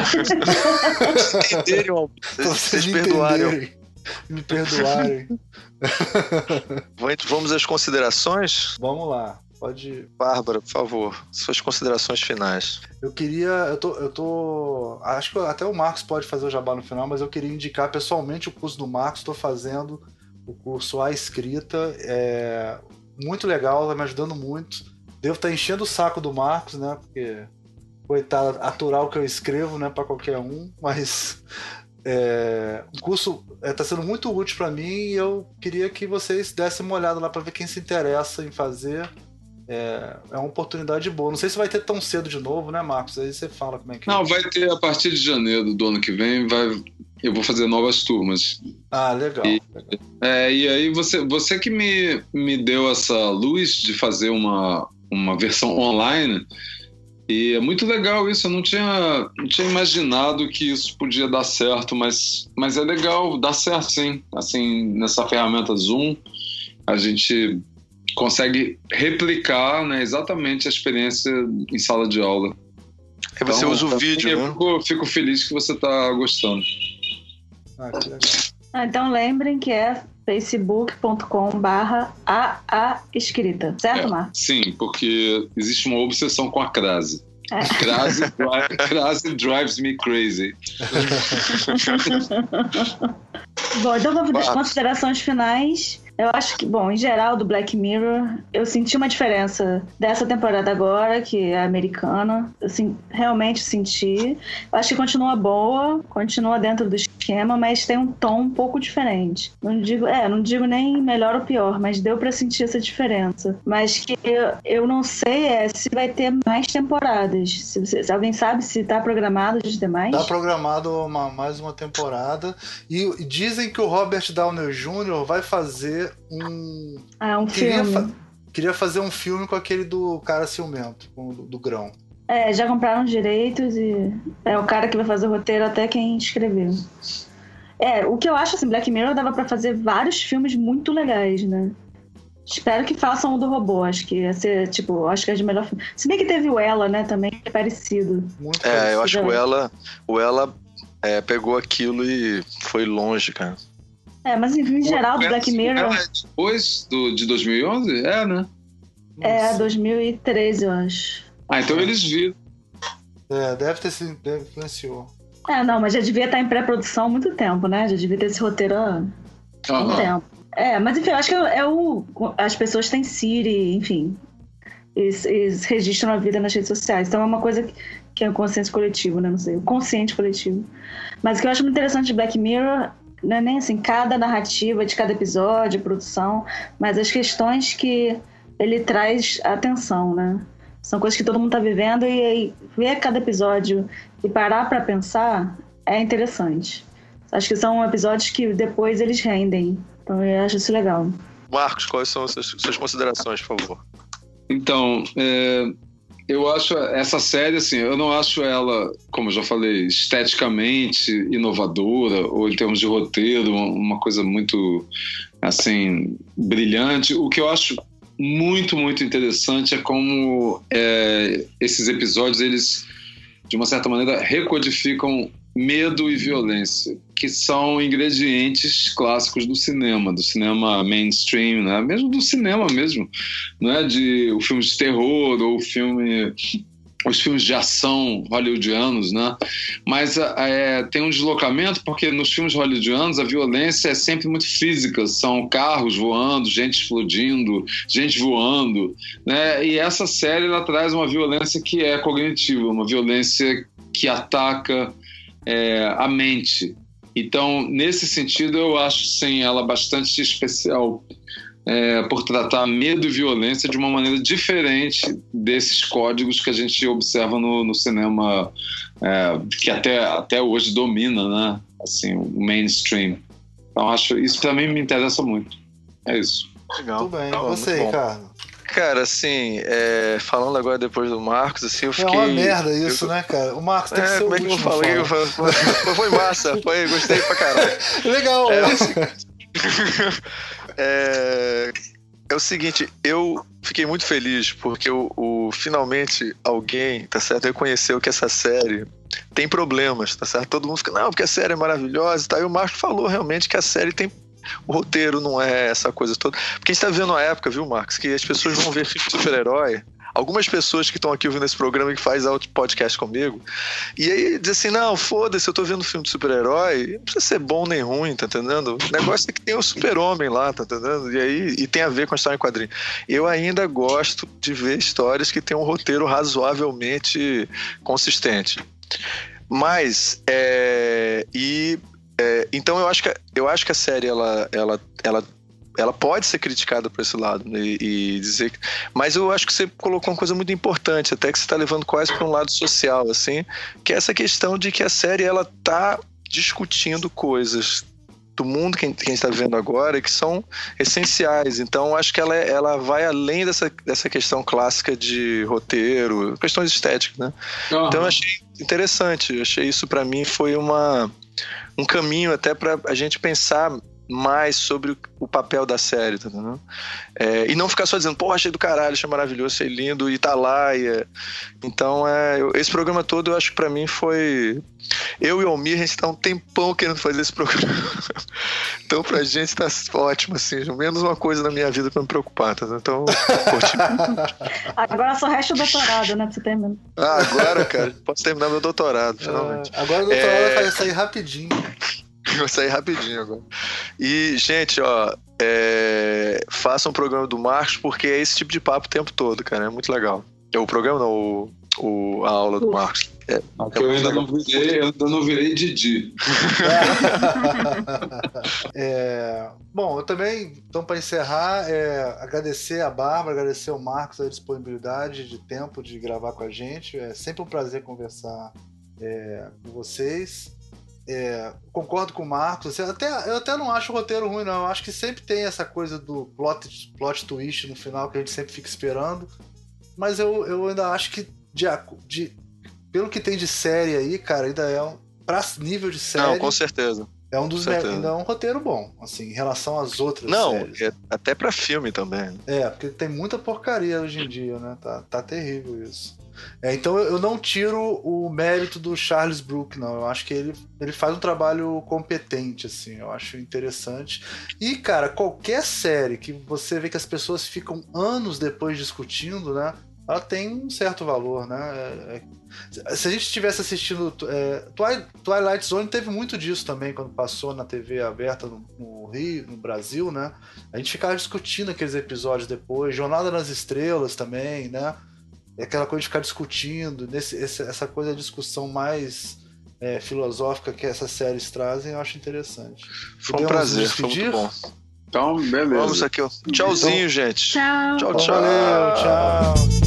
Vocês me perdoarem. Vamos às considerações? Vamos lá. Pode... Bárbara, por favor, suas considerações finais. Acho que até o Marcos pode fazer o jabá no final, mas eu queria indicar pessoalmente o curso do Marcos. Estou fazendo o curso A Escrita, muito legal, vai me ajudando muito. Devo estar enchendo o saco do Marcos, né? Porque, coitado, aturar o que eu escrevo, né? Para qualquer um, mas o curso está sendo muito útil para mim e eu queria que vocês dessem uma olhada lá para ver quem se interessa em fazer. É uma oportunidade boa. Não sei se vai ter tão cedo de novo, né, Marcos? Aí você fala como é que... Não, vai ter a partir de janeiro do ano que vem. Eu vou fazer novas turmas. Legal. E aí você que me deu essa luz de fazer uma versão online. E é muito legal isso. Eu não tinha imaginado que isso podia dar certo, mas é legal, dá certo sim. Assim, nessa ferramenta Zoom, a gente consegue replicar, né, exatamente a experiência em sala de aula. Aí você usa o vídeo, né? Eu fico feliz que você está gostando. Que legal. Então lembrem que é facebook.com/aaescrita, certo, Marcos? Sim, porque existe uma obsessão com a crase. Crase drives me crazy. Bom, então vamos para as considerações finais. Eu acho que, em geral, do Black Mirror, eu senti uma diferença dessa temporada agora, que é americana. Assim, realmente senti. Eu acho que continua boa, continua dentro do esquema, mas tem um tom um pouco diferente. Não digo nem melhor ou pior, mas deu pra sentir essa diferença. Mas que eu não sei se vai ter mais temporadas. Se alguém sabe se tá programado de ter mais? Tá programado mais uma temporada. E dizem que o Robert Downey Jr. vai fazer um filme. Queria fazer um filme com aquele do cara ciumento, do Grão. Já compraram os direitos e é o cara que vai fazer o roteiro, até quem escreveu. O que eu acho, assim, Black Mirror dava pra fazer vários filmes muito legais, né? Espero que façam o do robô, acho que ia ser, acho que é de melhor filme. Se bem que teve o Ela, né, também, que é parecido. Muito parecido. Eu acho que o Ela pegou aquilo e foi longe, cara. Mas em geral do Black Mirror... Depois de 2011? Né? 2013, eu acho. Então eles viram. Deve influenciou. Não, mas já devia estar em pré-produção há muito tempo, né? Já devia ter esse roteiro há muito tempo. Mas enfim, eu acho que as pessoas têm Siri, enfim. Eles registram a vida nas redes sociais. Então é uma coisa que é o consciente coletivo, né? Não sei, o consciente coletivo. Mas o que eu acho muito interessante de Black Mirror não é nem assim, cada narrativa de cada episódio, produção, mas as questões que ele traz atenção, né? São coisas que todo mundo tá vivendo e aí ver cada episódio e parar para pensar é interessante. Acho que são episódios que depois eles rendem. Então eu acho isso legal. Marcos, quais são as suas considerações, por favor? Então, Eu acho essa série, assim, eu não acho ela, como eu já falei, esteticamente inovadora ou em termos de roteiro, uma coisa muito, assim, brilhante. O que eu acho muito, muito interessante é como esses episódios, eles, de uma certa maneira, recodificam medo e violência, que são ingredientes clássicos do cinema mainstream, né? Mesmo do cinema mesmo, né? De os filmes de terror ou os filmes de ação hollywoodianos, né? Mas tem um deslocamento, porque nos filmes hollywoodianos a violência é sempre muito física, são carros voando, gente explodindo, gente voando, né? E essa série, ela traz uma violência que é cognitiva, uma violência que ataca a mente. Então, nesse sentido, eu acho, sim, ela bastante especial por tratar medo e violência de uma maneira diferente desses códigos que a gente observa no cinema, que até hoje domina, né? Assim, o mainstream. Então, acho isso para mim me interessa muito. É isso. Legal. Tudo bem. Você, Ricardo? Cara, assim, falando agora depois do Marcos, assim, eu fiquei... É uma merda isso, né, cara? O Marcos tem que ser o último. Como é que eu falei? Foi massa, gostei pra caralho. Legal. É o seguinte, eu fiquei muito feliz porque finalmente alguém, tá certo, reconheceu que essa série tem problemas, tá certo? Todo mundo fica, não, porque a série é maravilhosa e tal. E o Marcos falou realmente que a série tem... O roteiro não é essa coisa toda. Porque a gente tá vivendo uma época, viu, Marcos, que as pessoas vão ver filme de super-herói. Algumas pessoas que estão aqui ouvindo esse programa e que faz podcast comigo, e aí diz assim, não, foda-se, eu tô vendo filme de super-herói, não precisa ser bom nem ruim, tá entendendo? O negócio é que tem o super-homem lá, tá entendendo? E tem a ver com a história em quadrinho. Eu ainda gosto de ver histórias que tem um roteiro razoavelmente consistente. Mas, então eu acho que a série ela pode ser criticada por esse lado, né? E dizer, mas eu acho que você colocou uma coisa muito importante, até que você está levando quase para um lado social, assim, que é essa questão de que a série ela tá discutindo coisas do mundo que a gente está vendo agora que são essenciais. Então acho que ela vai além dessa questão clássica de roteiro, questões estéticas, né? Uhum. Então eu achei interessante, achei isso para mim foi um caminho até para a gente pensar mais sobre o papel da série, tá entendendo? E não ficar só dizendo, pô, achei do caralho, achei maravilhoso, achei lindo, e tá lá. Então, esse programa todo, eu acho que pra mim foi... Eu e o Almir, a gente tá um tempão querendo fazer esse programa. Então, pra gente tá ótimo, assim, menos uma coisa na minha vida pra me preocupar, tá? Então, curti. Agora só resta o doutorado, né, pra você terminar. Agora, cara, posso terminar meu doutorado, finalmente. Agora o doutorado vai sair rapidinho. Vou sair rapidinho agora. E, gente, ó, façam um programa do Marcos, porque é esse tipo de papo o tempo todo, cara. É muito legal. O programa não, a aula do Marcos. Eu ainda não virei Didi. Bom, eu também, então, para encerrar, agradecer a Bárbara, agradecer ao Marcos a disponibilidade de tempo de gravar com a gente. É sempre um prazer conversar com vocês. Concordo com o Marcos. Eu até não acho o roteiro ruim, não. Eu acho que sempre tem essa coisa do plot twist no final que a gente sempre fica esperando. Mas eu ainda acho que pelo que tem de série aí, cara, ainda pra nível de série. Não, com certeza. Ainda é um roteiro bom, assim, em relação às outras séries. Não, até pra filme também. Porque tem muita porcaria hoje em dia, né? Tá terrível isso. Então eu não tiro o mérito do Charles Brook, não. Eu acho que ele faz um trabalho competente, assim. Eu acho interessante. E, cara, qualquer série que você vê que as pessoas ficam anos depois discutindo, né? Ela tem um certo valor, né? Se a gente estivesse assistindo... Twilight Zone teve muito disso também, quando passou na TV aberta no Rio, no Brasil, né? A gente ficava discutindo aqueles episódios depois. Jornada nas Estrelas também, né? Aquela coisa de ficar discutindo, essa coisa de discussão mais filosófica que essas séries trazem, eu acho interessante. Foi um prazer, foi muito bom. Então, beleza. Vamos aqui, ó. Tchauzinho, gente. Tchau. Valeu, tchau.